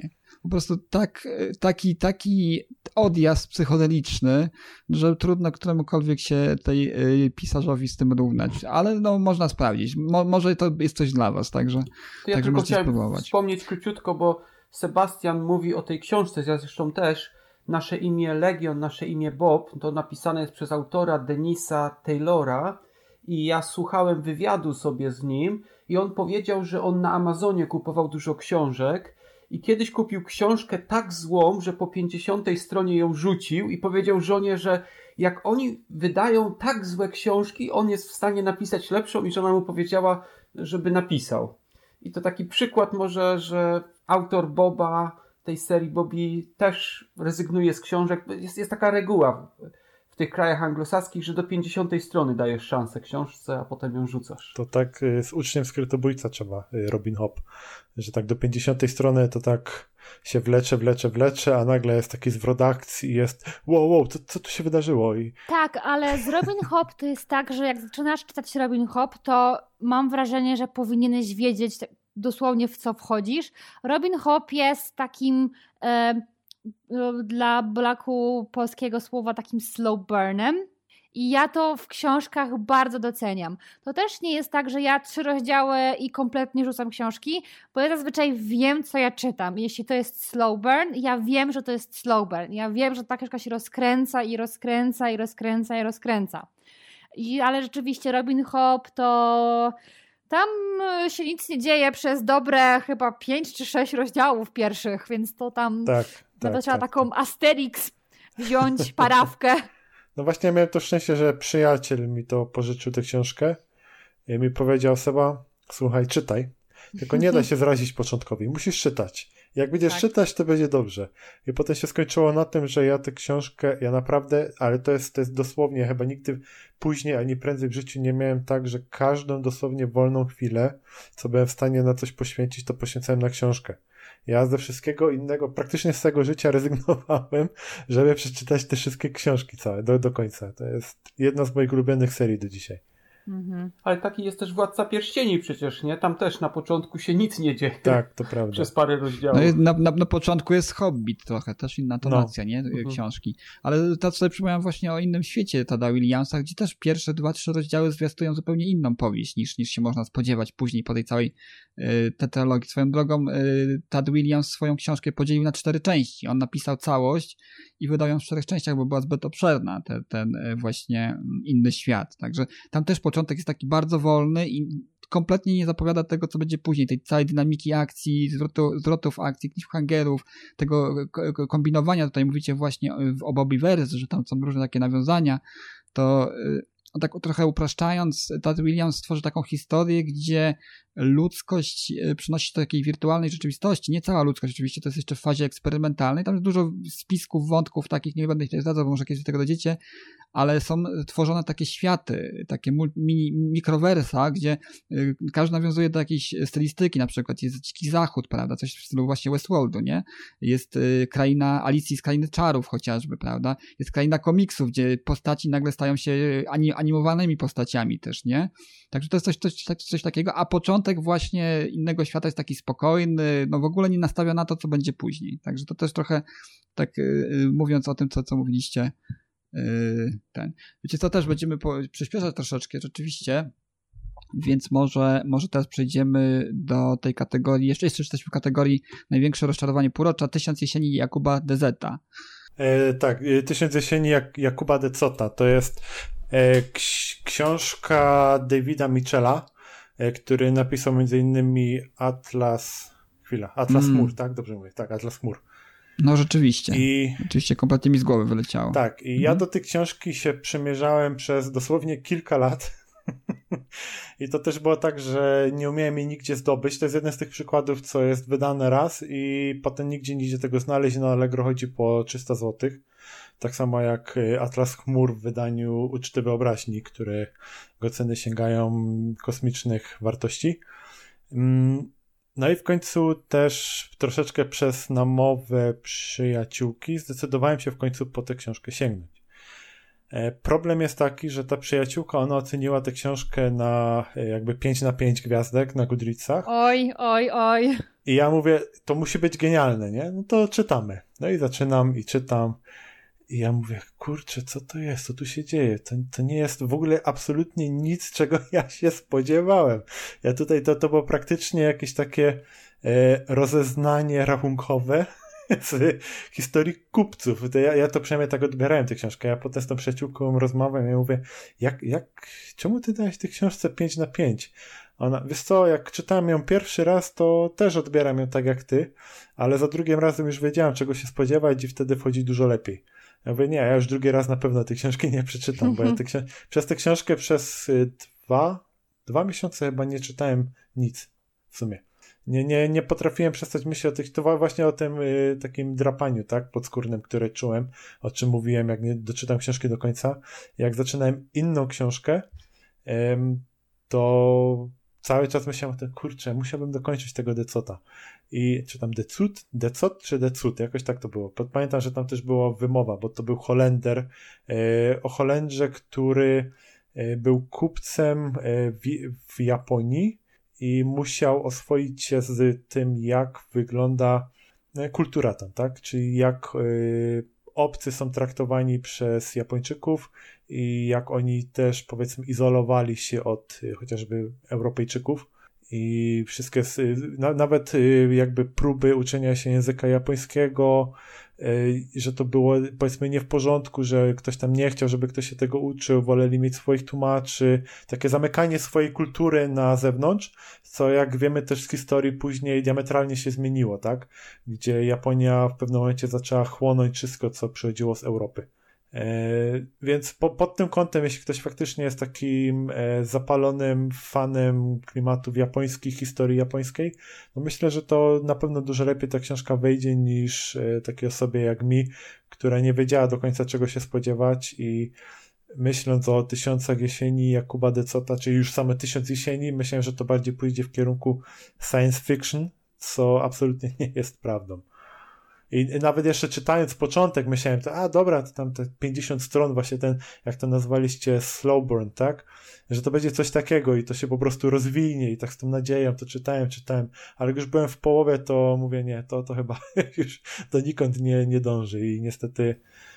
po prostu taki odjazd psychodeliczny, że trudno któremukolwiek się tej pisarzowi z tym równać, ale no można sprawdzić. Może to jest coś dla was, także To ja także tylko możecie chciałem spróbować. wspomnieć króciutko, bo Sebastian mówi o tej książce, ja zresztą też, Nasze imię Legion, nasze imię Bob, to napisane jest przez autora Denisa Taylora i ja słuchałem wywiadu sobie z nim i on powiedział, że on na Amazonie kupował dużo książek i kiedyś kupił książkę tak złą, że po 50 stronie ją rzucił i powiedział żonie, że jak oni wydają tak złe książki, on jest w stanie napisać lepszą i żona mu powiedziała, żeby napisał. I to taki przykład może, że autor Boba, tej serii Bobby też rezygnuje z książek. Jest taka reguła w tych krajach anglosaskich, że do 50 strony dajesz szansę książce, a potem ją rzucasz. To tak z uczniem skrytobójca trzeba, Robin Hood, że tak do 50 strony to tak się wlecze, a nagle jest taki zwrot akcji i jest wow, co tu się wydarzyło? Tak, ale z Robin Hood to jest tak, że jak zaczynasz czytać Robin Hood, to mam wrażenie, że powinieneś wiedzieć dosłownie w co wchodzisz. Robin Hood jest takim dla braku polskiego słowa takim slow burnem i ja to w książkach bardzo doceniam. To też nie jest tak, że ja 3 rozdziały i kompletnie rzucam książki, bo ja zazwyczaj wiem, co ja czytam. Jeśli to jest slow burn, ja wiem, że to jest slow burn. Ja wiem, że ta książka się rozkręca. Ale rzeczywiście Robin Hood to... Tam się nic nie dzieje przez dobre chyba 5 czy 6 rozdziałów pierwszych, więc to tam trzeba taką Asterix wziąć, parawkę. No właśnie ja miałem to szczęście, że przyjaciel mi to pożyczył tę książkę i mi powiedział: Seba, słuchaj, czytaj, tylko nie da się zrazić początkowi, musisz czytać. Jak będziesz czytać, to będzie dobrze. I potem się skończyło na tym, że ja tę książkę, ja naprawdę, ale to jest dosłownie, chyba nigdy później ani prędzej w życiu nie miałem tak, że każdą dosłownie wolną chwilę, co byłem w stanie na coś poświęcić, to poświęcałem na książkę. Ja ze wszystkiego innego, praktycznie z całego życia rezygnowałem, żeby przeczytać te wszystkie książki całe, do końca. To jest jedna z moich ulubionych serii do dzisiaj. Ale taki jest też Władca Pierścieni przecież, nie? Tam też na początku się nic nie dzieje. Tak, to prawda. Przez parę rozdziałów. No, na początku jest Hobbit trochę, też inna tonacja, nie? Książki. Ale to sobie przypomniałem właśnie o innym świecie Tada Williamsa, gdzie też pierwsze 2-3 rozdziały zwiastują zupełnie inną powieść niż się można spodziewać później po tej całej tetralogii. Swoją drogą Tad Williams swoją książkę podzielił na 4 części. On napisał całość i wydał ją w 4 częściach, bo była zbyt obszerna, ten właśnie inny świat. Także tam też początek jest taki bardzo wolny i kompletnie nie zapowiada tego, co będzie później, tej całej dynamiki akcji, zwrotów akcji, cliffhangerów, tego kombinowania. Tutaj mówicie właśnie o Bobbyverse, że tam są różne takie nawiązania. To tak trochę upraszczając, Tad Williams stworzy taką historię, gdzie ludzkość przynosi się do takiej wirtualnej rzeczywistości. Nie cała ludzkość oczywiście, to jest jeszcze w fazie eksperymentalnej. Tam jest dużo spisków, wątków takich, nie będę ich zdradzał, bo może kiedyś do tego dojdziecie, ale są tworzone takie światy, takie mikrowersa, gdzie każdy nawiązuje do jakiejś stylistyki, na przykład jest Dziki Zachód, prawda, coś w stylu właśnie Westworldu, nie? Jest kraina Alicji z Krainy Czarów chociażby, prawda? Jest kraina komiksów, gdzie postaci nagle stają się animowanymi postaciami też, nie? Także to jest coś takiego, a początek właśnie innego świata jest taki spokojny, no w ogóle nie nastawia na to, co będzie później. Także to też trochę tak mówiąc o tym, co mówiliście, wiecie co, też będziemy przyspieszać troszeczkę rzeczywiście, więc może teraz przejdziemy do tej kategorii, jeszcze jesteśmy w kategorii największe rozczarowanie półrocza, 1000 jesieni Jakuba Dezeta. Tak, 1000 jesieni Jakuba Dezeta to jest książka Davida Mitchella, który napisał m.in. Atlas Chmur, tak? Dobrze mówię, tak, Atlas Chmur. No rzeczywiście. Oczywiście kompletnie mi z głowy wyleciało. Tak, i ja do tej książki się przymierzałem przez dosłownie kilka lat. I to też było tak, że nie umiałem jej nigdzie zdobyć. To jest jeden z tych przykładów, co jest wydane raz i potem nigdzie nie idzie tego znaleźć. Na Allegro chodzi po 300 zł. Tak samo jak Atlas Chmur w wydaniu Uczty Wyobraźni, którego ceny sięgają kosmicznych wartości. No i w końcu też troszeczkę przez namowę przyjaciółki zdecydowałem się w końcu po tę książkę sięgnąć. Problem jest taki, że ta przyjaciółka, ona oceniła tę książkę na jakby 5/5 gwiazdek na Goodreadsach. Oj. I ja mówię, to musi być genialne, nie? No to czytamy. No i zaczynam i czytam. I ja mówię, kurczę, co to jest? Co tu się dzieje? To nie jest w ogóle absolutnie nic, czego ja się spodziewałem. Ja tutaj, to było praktycznie jakieś takie rozeznanie rachunkowe z historii kupców. Ja to przynajmniej tak odbierałem tę książkę. Ja potem z tą przyjaciółką rozmawiam i ja mówię, czemu ty dałeś tej książce 5/5? Ona, wiesz co, jak czytałem ją pierwszy raz, to też odbieram ją tak jak ty, ale za drugim razem już wiedziałem, czego się spodziewać i wtedy wchodzi dużo lepiej. Ja mówię, nie, ja już drugi raz na pewno tej książki nie przeczytam, bo ja przez tę książkę przez 2 miesiące chyba nie czytałem nic w sumie. Nie potrafiłem przestać myśleć to właśnie o tym takim drapaniu, tak, podskórnym, które czułem, o czym mówiłem, jak nie doczytam książki do końca. Jak zaczynałem inną książkę, to cały czas myślałem o tym, kurczę, musiałbym dokończyć tego Decota. I czy tam Decot czy Decut, jakoś tak to było. Pamiętam, że tam też była wymowa, bo to był Holender, o Holendrze, który był kupcem w Japonii i musiał oswoić się z tym, jak wygląda kultura tam, tak? Czyli jak obcy są traktowani przez Japończyków i jak oni też, powiedzmy, izolowali się od chociażby Europejczyków i wszystkie, nawet jakby próby uczenia się języka japońskiego, że to było, powiedzmy, nie w porządku, że ktoś tam nie chciał, żeby ktoś się tego uczył, woleli mieć swoich tłumaczy, takie zamykanie swojej kultury na zewnątrz, co jak wiemy też z historii później diametralnie się zmieniło, tak? Gdzie Japonia w pewnym momencie zaczęła chłonąć wszystko, co przychodziło z Europy. Więc pod tym kątem, jeśli ktoś faktycznie jest takim zapalonym fanem klimatów japońskich, historii japońskiej, no myślę, że to na pewno dużo lepiej ta książka wejdzie niż takiej osobie jak mi, która nie wiedziała do końca, czego się spodziewać i myśląc o 1000 jesieni Jakuba Decota, czyli już same 1000 jesieni, myślałem, że to bardziej pójdzie w kierunku science fiction, co absolutnie nie jest prawdą. I nawet jeszcze czytając początek myślałem, dobra, to tam te 50 stron, właśnie ten, jak to nazwaliście, slow burn, tak? Że to będzie coś takiego i to się po prostu rozwinie i tak z tą nadzieją to czytałem, ale jak już byłem w połowie, to mówię, nie, to chyba już donikąd nie dąży i niestety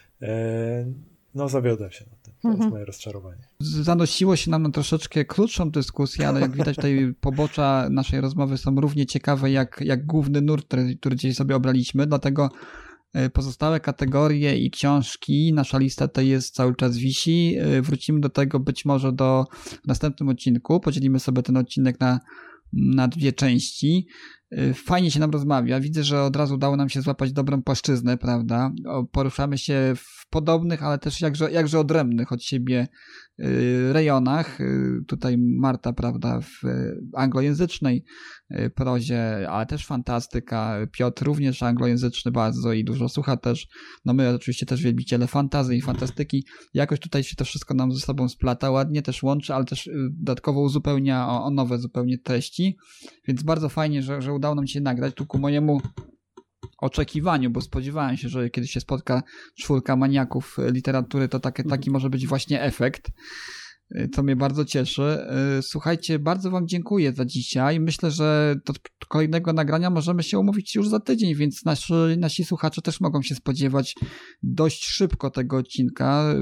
zawiodłem się na tym. To jest moje rozczarowanie. Zanosiło się nam na troszeczkę krótszą dyskusję, ale jak widać tutaj pobocza naszej rozmowy są równie ciekawe jak główny nurt, który dzisiaj sobie obraliśmy, dlatego pozostałe kategorie i książki, nasza lista tutaj jest cały czas wisi. Wrócimy do tego być może w następnym odcinku. Podzielimy sobie ten odcinek na 2 części. Fajnie się nam rozmawia. Widzę, że od razu udało nam się złapać dobrą płaszczyznę, prawda? Poruszamy się w podobnych, ale też jakże odrębnych od siebie rejonach. Tutaj Marta, prawda, w anglojęzycznej prozie, ale też fantastyka. Piotr również anglojęzyczny bardzo i dużo słucha też. No my oczywiście też wielbiciele fantasy i fantastyki. Jakoś tutaj się to wszystko nam ze sobą splata, ładnie też łączy, ale też dodatkowo uzupełnia o nowe zupełnie treści. Więc bardzo fajnie, że udało nam się nagrać tu ku mojemu oczekiwaniu, bo spodziewałem się, że kiedyś się spotka 4 maniaków literatury, to taki może być właśnie efekt. To mnie bardzo cieszy. Słuchajcie, bardzo wam dziękuję za dzisiaj. Myślę, że do kolejnego nagrania możemy się umówić już za tydzień, więc nasi słuchacze też mogą się spodziewać dość szybko tego odcinka.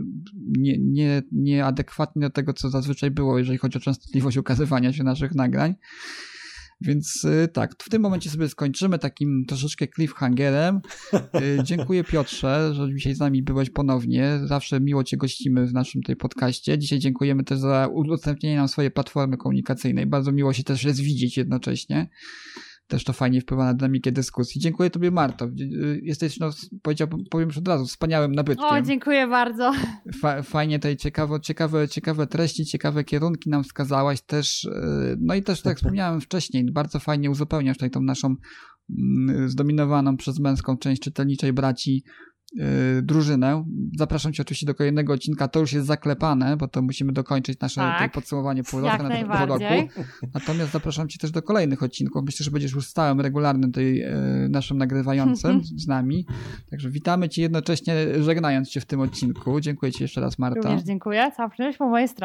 Nieadekwatnie do tego, co zazwyczaj było, jeżeli chodzi o częstotliwość ukazywania się naszych nagrań. Więc tak, w tym momencie sobie skończymy takim troszeczkę cliffhangerem. Dziękuję Piotrze, że dzisiaj z nami byłeś ponownie. Zawsze miło cię gościmy w naszym tutaj podcaście. Dzisiaj dziękujemy też za udostępnienie nam swojej platformy komunikacyjnej. Bardzo miło się też jest widzieć jednocześnie. Też to fajnie wpływa na dynamikę dyskusji. Dziękuję tobie, Marto. Jesteś, powiem już od razu, wspaniałym nabytkiem. O, dziękuję bardzo. Fajnie tutaj ciekawe treści, ciekawe kierunki nam wskazałaś też. No i też, tak jak wspomniałem wcześniej, bardzo fajnie uzupełniasz tutaj tą naszą zdominowaną przez męską część czytelniczej braci drużynę. Zapraszam cię oczywiście do kolejnego odcinka. To już jest zaklepane, bo to musimy dokończyć nasze podsumowanie półrocza po roku. Natomiast zapraszam cię też do kolejnych odcinków. Myślę, że będziesz już stałym, regularnym tutaj naszym nagrywającym z nami. Także witamy cię jednocześnie żegnając cię w tym odcinku. Dziękuję ci jeszcze raz, Marta. Również dziękuję. Cała przyjemność po mojej stronie.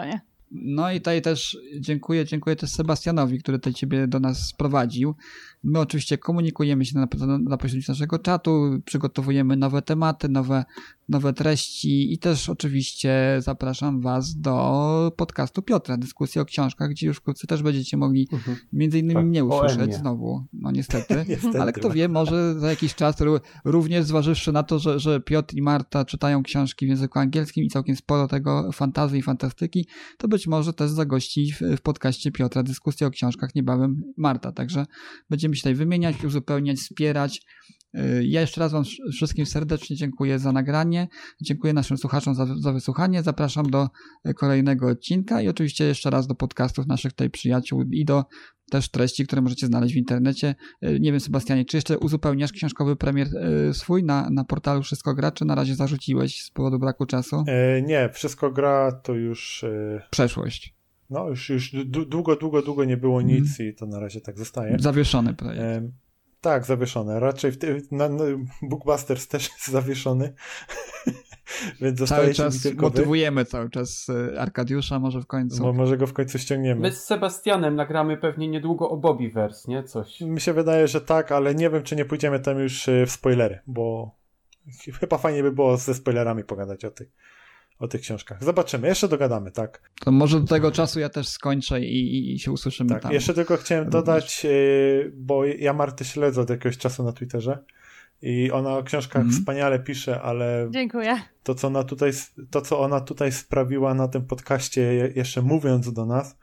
No i tutaj też dziękuję też Sebastianowi, który tutaj ciebie do nas sprowadził. My oczywiście komunikujemy się na pośrednictwie naszego czatu, przygotowujemy nowe tematy, nowe treści i też oczywiście zapraszam was do podcastu Piotra, dyskusji o książkach, gdzie już wkrótce też będziecie mogli między innymi mnie usłyszeć znowu, no niestety, ale kto wie, może za jakiś czas również zważywszy na to, że Piotr i Marta czytają książki w języku angielskim i całkiem sporo tego fantazji i fantastyki, to być może też zagości w podcaście Piotra dyskusji o książkach niebawem Marta, także będziemy się tutaj wymieniać, uzupełniać, wspierać. Ja jeszcze raz wam wszystkim serdecznie dziękuję za nagranie, dziękuję naszym słuchaczom za wysłuchanie, zapraszam do kolejnego odcinka i oczywiście jeszcze raz do podcastów naszych tutaj przyjaciół i do też treści, które możecie znaleźć w internecie. Nie wiem, Sebastianie, czy jeszcze uzupełniasz książkowy premier swój na portalu Wszystko Gra, czy na razie zarzuciłeś z powodu braku czasu? Nie, Wszystko Gra to już... Przeszłość. No, już długo nie było nic i to na razie tak zostaje. Zawieszony projekt. Tak, zawieszone. Raczej Bookbusters też jest zawieszony. Więc cały czas motywujemy cały czas Arkadiusza, może w końcu. Może go w końcu ściągniemy. My z Sebastianem nagramy pewnie niedługo o Bobbyverse, nie? Coś. Mi się wydaje, że tak, ale nie wiem, czy nie pójdziemy tam już w spoilery, bo chyba fajnie by było ze spoilerami pogadać o tych książkach. Zobaczymy, jeszcze dogadamy, tak? To może do tego czasu ja też skończę i się usłyszymy tak, tam. Jeszcze tylko chciałem dodać, bo ja Martę śledzę od jakiegoś czasu na Twitterze i ona o książkach wspaniale pisze, ale dziękuję. To, co ona tutaj sprawiła na tym podcaście, jeszcze mówiąc do nas,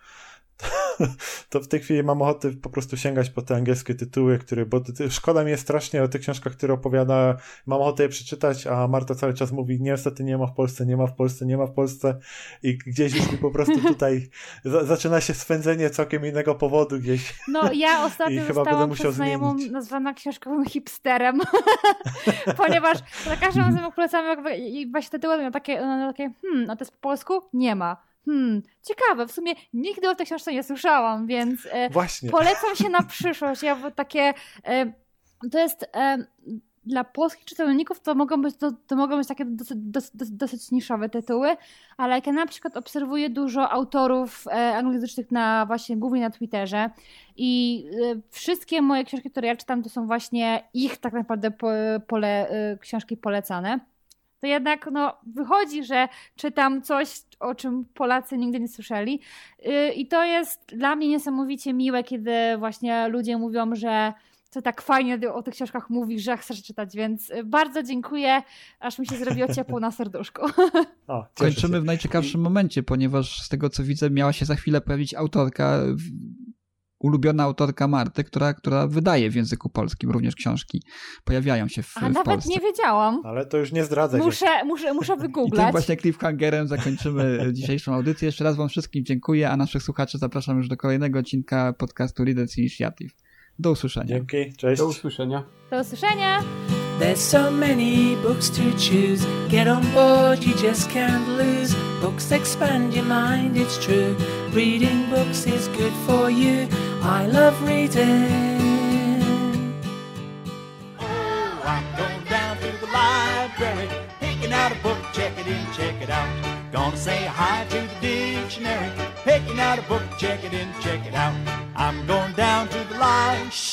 to w tej chwili mam ochotę po prostu sięgać po te angielskie tytuły, bo szkoda mi jest strasznie o tych książkach, które opowiada, mam ochotę je przeczytać, a Marta cały czas mówi, niestety nie ma w Polsce i gdzieś już mi po prostu tutaj zaczyna się swędzenie całkiem innego powodu gdzieś. No ja ostatnio zostałam przez znajomą nazwana książkowym hipsterem, ponieważ za każdym razem jak polecam właśnie tytuły, miał takie, a to jest po polsku? Nie ma. Ciekawe, w sumie nigdy o tej książce nie słyszałam, więc polecam się na przyszłość. To jest dla polskich czytelników to mogą być takie dosyć niszowe tytuły, ale jak ja na przykład obserwuję dużo autorów anglojęzycznych głównie na Twitterze i wszystkie moje książki, które ja czytam, to są właśnie ich tak naprawdę książki polecane. To jednak wychodzi, że czytam coś, o czym Polacy nigdy nie słyszeli. I to jest dla mnie niesamowicie miłe, kiedy właśnie ludzie mówią, że to tak fajnie o tych książkach mówisz, że chcesz czytać, więc bardzo dziękuję, aż mi się zrobiło ciepło na serduszku. Kończymy w najciekawszym momencie, ponieważ z tego co widzę miała się za chwilę pojawić ulubiona autorka Marty, która wydaje w języku polskim również książki. Pojawiają się w Polsce. Nawet nie wiedziałam. Ale to już nie zdradzaj. Muszę wygooglać. I tym właśnie cliffhangerem zakończymy dzisiejszą audycję. Jeszcze raz wam wszystkim dziękuję, a naszych słuchaczy zapraszam już do kolejnego odcinka podcastu Readers Initiative. Do usłyszenia. Dzięki, cześć. Do usłyszenia. Do usłyszenia. There's so many books to choose. Get on board, you just can't lose. Books expand your mind, it's true. Reading books is good for you. I love reading. Oh, I'm going down to the library, picking out a book, check it in, check it out. Gonna say hi to the dictionary, picking out a book, check it in, check it out. I'm going down to the library.